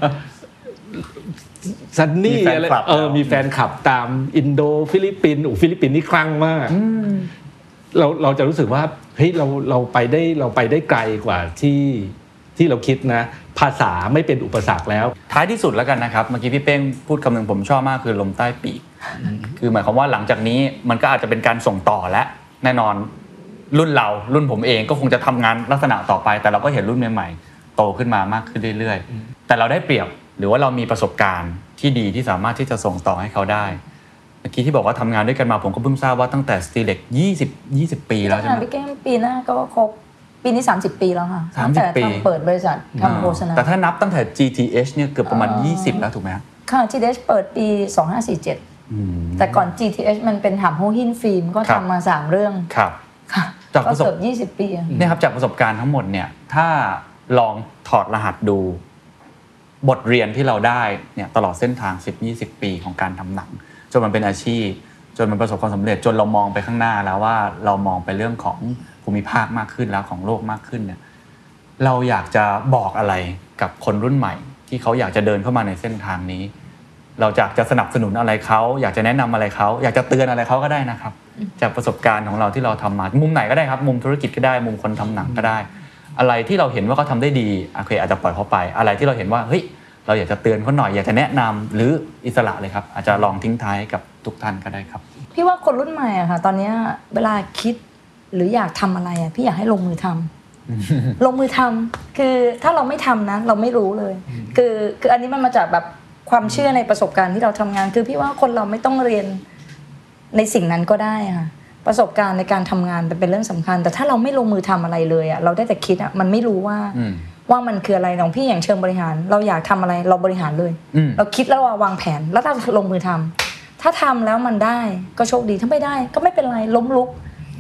ซันนี่อะไรเออมีแฟนคลับตามอินโดฟิลิปปินส์โอ้ฟิลิปปินส์นี่คลั่งมากเราเราจะรู้สึกว่าเฮ้ยเราเราไปได้เราไปได้ไกลกว่าที่ที่เราคิดนะภาษาไม่เป็นอุปสรรคแล้วท้ายที่สุดแล้วกันนะครับเมื่อกี้พี่เป้งพูดคำหนึ่งผมชอบมากคือลมใต้ปีกคือหมายความว่าหลังจากนี้มันก็อาจจะเป็นการส่งต่อและแน่นอนรุ่นเรารุ่นผมเองก็คงจะทำงานลักษณะต่อไปแต่เราก็เห็นรุ่นใหม่ๆโตขึ้นมามากขึ้นเรื่อยๆแต่เราได้เปรียบหรือว่าเรามีประสบการณ์ที่ดีที่สามารถที่จะส่งต่อให้เขาได้เมื่อกี้ที่บอกว่าทำงานด้วยกันมาผมก็เพิ่งทราบว่าตั้งแต่สตีเล็กยี่สิบ ยี่สิบปีแล้วใช่มั้ยพี่เก้งปีหน้าก็ครบปีนี้สามสิบปีแล้วค่ะสามสิบปีเปิดบริษัททำโฆษณาแต่ถ้านับตั้งแต่ จี ที เอช เนี่ยเกือบประมาณยี่สิบแล้วถูกมั้ยค่ะ จี ที เอช เปิดปีสองพันห้าร้อยสี่สิบเจ็ดแต่ก่อน จี ที เอช มันเป็นหำโฮหินฟิล์มก็ทำมาสามเรื่องครับค่ะจากประสบการณ์ยี่สิบปีเนี่ยครับจากประสบการณ์ทั้งหมดเนี่ยถ้าลองถอดรหัสดูบทเรียนที่เราได้เนี่ยตลอดเส้นทาง สิบ ยี่สิบ ปีของการทำหนังจนมันเป็นอาชีพจนมันประสบความสำเร็จจนเรามองไปข้างหน้าแล้วว่าเรามองไปเรื่องของภูมิภาคมากขึ้นแล้วของโลกมากขึ้นเนี่ยเราอยากจะบอกอะไรกับคนรุ่นใหม่ที่เขาอยากจะเดินเข้ามาในเส้นทางนี้เราอยากจะสนับสนุนอะไรเขาอยากจะแนะนำอะไรเขาอยากจะเตือนอะไรเขาก็ได้นะครับจากประสบการณ์ของเราที่เราทำมามุมไหนก็ได้ครับมุมธุรกิจก็ได้มุมคนทำหนังก็ได้อะไรที่เราเห็นว่าเขาทำได้ดีโอเคอาจจะปล่อยเขาไปอะไรที่เราเห็นว่าเฮ้ยเราอยากจะเตือนเขาหน่อยอยากจะแนะนำหรืออิสระเลยครับอาจจะลองทิ้งท้ายกับทุกท่านก็ได้ครับพี่ว่าคนรุ่นใหม่อะค่ะตอนนี้เวลาคิดหรืออยากทำอะไรอะพี่อยากให้ลงมือทำลงมือทำคือถ้าเราไม่ทำนะเราไม่รู้เลยคือคืออันนี้มันมาจากแบบความเชื่อในประสบการณ์ที่เราทำงานคือพี่ว่าคนเราไม่ต้องเรียนในสิ่งนั้นก็ได้ค่ะประสบการณ์ในการทำงานเป็นเรื่องสำคัญแต่ถ้าเราไม่ลงมือทำอะไรเลยอะเราได้แต่คิดอะมันไม่รู้ว่าว่ามันคืออะไรของพี่อย่างเชิงบริหารเราอยากทำอะไรเราบริหารเลยเราคิดแล้ววางแผนแล้วเราลงมือทำถ้าทำแล้วมันได้ก็โชคดีถ้าไม่ได้ก็ไม่เป็นไรล้มลุก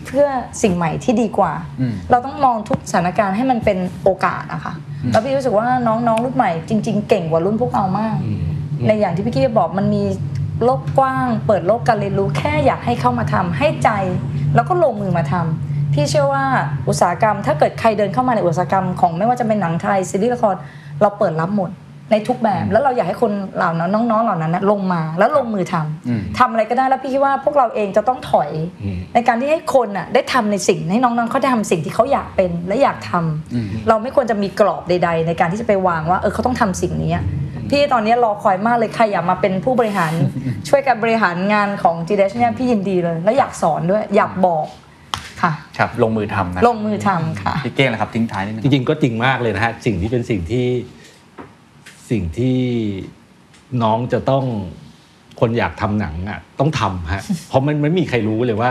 เพื่อสิ่งใหม่ที่ดีกว่าเราต้องมองทุกสถานการณ์ให้มันเป็นโอกาสอะค่ะแล้วพี่รู้สึกว่าน้องๆรุ่นใหม่จริงๆเก่งกว่ารุ่นพวกเรามากในอย่างที่พี่กี้บอกมันมีโลกกว้างเปิดโลกการเรียนรู้แค่อยากให้เข้ามาทำให้ใจแล้วก็ลงมือมาทำพี่เชื่อว่าอุตสาหกรรมถ้าเกิดใครเดินเข้ามาในอุตสาหกรรมของไม่ว่าจะเป็นหนังไทยซีรีส์ละครเราเปิดรับหมดในทุกแบบแล้วเราอยากให้คนเหล่านั้นน้องๆเหล่านั้นลงมาแล้วลงมือทำทำอะไรก็ได้แล้วพี่คิดว่าพวกเราเองจะต้องถอยในการที่ให้คนน่ะได้ทำในสิ่งให้น้องๆเขาได้ทำสิ่งที่เขาอยากเป็นและอยากทำเราไม่ควรจะมีกรอบใดๆในการที่จะไปวางว่าเออเขาต้องทำสิ่งนี้พี่ตอนนี้รอคอยมากเลยใครอยากมาเป็นผู้บริหารช่วยกันบริหารงานของ จี ดี เอช เนี่ยพี่ยินดีเลยและอยากสอนด้วยอยากบอกค่ะครับลงมือทำนะลงมือทำค่ะพี่เก้งนะครับทิ้งท้ายนิดนึงจริงๆก็จริงมากเลยนะฮะสิ่งที่เป็นสิ่งที่สิ่งที่น้องจะต้องคนอยากทำหนังอ่ะต้องทำฮะเพราะมันไม่มีใครรู้เลยว่า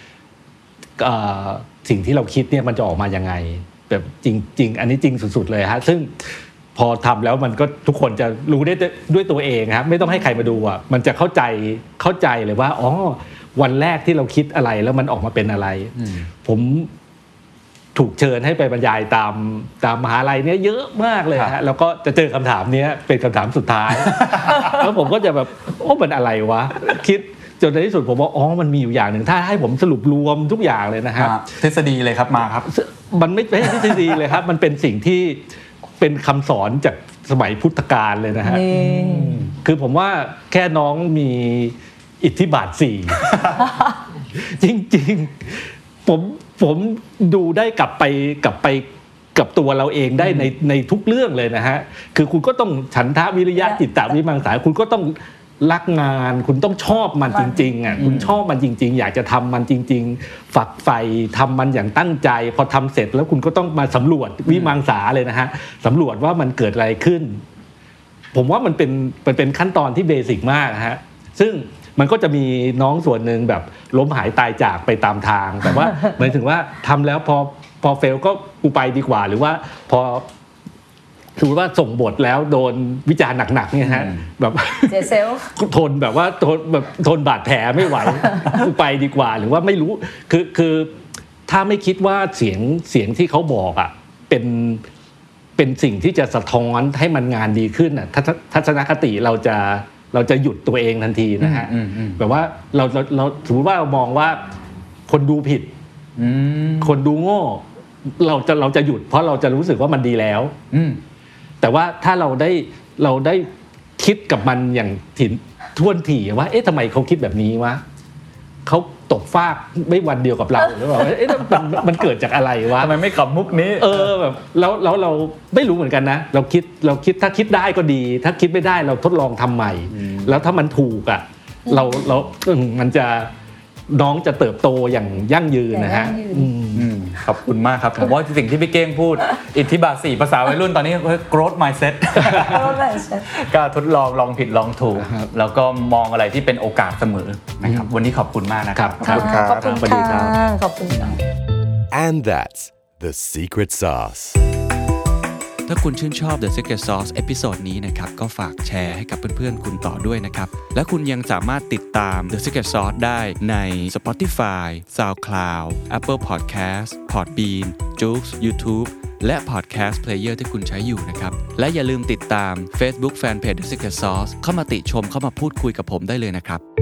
สิ่งที่เราคิดเนี่ยมันจะออกมายังไงแบบจริงๆอันนี้จริงสุดๆเลยฮะซึ่งพอทำแล้วมันก็ทุกคนจะรู้ได้ด้วยตัวเองครับไม่ต้องให้ใครมาดูอ่ะมันจะเข้าใจเข้าใจเลยว่าอ๋อวันแรกที่เราคิดอะไรแล้วมันออกมาเป็นอะไรผมถูกเชิญให้ไปบรรยายตามตามมหาลัยเนี้ยเยอะมากเลยฮะแล้วก็จะเจอคำถามนี้เป็นคำถามสุดท้าย แล้วผมก็จะแบบโอ้มันอะไรวะคิดจนในที่สุดผมว่าอ๋อมันมีอยู่อย่างหนึ่งถ้าให้ผมสรุปรวมทุกอย่างเลยนะครับทฤษฎีเลยครับมาครับมันไม่ใช่ทฤษฎีเลยครับมันเป็นสิ่งที่เป็นคำสอนจากสมัยพุทธกาลเลยนะฮะคือผมว่าแค่น้องมีอิทธิบาทสี่ จริงๆผมผมดูได้กลับไปกลับไปกับตัวเราเองได้ในในทุกเรื่องเลยนะฮะคือคุณก็ต้องฉันทะวิริยะจิตตวิมังสาคุณก็ต้องรักงานคุณต้องชอบมันจริงๆอ่ะคุณชอบมันจริงๆอยากจะทำมันจริงๆฝักใฝ่ทำมันอย่างตั้งใจพอทำเสร็จแล้วคุณก็ต้องมาสำรวจวิมังสาเลยนะฮะสำรวจว่ามันเกิดอะไรขึ้นผมว่ามันเป็นมันเป็นขั้นตอนที่เบสิกมากฮะซึ่งมันก็จะมีน้องส่วนหนึ่งแบบล้มหายตายจากไปตามทางแต่ว่าหมายถึงว่าทำแล้วพอพอเฟลก็กูไปดีกว่าหรือว่าพอถือว่าส่งบทแล้วโดนวิจารณ์หนักๆเนี่ยฮะแบบเจเซลทนแบบว่าทนแบบทนบาดแผลไม่ไหวกูไปดีกว่าหรือว่าไม่รู้คือคือถ้าไม่คิดว่าเสียงเสียงที่เขาบอกอ่ะเป็นเป็นสิ่งที่จะสะท้อนให้มันงานดีขึ้นอ่ะทัศนคติเราจะเราจะหยุดตัวเองทันทีนะฮะแบบว่าเราเราเราสมมติว่าเรามองว่าคนดูผิดคนดูโง่เราจะเราจะหยุดเพราะเราจะรู้สึกว่ามันดีแล้วแต่ว่าถ้าเราได้เราได้คิดกับมันอย่างถิ่นท่วนถี่ว่าเอ๊ะทำไมเขาคิดแบบนี้วะเขาตกฟากไม่วันเดียวกับเราหรือเปล่าเอ๊ะมันมันเกิดจากอะไรวะทำไมไม่ขำมุกนี้เออแบบแล้วแล้วเราไม่รู้เหมือนกันนะเราคิดเราคิดถ้าคิดได้ก็ดีถ้าคิดไม่ได้เราทดลองทำใหม่แล้วถ้ามันถูกอ่ะเราเรามันจะน้องจะเติบโตอย่างยั่งยืนนะฮะขอบคุณมากครับผมว่าสิ่งที่พี่เก้งพูดอิทธิบาทสี่ภาษาวัยรุ่นตอนนี้ growth mindset ก็ทดลองลองผิดลองถูกแล้วก็มองอะไรที่เป็นโอกาสเสมอนะครับวันนี้ขอบคุณมากนะครับขอบคุณครับขอบคุณค่ะขอบคุณครับ and that's the secret sauce ถ้าคุณชื่นชอบ The Secret Sauce เอพิโซดนี้นะครับก็ฝากแชร์ให้กับเพื่อนๆคุณต่อด้วยนะครับและคุณยังสามารถติดตาม The Secret Sauce ได้ใน Spotify, SoundCloud, Apple Podcast, Podbean, Joox, YouTube และ Podcast Player ที่คุณใช้อยู่นะครับและอย่าลืมติดตาม Facebook Fanpage The Secret Sauce เข้ามาติชมเข้ามาพูดคุยกับผมได้เลยนะครับ